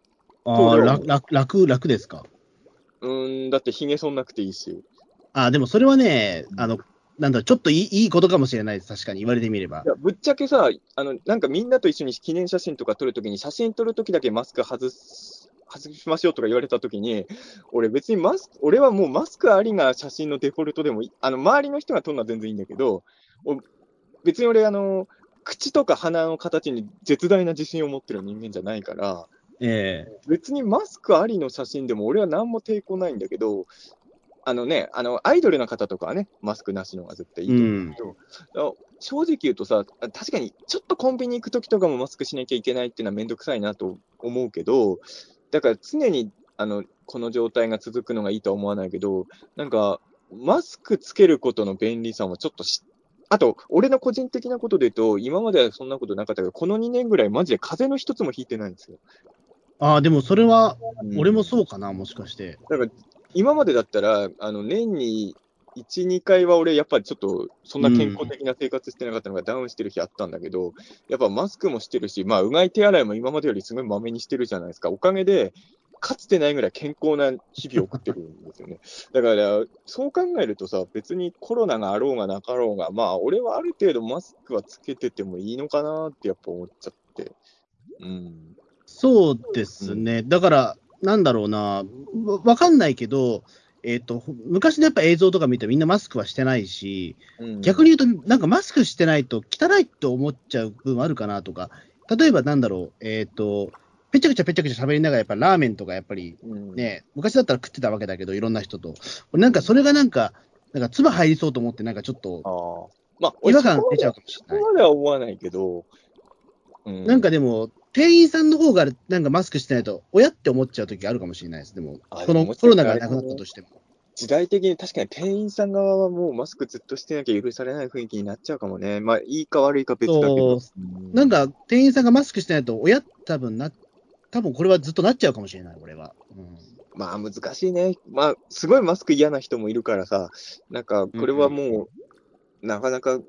ああ、楽ですか。 だって髭剃んなくていいし。 でもそれはね、なんだろう、ちょっといいことかもしれないです。確かに言われてみれば。 いや、ぶっちゃけさ、なんかみんなと一緒に記念写真とか撮るときに、写真撮るときだけマスク外しましょうとか言われたときに、俺別に俺はもうマスクありが写真のデフォルトでも周りの人が撮るのは全然いいんだけど、別に俺、口とか鼻の形に絶大な自信を持ってる人間じゃないから、別にマスクありの写真でも俺は何も抵抗ないんだけど、アイドルの方とかはね、マスクなしの方が絶対いいと思うんだけど、正直言うとさ、確かにちょっとコンビニ行くときとかもマスクしなきゃいけないっていうのはめんどくさいなと思うけど、だから常にこの状態が続くのがいいとは思わないけど、なんか、マスクつけることの便利さもちょっとあと、俺の個人的なことで言うと、今まではそんなことなかったけど、この2年ぐらいマジで風邪の一つもひいてないんですよ。 でもそれは、俺もそうかな、もしかして。 だから今までだったら、年に1、2回は俺、やっぱりちょっと、そんな健康的な生活してなかったのがダウンしてる日あったんだけど、やっぱマスクもしてるし、まあ、うがい手洗いも今までよりすごいまめにしてるじゃないですか。おかげで、かつてないぐらい健康な日々を送ってるんですよね。だから、そう考えるとさ、別にコロナがあろうがなかろうが、まあ、俺はある程度マスクはつけててもいいのかなってやっぱ思っちゃって。 そうですね。だから、なんだろうな、わかんないけど、昔のやっぱ映像とか見てみんなマスクはしてないし、逆に言うと、なんかマスクしてないと汚いって思っちゃう部分あるかなとか、例えばなんだろう、ぺちゃくちゃ喋りながら、やっぱラーメンとかやっぱりね、昔だったら食ってたわけだけど、いろんな人と。なんかそれがなんか唾入りそうと思って、なんかちょっと、違和感出ちゃうかもしれない。 そこまでは思わないけど、 なんかでも、店員さんの方がなんかマスクしてないと、親って思っちゃう時があるかもしれないです。でも、このコロナがなくなったとしても。 時代的に確かに店員さん側はもうマスクずっとしてなきゃ許されない雰囲気になっちゃうかもね。まあ、いいか悪いか別だけど。 なんか、店員さんがマスクしてないと、親多分これはずっとなっちゃうかもしれない、俺は。 まあ、難しいね。まあ、すごいマスク嫌な人もいるからさ、なんか、これはもう、なかなか、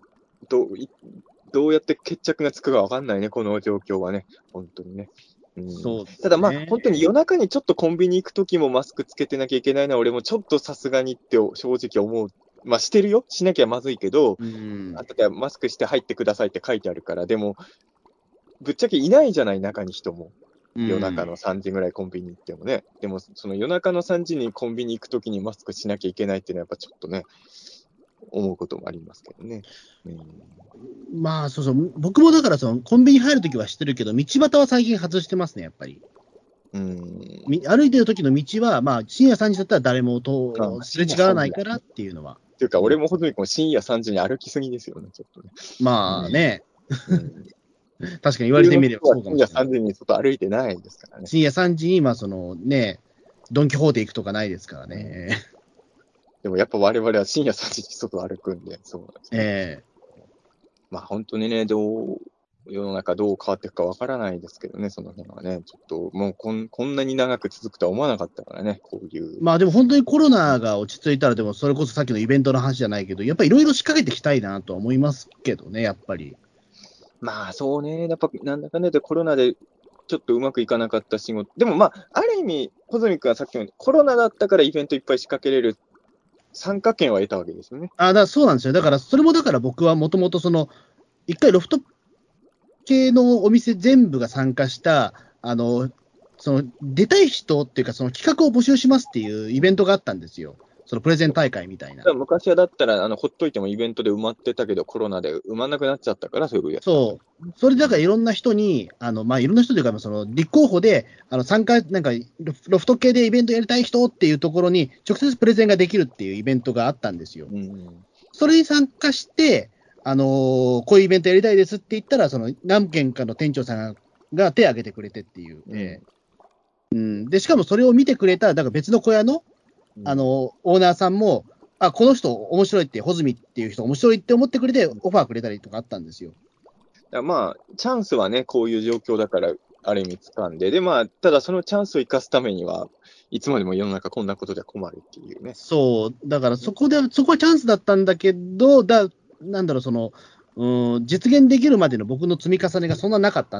どうやって決着がつくかわかんないね、この状況はね。本当にね。 そうですね、 ただまあ、本当に夜中にちょっとコンビニ行くときもマスクつけてなきゃいけないのは、俺もちょっとさすがにって正直思う。まあ、してるよ。しなきゃまずいけど、例えばマスクして入ってくださいって書いてあるから、でも、ぶっちゃけいないじゃない、中に人も。夜中の3時ぐらいコンビニ行ってもね。でも、その夜中の3時にコンビニ行くときにマスクしなきゃいけないっていうのは、やっぱちょっとね、思うこともありますけどね。 まあ、そうそう。僕もだから、コンビニ入るときはしてるけど、道端は最近外してますね、やっぱり。歩いてる時の道は、まあ、深夜3時だったら誰もすれ違わないからっていうのは。 っていうか、俺もほとんど深夜3時に歩きすぎですよね、ちょっとね。 まあね。確かに言われてみればそうかもしれない。 深夜3時に外歩いてないですからね。 深夜3時に、まあドン・キホーテ行くとかないですからね。 でもやっぱ我々は深夜3時に外歩くんで、そうなんですね。まあ本当にね、世の中どう変わっていくかわからないですけどね、その辺はね、ちょっともうこんなに長く続くとは思わなかったからね、こういう。 まあでも本当にコロナが落ち着いたら、でもそれこそさっきのイベントの話じゃないけど、やっぱりいろいろ仕掛けていきたいなとは思いますけどね、やっぱり。 まあそうね、やっぱなんだかんだでコロナでちょっとうまくいかなかった仕事。でもまあ、ある意味、穂積君はさっきのコロナだったからイベントいっぱい仕掛けれる参加権は得たわけですよね。 そうなんですよ。だから、それもだから僕はもともと一回ロフト系のお店全部が参加した、出たい人っていうか、企画を募集しますっていうイベントがあったんですよ。プレゼン大会みたいな。 昔はだったら、ほっといてもイベントで埋まってたけど、コロナで埋まんなくなっちゃったから、そういうやつ。 そう。それだからいろんな人に、まあ、いろんな人というか、立候補で、参加、なんか、ロフト系でイベントやりたい人っていうところに、直接プレゼンができるっていうイベントがあったんですよ。それに参加して、こういうイベントやりたいですって言ったら、何件かの店長さんが手を挙げてくれてっていう。で、しかもそれを見てくれた、だから別の小屋の、オーナーさんも、この人面白いって、穂積っていう人面白いって思ってくれて、オファーくれたりとかあったんですよ。 まあ、チャンスはね、こういう状況だから、ある意味掴んで、で、まあ、ただそのチャンスを生かすためには、いつまでも世の中こんなことじゃ困るっていうね。 そう、だからそこはチャンスだったんだけど、なんだろう、実現できるまでの僕の積み重ねがそんななかったんで。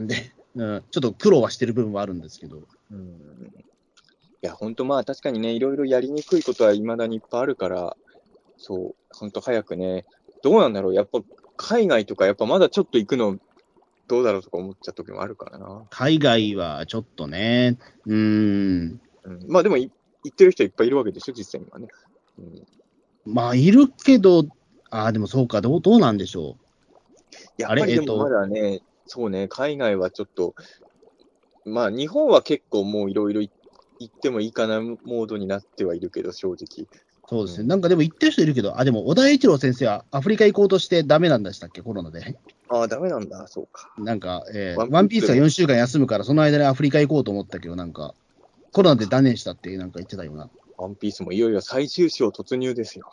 ちょっと苦労はしてる部分はあるんですけど。 いや、本当まあ確かにね、いろいろやりにくいことは未だにいっぱいあるから、そう、本当早くね、どうなんだろう、やっぱ海外とか、やっぱまだちょっと行くのどうだろうとか思っちゃう時もあるからな。 海外はちょっとね、 まあでも行ってる人いっぱいいるわけでしょ、実際にはね。 まあ、いるけど、でもそうか、どうなんでしょう。 やっぱりでもまだね、そうね、海外はちょっと、まあ日本は結構もういろいろ行ってもいいかなモードになってはいるけど、正直。 そうですね。なんかでも言ってる人いるけど、でも小田栄一郎先生はアフリカ行こうとしてダメなんでしたっけ、コロナで。 ダメなんだ、そうか。 なんか、ワンピースが4週間休むから、その間にアフリカ行こうと思ったけど、なんか、コロナで断念したってなんか言ってたような。 ワンピースもいよいよ最終章突入ですよ。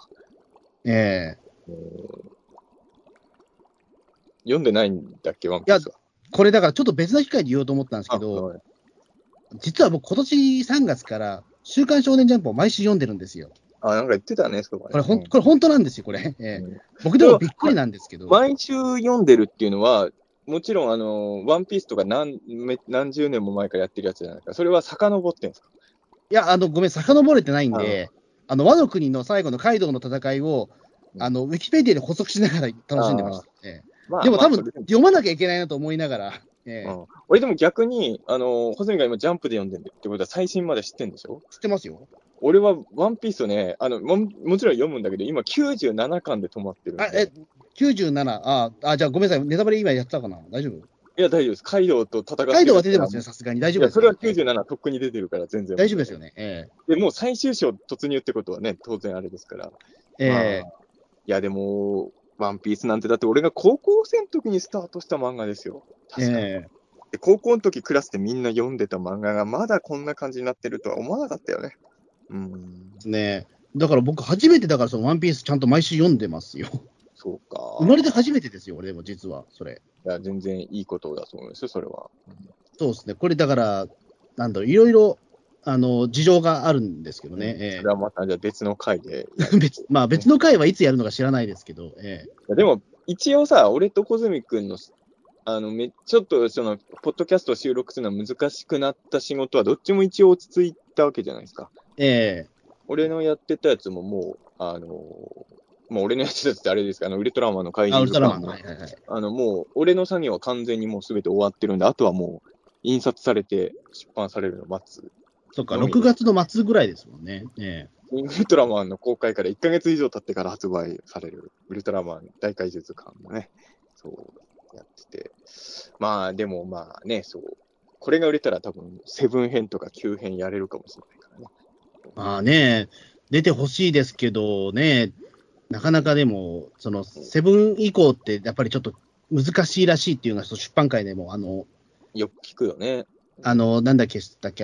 読んでないんだっけ、ワンピースは。いや、これだからちょっと別な機会で言おうと思ったんですけど、実は僕今年3月から週刊少年ジャンプを毎週読んでるんですよ。 なんか言ってたね、そここれ本当なんですよ、これ。僕でもびっくりなんですけど。 毎週読んでるっていうのは、もちろん、ワンピースとか何十年も前からやってるやつじゃないか。それは遡ってんですか？ いや、ごめん、遡れてないんで、和の国の最後のカイドウの戦いを、ウィキペディアで補足しながら楽しんでました。でも多分、読まなきゃいけないなと思いながら。 俺でも逆に、穂積が今ジャンプで読んでるってことは最新まで知ってんでしょ？ 知ってますよ。 俺はワンピースをね、もちろん読むんだけど、今97巻で止まってるんで。 97、じゃあごめんなさい、ネタバレ今やってたかな、大丈夫？ いや、大丈夫です。カイドウと戦ってる。 カイドウは出てますね、さすがに。大丈夫です、 それは97、とっくに出てるから全然。 大丈夫ですよね。 で、もう最終章突入ってことはね、当然あれですから。いや、でも、ワンピースなんて、だって俺が高校生の時にスタートした漫画ですよ。確かに。で高校の時クラスでみんな読んでた漫画がまだこんな感じになってるとは思わなかったよね。 だから僕初めてだからそのワンピースちゃんと毎週読んでますよ。 そうか。 生まれて初めてですよ、俺でも実は、それ。 いや、全然いいことだと思うんですよ、それは。 そうですね。これだから、なんだろう、いろいろ、事情があるんですけどね。 それはまた、じゃあ別の回で。 別の回はいつやるのか知らないですけど。 でも、一応さ、俺と小泉君の、ちょっとその、ポッドキャストを収録するのは難しくなった仕事は、どっちも一応落ち着いたわけじゃないですか。俺のやってたやつももう、俺のやってたやつってあれですか、ウルトラマンの怪人もう、俺の作業は完全にもうすべて終わってるんで、あとはもう、印刷されて出版されるのを待つ。 そっか、6月の末ぐらいですもんね。 ウルトラマンの公開から1ヶ月以上経ってから発売される、ウルトラマン大怪術館もね、そうやってて。まあ、でもまあね、これが売れたら多分、7編とか9編やれるかもしれないからね。 まあね、出てほしいですけどね、なかなかでも、その7以降ってやっぱりちょっと難しいらしいっていうのが出版界でも、 よく聞くよね。 なんだっけ、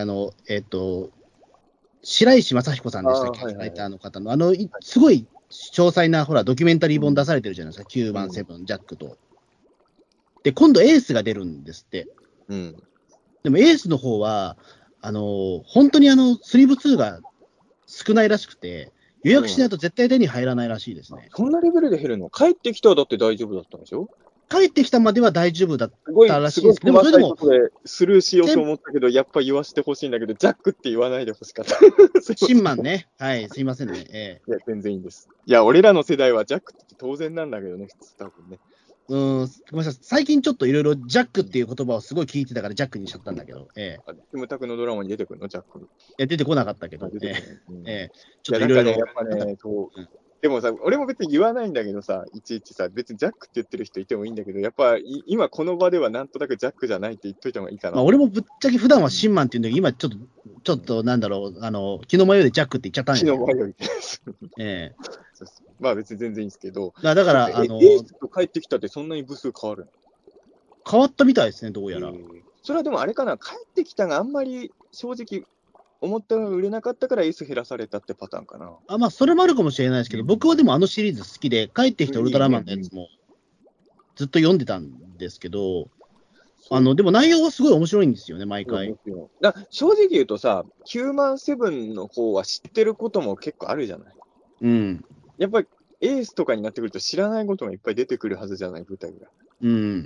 白石正彦さんでしたっけ、ライターの方の、すごい詳細な、ほら、ドキュメンタリー本出されてるじゃないですか、9番、7、ジャックと。で、今度エースが出るんですって。でもエースの方は、本当にスリーブ2が少ないらしくて、予約しないと絶対手に入らないらしいですね。 そんなレベルで減るの？帰ってきたらだって大丈夫だったんでしょ？ 帰ってきたまでは大丈夫だったらしいですけど、 でもそれでもスルーしようと思ったけど、やっぱ言わせてほしいんだけど、ジャックって言わないでほしかった。 シンマンね。はい、すいませんね。 いや、全然いいんです。いや、俺らの世代はジャックって当然なんだけどね、多分ね。 ごめんなさい。最近ちょっといろいろジャックっていう言葉をすごい聞いてたからジャックにしちゃったんだけど。 キムタクのドラマに出てくるの、ジャック。 いや、出てこなかったけど。ちょっといろいろ。やっぱね、でもさ、俺も別に言わないんだけどさ、いちいちさ、別にジャックって言ってる人いてもいいんだけど、やっぱ今この場ではなんとなくジャックじゃないって言っといた方がいいかな。 俺もぶっちゃけ普段はシンマンって言うんだけど、今ちょっとなんだろう、気の迷いでジャックって言っちゃったんですよ。 気の迷いで。まあ別に全然いいんですけど。 だから、 エースと帰ってきたってそんなに部数変わるの？ 変わったみたいですね、どうやら。 それはでもあれかな、帰ってきたがあんまり正直、思ったより売れなかったからエース減らされたってパターンかな。 まあ、それもあるかもしれないですけど、僕はでもシリーズ好きで、帰ってきたウルトラマンのやつもずっと読んでたんですけど、でも内容はすごい面白いんですよね、毎回。 正直言うとさ、9万7の方は知ってることも結構あるじゃない。やっぱりエースとかになってくると知らないことがいっぱい出てくるはずじゃない、舞台が。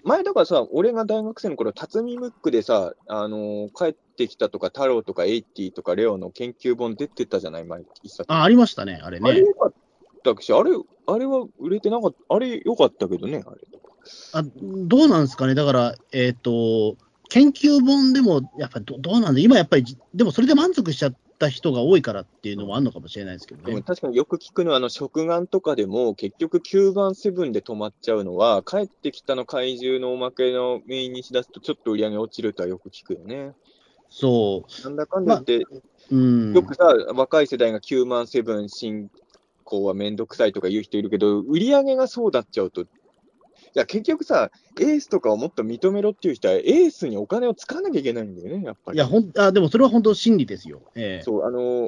前だからさ、俺が大学生の頃、辰巳ムックでさ、帰ってきたとか、太郎とか、エイティとか、レオの研究本出てたじゃない、前、一冊。 ありましたね、あれね。 あれよかったし、あれは売れてなかった、あれよかったけどね、あれ。 どうなんですかね。だから、研究本でも、やっぱりどうなんで、今やっぱり、でもそれで満足しちゃった人が多いからっていうのもあるのかもしれないですけどね。 でも確かによく聞くのは、食玩とかでも、結局9番セブンで止まっちゃうのは、帰ってきたの怪獣のおまけのメインにしだすと、ちょっと売り上げ落ちるとはよく聞くよね。 そう。 なんだかんだ言って、 うん。 よくさ、若い世代が9万セブン進行はめんどくさいとか言う人いるけど、売り上げがそうなっちゃうと、いや結局さ、エースとかをもっと認めろっていう人は、エースにお金を使わなきゃいけないんだよね、やっぱり。 いや、でもそれは本当真理ですよ。 そう、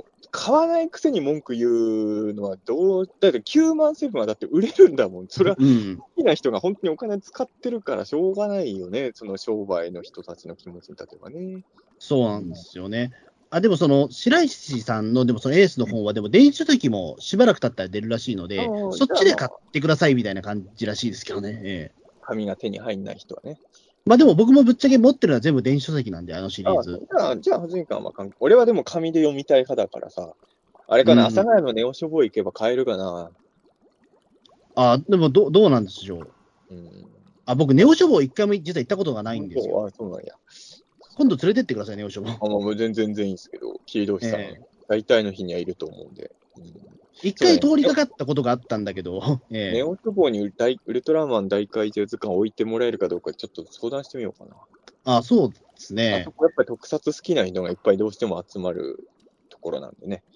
買わないくせに文句言うのはだって9万セブンはだって売れるんだもん。それは好きな人が本当にお金使ってるからしょうがないよね。その商売の人たちの気持ちに立てばね。 そうなんですよね。でも白石さんの、でもそのエースの本は、でも電子書籍もしばらく経ったら出るらしいので、そっちで買ってくださいみたいな感じらしいですけどね。 紙が手に入んない人はね。 でも僕もぶっちゃけ持ってるのは全部電子書籍なんで、シリーズ。 じゃあ、藤井君は俺はでも紙で読みたい派だからさ、あれかな、阿佐ヶ谷のネオ書房行けば買えるかな。 でもどうなんでしょう。僕、ネオ書房一回も実は行ったことがないんですよ。 そうなんや。 今度連れてってください、ネオ書房。 もう全然いいんですけど、桐通さん、大体の日にはいると思うんで。 一回通りかかったことがあったんだけど、 ネオ書房にウルトラマン大怪獣図鑑置いてもらえるかどうか、ちょっと相談してみようかな。 そうですね。 あそこやっぱり特撮好きな人がいっぱいどうしても集まるところなんでね。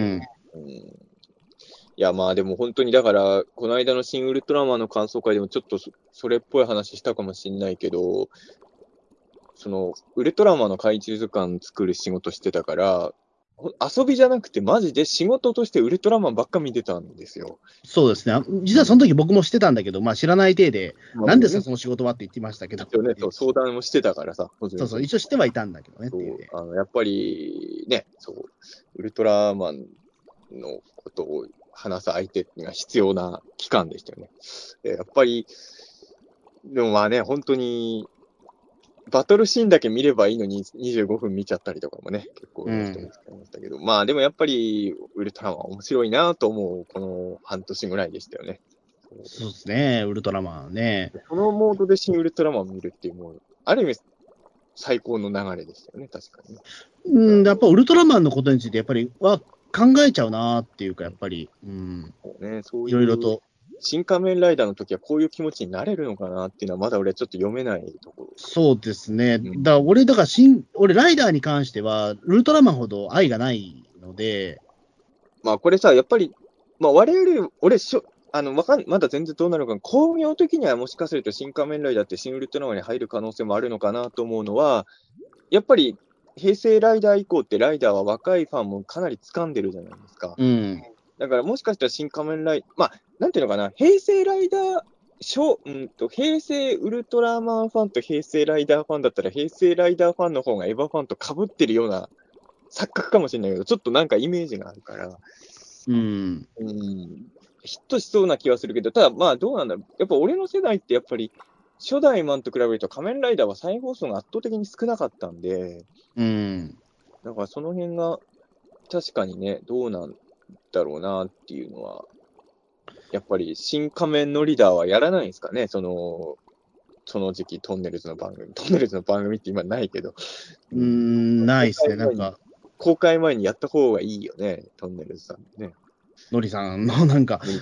いや、でも本当にだから、この間の新ウルトラマンの感想会でもちょっとそれっぽい話したかもしれないけど、ウルトラマンの怪獣図鑑作る仕事してたから、遊びじゃなくてマジで仕事としてウルトラマンばっか見てたんですよ。 そうですね。実はその時僕もしてたんだけど、知らない体で、何ですかその仕事はって言ってましたけど。 相談もしてたからさ。 そう、一応してはいたんだけどねっていうね。 やっぱりね、ウルトラマンのことを話す相手が必要な期間でしたよね。やっぱり、でも本当に、バトルシーンだけ見ればいいのに25分見ちゃったりとかもね、結構人も使いましたけど、でもやっぱりウルトラマン面白いなと思う、この半年ぐらいでしたよね。 そうですね、ウルトラマンね。 そのモードで新ウルトラマン見るっていう、もう、ある意味、最高の流れでしたよね、確かに。 やっぱウルトラマンのことについて、やっぱり考えちゃうなっていうか、やっぱり、いろいろと。 新仮面ライダーの時はこういう気持ちになれるのかなっていうのは、まだ俺はちょっと読めないところ。 そうですね。俺、ライダーに関しては、ウルトラマンほど愛がないので。 これさ、やっぱり、我々、まだ全然どうなるのか、工業的にはもしかすると新仮面ライダーって新ウルトラマンに入る可能性もあるのかなと思うのは、やっぱり平成ライダー以降ってライダーは若いファンもかなり掴んでるじゃないですか。だからもしかしたら新仮面ライダー、なんていうのかな、平成ライダー、平成ウルトラマンファンと平成ライダーファンだったら、平成ライダーファンの方がエヴァファンと被ってるような錯覚かもしれないけど、ちょっとなんかイメージがあるから、ヒットしそうな気はするけど、ただどうなんだろう。やっぱ俺の世代ってやっぱり、初代マンと比べると仮面ライダーは再放送が圧倒的に少なかったんで、だからその辺が確かにね、どうなんだろうなっていうのは、やっぱり新仮面のリーダーはやらないんですかね、その時期トンネルズの番組って今ないけど。 ないですね、なんか。 公開前にやった方がいいよね、トンネルズさんね。 のりさんの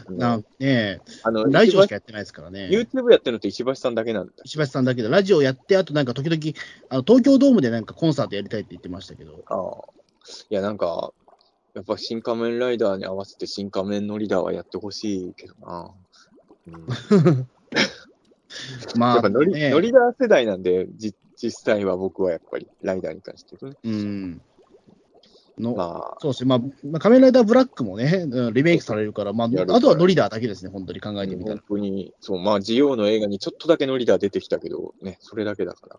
ラジオしかやってないですからね。 YouTube やってるのって石橋さんだけなんだ。 石橋さんだけど、ラジオやって、あと時々、東京ドームでコンサートやりたいって言ってましたけど。 いや、やっぱ新仮面ライダーに合わせて新仮面のリーダーはやってほしいけどな。やっぱノリダー世代なんで、実際は僕はやっぱりライダーに関してね。 そうですね、仮面ライダーブラックもね、リメイクされるから、あとはノリダーだけですね、本当に考えてみたら。 本当に、ジオの映画にちょっとだけノリダー出てきたけど、ね、それだけだから、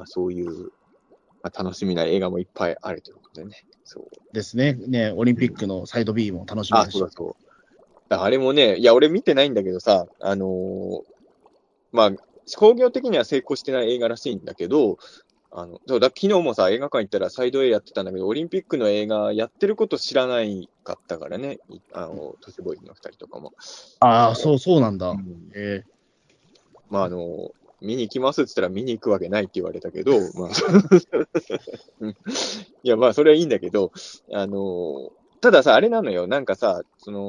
そういう、楽しみな映画もいっぱいあるということでね。そうですね、オリンピックのサイド B も楽しみだし。 あれもね、いや、俺見てないんだけどさ、 まあ、興行的には成功してない映画らしいんだけど、そうだ昨日もさ、映画館行ったらサイド A やってたんだけど、オリンピックの映画やってること知らないかったからね、トシボーイの2人とかも。 ああ、そうなんだ。 うん、まあ、見に行きますって言ったら見に行くわけないって言われたけど、まあ、いや、まあ、それはいいんだけど、たださ、あれなのよ、なんかさ、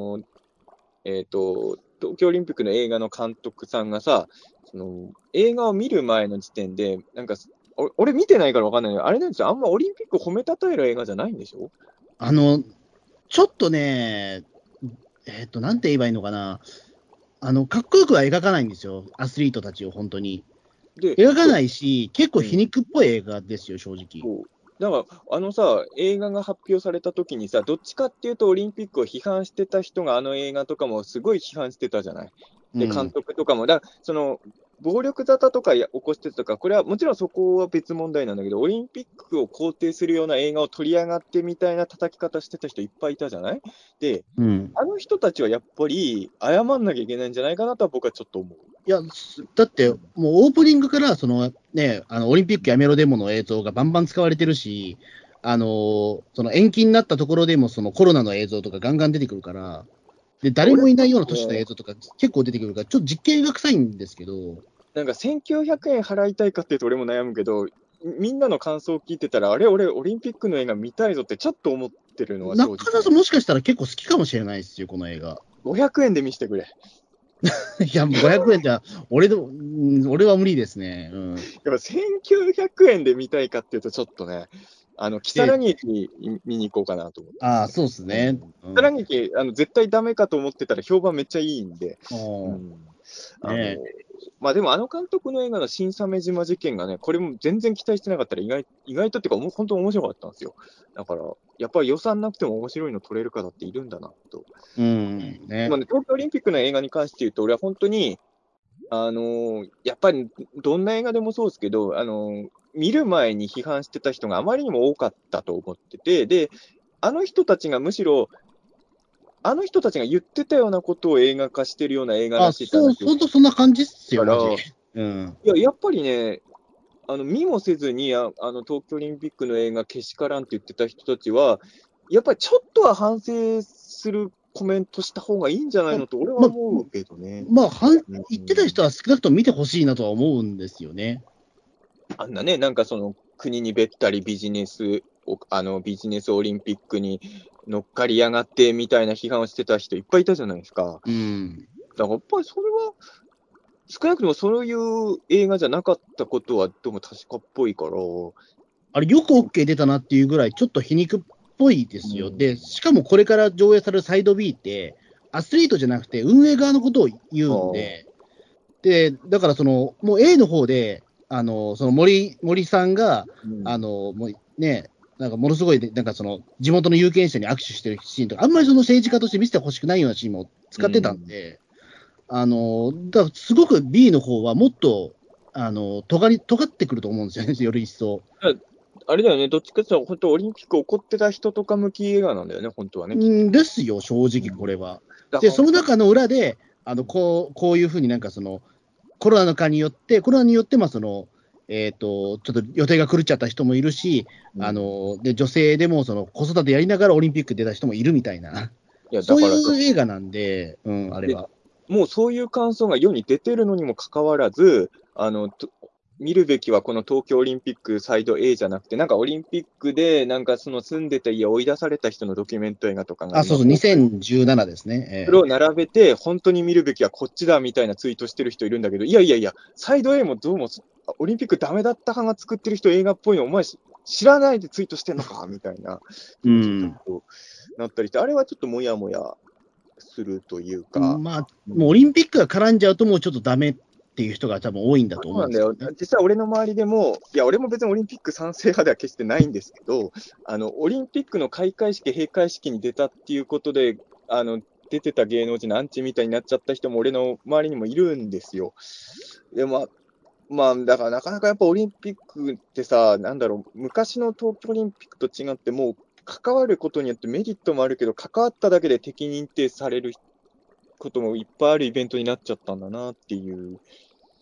東京オリンピックの映画の監督さんがさ、映画を見る前の時点で、なんか、俺見てないからわかんないけど、あれなんですよ、あんまオリンピック褒めたたえる映画じゃないんでしょ？ ちょっとね、なんて言えばいいのかな。かっこよくは描かないんですよ。アスリートたちを本当に。 で、 描かないし、結構うん、 皮肉っぽい映画ですよ、正直。 そう。だから、さ、映画が発表された時にさ、どっちかっていうとオリンピックを批判してた人があの映画とかもすごい批判してたじゃない。で、監うん。 督とかも、暴力沙汰とか起こしてたとか、これはもちろんそこは別問題なんだけど、オリンピックを肯定するような映画を取り上がってみたいな叩き方してた人いっぱいいたじゃない。で、 うん。 あの人たちはやっぱり謝んなきゃいけないんじゃないかなとは僕はちょっと思う。 いや、だって、もうオープニングから、オリンピックやめろデモの映像がバンバン使われてるし、延期になったところでも、そのコロナの映像とかガンガン出てくるから、で、誰もいないような都市の映像とか結構出てくるから、ちょっと実験が臭いんですけど、 なんか1900円払いたいかっていうと俺も悩むけど、みんなの感想を聞いてたら、あれ、俺、オリンピックの映画見たいぞってちょっと思ってるのは正直。 中田さんもしかしたら結構好きかもしれないですよ、この映画。 500円で見せてくれ。 いや、もう500円じゃ、俺は無理ですね。うん。 やっぱ1900円で見たいかっていうとちょっとね、如月に見に行こうかなと思って。 ああ、そうですね。 如月、絶対ダメかと思ってたら評判めっちゃいいんで。 うん。 ね、まあでも監督の映画の新鮫島事件がね、これも全然期待してなかったら意外とっていうか、本当面白かったんですよ。だから、やっぱり予算なくても面白いの撮れる方っているんだなと。 ね。 まあね、東京オリンピックの映画に関して言うと、俺は本当に、やっぱりどんな映画でもそうですけど、見る前に批判してた人があまりにも多かったと思ってて、で、あの人たちがむしろ、あの人たちが言ってたようなことを映画化してるような映画らしいそう、本当そんな感じっすよ、マジ。うん。 いや、やっぱりね、見もせずに、東京オリンピックの映画けしからんって言ってた人たちは、やっぱりちょっとは反省するコメントした方がいいんじゃないのと、俺は思うけどね。 言ってた人は少なくとも見てほしいなとは思うんですよね。 あんなね、なんか国にべったりビジネスオリンピックに乗っかりやがってみたいな批判をしてた人いっぱいいたじゃないですか。 うん。 だからやっぱりそれは、少なくともそういう映画じゃなかったことはどうも確かっぽいから。 あれ、よく OK 出たなっていうぐらい、ちょっと皮肉っぽいですよ。で、しかもこれから上映されるサイド B って、アスリートじゃなくて運営側のことを言うんで、だからもう A の方で、森さんが、もうね、なんかものすごい、なんか地元の有権者に握手してるシーンとか、あんまり政治家として見せてほしくないようなシーンも使ってたんで、だからすごく B の方はもっと、尖ってくると思うんですよね、より一層。 あれだよね、どっちかっていうと、本当オリンピック起こってた人とか向き映画なんだよね、本当はね。 ですよ、正直これは。で、その中の裏で、こういうふうになんかコロナによって、まあちょっと予定が狂っちゃった人もいるし、で女性でも子育てやりながらオリンピック出た人もいるみたいな、そういう映画なんで、あれは。 もうそういう感想が世に出てるのにもかかわらず、見るべきはこの東京オリンピックサイド A じゃなくて、なんかオリンピックで、なんか住んでた家追い出された人のドキュメント映画とかが。 そう、2017ですね。 それを並べて、本当に見るべきはこっちだみたいなツイートしてる人いるんだけど、いやいやいや、サイド A もどうも、オリンピックダメだった派が作ってる人映画っぽいの、お前知らないでツイートしてんのかみたいな、なったりして、あれはちょっともやもやするというか。 まあ、もうオリンピックが絡んじゃうと、もうちょっとダメっていう人が多分多いんだと思うんですよ、ね。 そうなんだよ。実際俺の周りでも、いや、俺も別にオリンピック賛成派では決してないんですけど、オリンピックの開会式、閉会式に出たっていうことで、出てた芸能人のアンチみたいになっちゃった人も俺の周りにもいるんですよ。でも、だからなかなかやっぱオリンピックってさ、なんだろう、昔の東京オリンピックと違って、もう関わることによってメリットもあるけど、関わっただけで敵認定されることもいっぱいあるイベントになっちゃったんだなっていう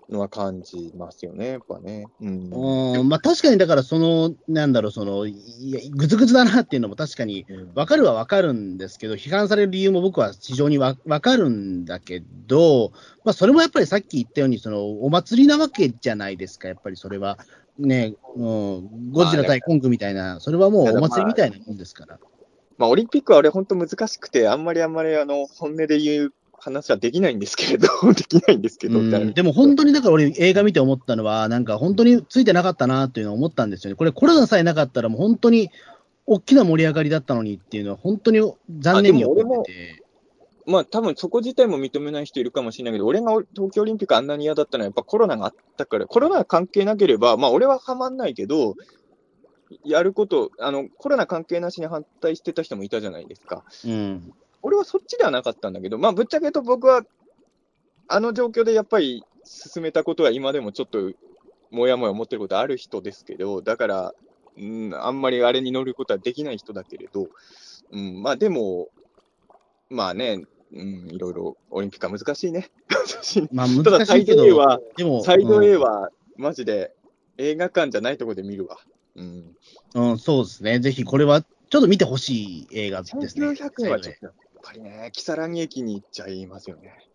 のは感じますよね、やっぱね。 まあ確かに、だからなんだろう、ぐずぐずだなっていうのも確かに分かるは分かるんですけど、批判される理由も僕は非常に分かるんだけど、まあそれもやっぱりさっき言ったように、お祭りなわけじゃないですか、やっぱりそれは。ね、ゴジラ対コングみたいな、それはもうお祭りみたいなもんですから。 まあオリンピックは俺本当難しくて、あんまり本音で言う話はできないんですけれど、 でも本当にだから俺映画見て思ったのは、なんか本当についてなかったなっていうのを思ったんですよね。これコロナさえなかったらもう本当に大きな盛り上がりだったのにっていうのは本当に残念に思ってて。 まあ多分そこ自体も認めない人いるかもしれないけど、俺が東京オリンピックあんなに嫌だったのはやっぱコロナがあったから、コロナが関係なければ、まあ俺はハマんないけど、やること、コロナ関係なしに反対してた人もいたじゃないですか。俺はそっちではなかったんだけど、まあぶっちゃけ言うと僕は、あの状況でやっぱり進めたことは今でもちょっともやもや思ってることある人ですけど、だから、あんまりあれに乗ることはできない人だけれど、まあでも、まあね、いろいろオリンピックは難しいね。 まあ難しいけど、 サイド A はマジで映画館じゃないところで見るわ。 そうですね。ぜひこれはちょっと見てほしい映画ですね。 1900円はちょっとやっぱりね、木更木駅に行っちゃいますよね。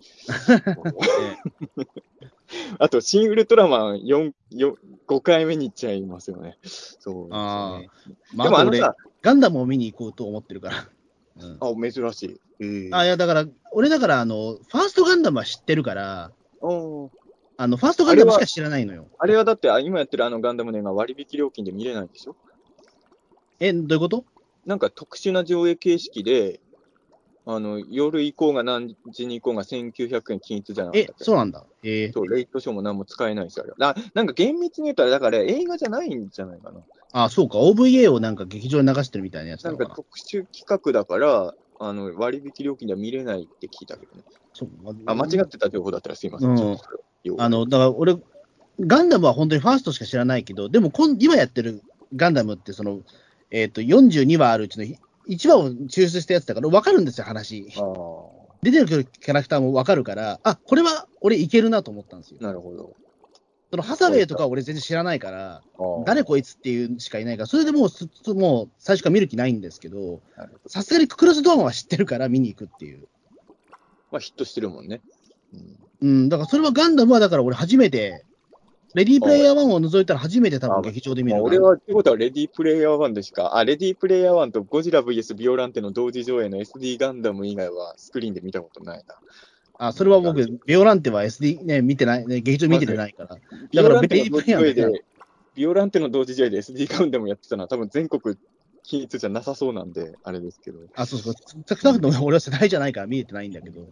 あと、新ウルトラマン5回目に行っちゃいますよね。そうですよね。 まあ、でも俺、ガンダムを見に行こうと思ってるから。 珍しい。 いや、だから、俺だから、ファーストガンダムは知ってるから、ファーストガンダムしか知らないのよ。 あれはだって、今やってるガンダムの映画割引料金で見れないでしょ？ どういうこと？ なんか特殊な上映形式で、夜以降が何時に以降が1900円均一じゃなかったっけ？ そうなんだ。 そう、レイトショーも何も使えないですよ、あれ。なんか厳密に言ったら、だから映画じゃないんじゃないかな。 そうか、OVA をなんか劇場に流してるみたいなやつだから。 なんか特殊企画だから、割引料金では見れないって聞いたけどね。間違ってた情報だったらすいません。だから俺、ガンダムは本当にファーストしか知らないけど、でも今やってるガンダムって、42話あるうちの1話を抽出したやつだから分かるんですよ、話。出てるキャラクターも分かるから、これは俺いけるなと思ったんですよ。 なるほど。 ハサウェイとかは俺全然知らないから、誰こいつっていうしかいないから、それでもう最初から見る気ないんですけど、さすがにクロスドアマは知ってるから見に行くっていう。 まあヒットしてるもんね。 だからそれはガンダムはだから俺初めて、レディープレイヤー1を除いたら初めて多分劇場で見る。 俺はってことはレディープレイヤー1でしか、レディープレイヤー1とゴジラ VS ビオランテの同時上映の SD ガンダム以外はスクリーンで見たことないな。 それは僕、ビオランテは SD ね、見てない、ね、劇場見てないから。だからビオランテの同時上映で SD ガンダムやってたのは多分全国均一じゃなさそうなんで、あれですけど。 そうそう。少なくとも俺は世代じゃないから見えてないんだけど。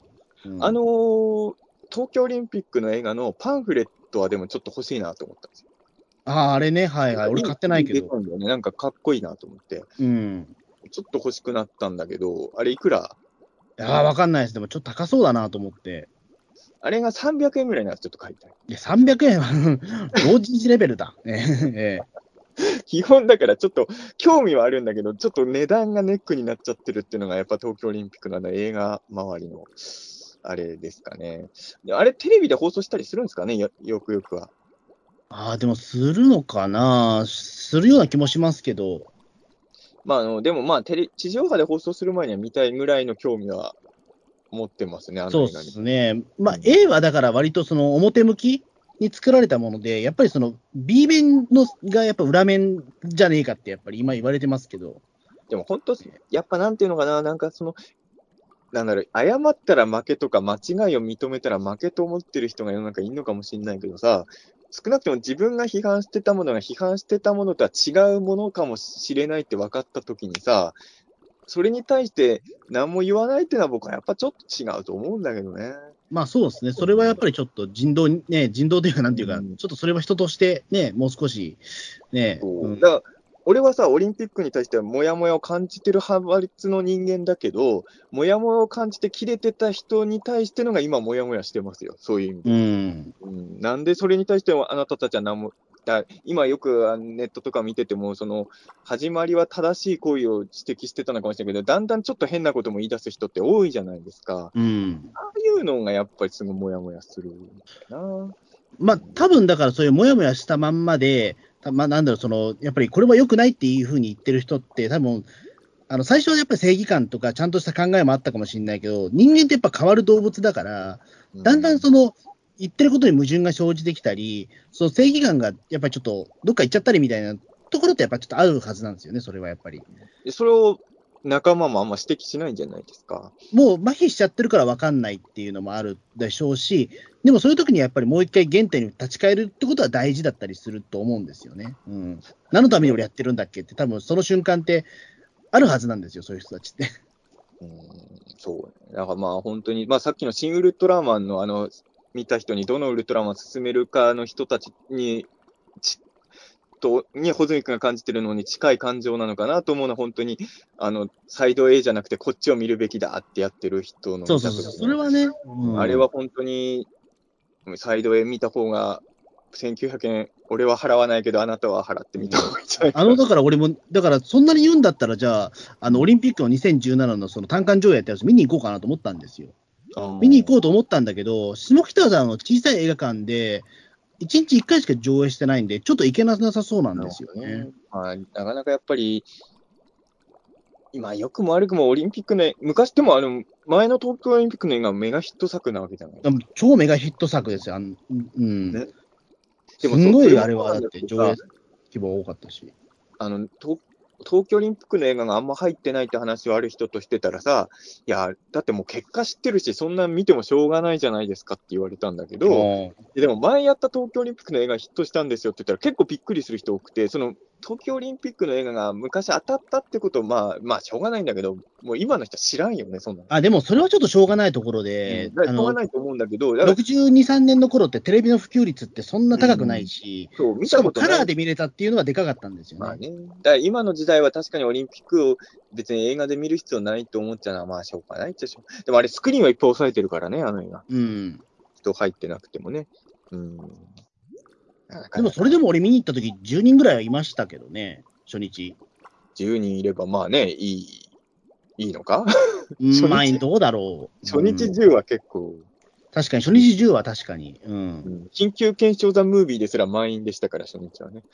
東京オリンピックの映画のパンフレットはでもちょっと欲しいなと思ったんですよ。 あれね、はいはい。俺買ってないけど。 なんかかっこいいなと思って。ちょっと欲しくなったんだけど、あれいくら？ わかんないです。でもちょっと高そうだなと思って。 あれが300円ぐらいならちょっと買いたい。 いや、300円は同時レベルだ。 基本だからちょっと興味はあるんだけど、ちょっと値段がネックになっちゃってるっていうのがやっぱ東京オリンピックの映画周りのあれですかね。あれテレビで放送したりするんですかね、よくよくは。 でもするのかな？するような気もしますけど。 でも地上波で放送する前には見たいぐらいの興味は持ってますね、 そうですね。A はだから割と表向きに作られたもので、やっぱりB 面がやっぱ裏面じゃねえかってやっぱり今言われてますけど。 でも本当、やっぱなんていうのかな、なんかなんだろう、謝ったら負けとか間違いを認めたら負けと思ってる人が世の中いるのかもしれないけどさ、少なくとも自分が批判してたものが批判してたものとは違うものかもしれないって分かったときにさ、それに対して何も言わないっていうのは僕はやっぱちょっと違うと思うんだけどね。 そうですね。それはやっぱりちょっと人道というかなんていうか、ちょっとそれは人としてね、もう少しね。 だから俺はさ、オリンピックに対してはモヤモヤを感じてる派閥の人間だけど、モヤモヤを感じて切れてた人に対してのが今モヤモヤしてますよ。そういう意味で。なんでそれに対してはあなたたちは何も、今よくネットとか見てても、始まりは正しい行為を指摘してたのかもしれないけど、だんだんちょっと変なことも言い出す人って多いじゃないですか。ああいうのがやっぱりすごいモヤモヤするんだよまあ、多分だからそういうもやもやしたまんまで、まあ、なんだろう、やっぱりこれは良くないっていうふうに言ってる人って、多分最初はやっぱり正義感とか、ちゃんとした考えもあったかもしれないけど、人間ってやっぱ変わる動物だから、だんだん言ってることに矛盾が生じてきたり、その正義感がやっぱりちょっとどっか行っちゃったりみたいなところってやっぱちょっとあるはずなんですよね、それはやっぱり。 それを仲間もあんま指摘しないんじゃないですか。 もう麻痺しちゃってるから分かんないっていうのもあるでしょうし、でもそういう時にやっぱりもう一回原点に立ち返るってことは大事だったりすると思うんですよね。うん。何のために俺やってるんだっけって、多分その瞬間ってあるはずなんですよ、そういう人たちって。 そう。だからまあ本当に、まあさっきの新ウルトラマンの見た人にどのウルトラマンを勧めるかの人たちに、穂積君が感じてるのに近い感情なのかなと思うのは、本当に、サイド A じゃなくてこっちを見るべきだってやってる人のそうそうそう、それはね、 あれは本当に、サイド A 見た方が、1900円、俺は払わないけど、あなたは払ってみた方がいいんじゃないかな。 だから俺も、だからそんなに言うんだったら、じゃあ、オリンピックの2017のその単館上映やったやつ見に行こうかなと思ったんですよ。見に行こうと思ったんだけど、下北沢の小さい映画館で、1日1回しか上映してないんで、ちょっと行けなさそうなんですよね。 なかなかやっぱり、今、良くも悪くもオリンピックね、昔でも前の東京オリンピックの映画はメガヒット作なわけじゃない。 超メガヒット作ですよ。ね、すごいあれは、だって上映規模多かったし。 東京オリンピックの映画があんま入ってないって話をある人としてたらさ、いや、だってもう結果知ってるし、そんな見てもしょうがないじゃないですかって言われたんだけど、でも前やった東京オリンピックの映画がヒットしたんですよって言ったら結構びっくりする人多くて、東京オリンピックの映画が昔当たったってことまあしょうがないんだけど、もう今の人は知らんよね、そんなの。 でもそれはちょっとしょうがないところで、 しょうがないと思うんだけど、 62、3年の頃ってテレビの普及率ってそんな高くないし、しかもカラーで見れたっていうのはでかかったんですよね。 だから今の時代は確かにオリンピックを別に映画で見る必要ないと思っちゃうのはまあしょうがないっちゃしょう。でもあれスクリーンはいっぱい抑えてるからね、あの映画。人入ってなくてもね。 でもそれでも俺見に行った時10人ぐらいはいましたけどね、初日。 10人いればまあね、いいのかまあ、どうだろう。初日10は結構。 確かに、初日10は確かに。 緊急検証ザ・ムービーですら満員でしたから、初日はね。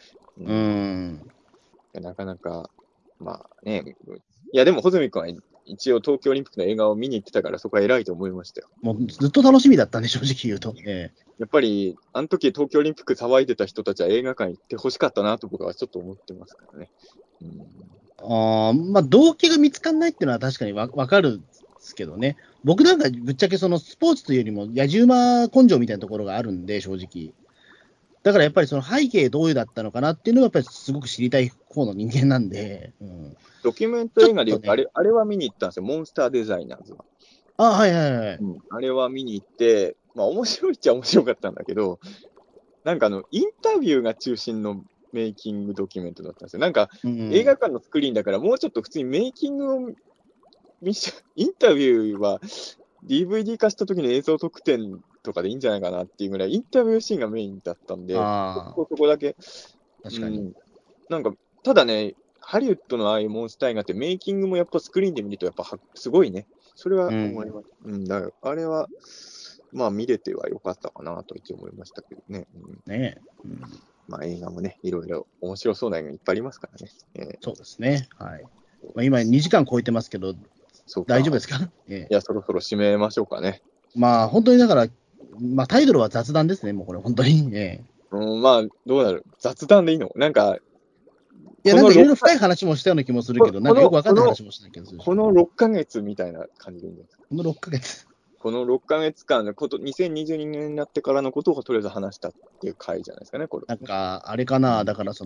なかなか、まあね。いや、でも、穂積君は一応東京オリンピックの映画を見に行ってたから、そこは偉いと思いましたよ。 もうずっと楽しみだったんで、正直言うと。 やっぱり、あの時東京オリンピック騒いでた人たちは映画館行ってほしかったなと僕はちょっと思ってますからね。 まあ、動機が見つかんないっていうのは確かにわかるんですけどね。僕なんかぶっちゃけスポーツというよりも野じ馬根性みたいなところがあるんで、正直。だからやっぱりその背景どういうだったのかなっていうのがやっぱりすごく知りたい方の人間なんで。 ドキュメント映画で言うと、あれは見に行ったんですよ。モンスターデザイナーズは。 はいはいはい。 あれは見に行って、まあ面白いっちゃ面白かったんだけど、なんかインタビューが中心のメイキングドキュメントだったんですよ。なんか、映画館のスクリーンだから、もうちょっと普通にメイキングをインタビューは DVD 化した時の映像特典とかでいいんじゃないかなっていうぐらい、インタビューシーンがメインだったんで、そこだけ。 確かに。 なんか、ただね、ハリウッドのああいうモンスター映画って、メイキングもやっぱスクリーンで見ると、やっぱすごいね。それは思います。だからあれは、まあ見れてはよかったかなと一応思いましたけどね。まあ映画もね、いろいろ面白そうな映画いっぱいありますからね。 そうですね。はい。まあ、今2時間超えてますけど、大丈夫ですか？ いや、そろそろ締めましょうかね。 まあ本当にだから、まあタイトルは雑談ですね、もうこれ本当にね。 まあどうなる？雑談でいいの？なんか、 いや、なんかいろいろ深い話もしたような気もするけど、なんかよくわかんない話もした気がする。 この6ヶ月みたいな感じでいいんですか？ この6ヶ月。 この6ヶ月間のこと、2022年になってからのことをとりあえず話したっていう回じゃないですかね、これ。 なんか、あれかな、だから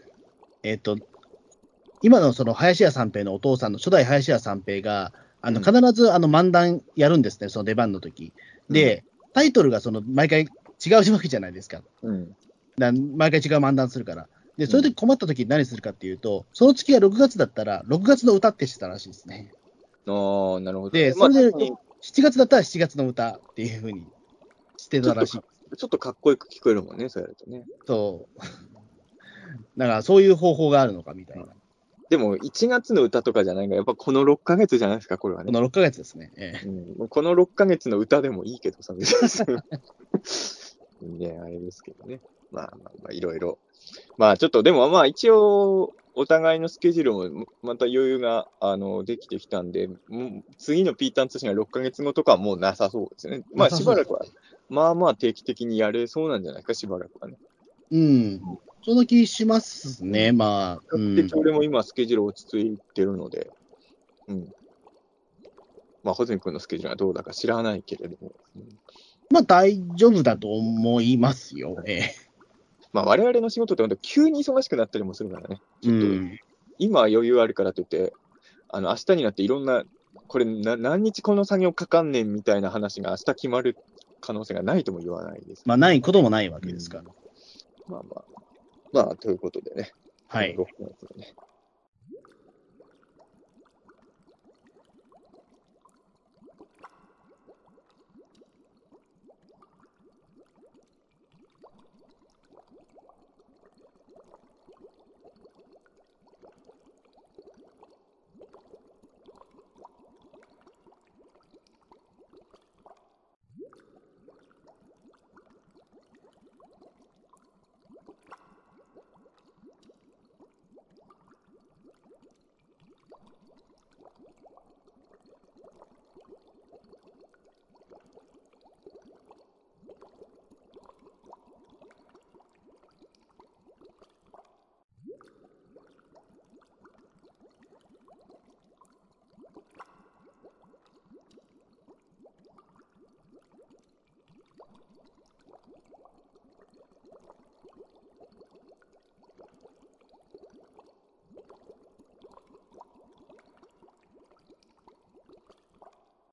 今の林家三平のお父さんの初代林家三平が、必ず漫談やるんですね、その出番の時。で、タイトルが毎回違うわけじゃないですか。毎回違う漫談するから。で、それで困った時に何するかっていうと、その月が6月だったら、6月の歌ってしてたらしいですね。 なるほど。 で、それで、7月だったら7月の歌っていう風にしてたらしい。 ちょっとかっこよく聞こえるもんね、そうやるとね。 そう。だからそういう方法があるのかみたいな。 でも、1月の歌とかじゃないから、やっぱこの6ヶ月じゃないですか、これはね。 この6ヶ月ですね。 この6ヶ月の歌でもいいけどさ、 ね、あれですけどね。まあまあまあ、いろいろ。まあちょっと、でもまあ一応、お互いのスケジュールもまた余裕ができてきたんで、次のピーターン通信が6ヶ月後とかはもうなさそうですね。まあしばらくは、まあまあ定期的にやれそうなんじゃないか、しばらくはね。 うん。その気しますね、まあ。 で、俺も今スケジュール落ち着いてるので、うん。まあ、穂積君のスケジュールはどうだか知らないけれども。 まあ大丈夫だと思いますよ。 まあ、我々の仕事って本当急に忙しくなったりもするからね。ちょっと、今は余裕あるからといって、明日になっていろんな、これ何日この作業かかんねんみたいな話が明日決まる可能性がないとも言わないです、 まあ、ないこともないわけですから。 まあまあ、まあ、ということでね。 はい。 6月のね、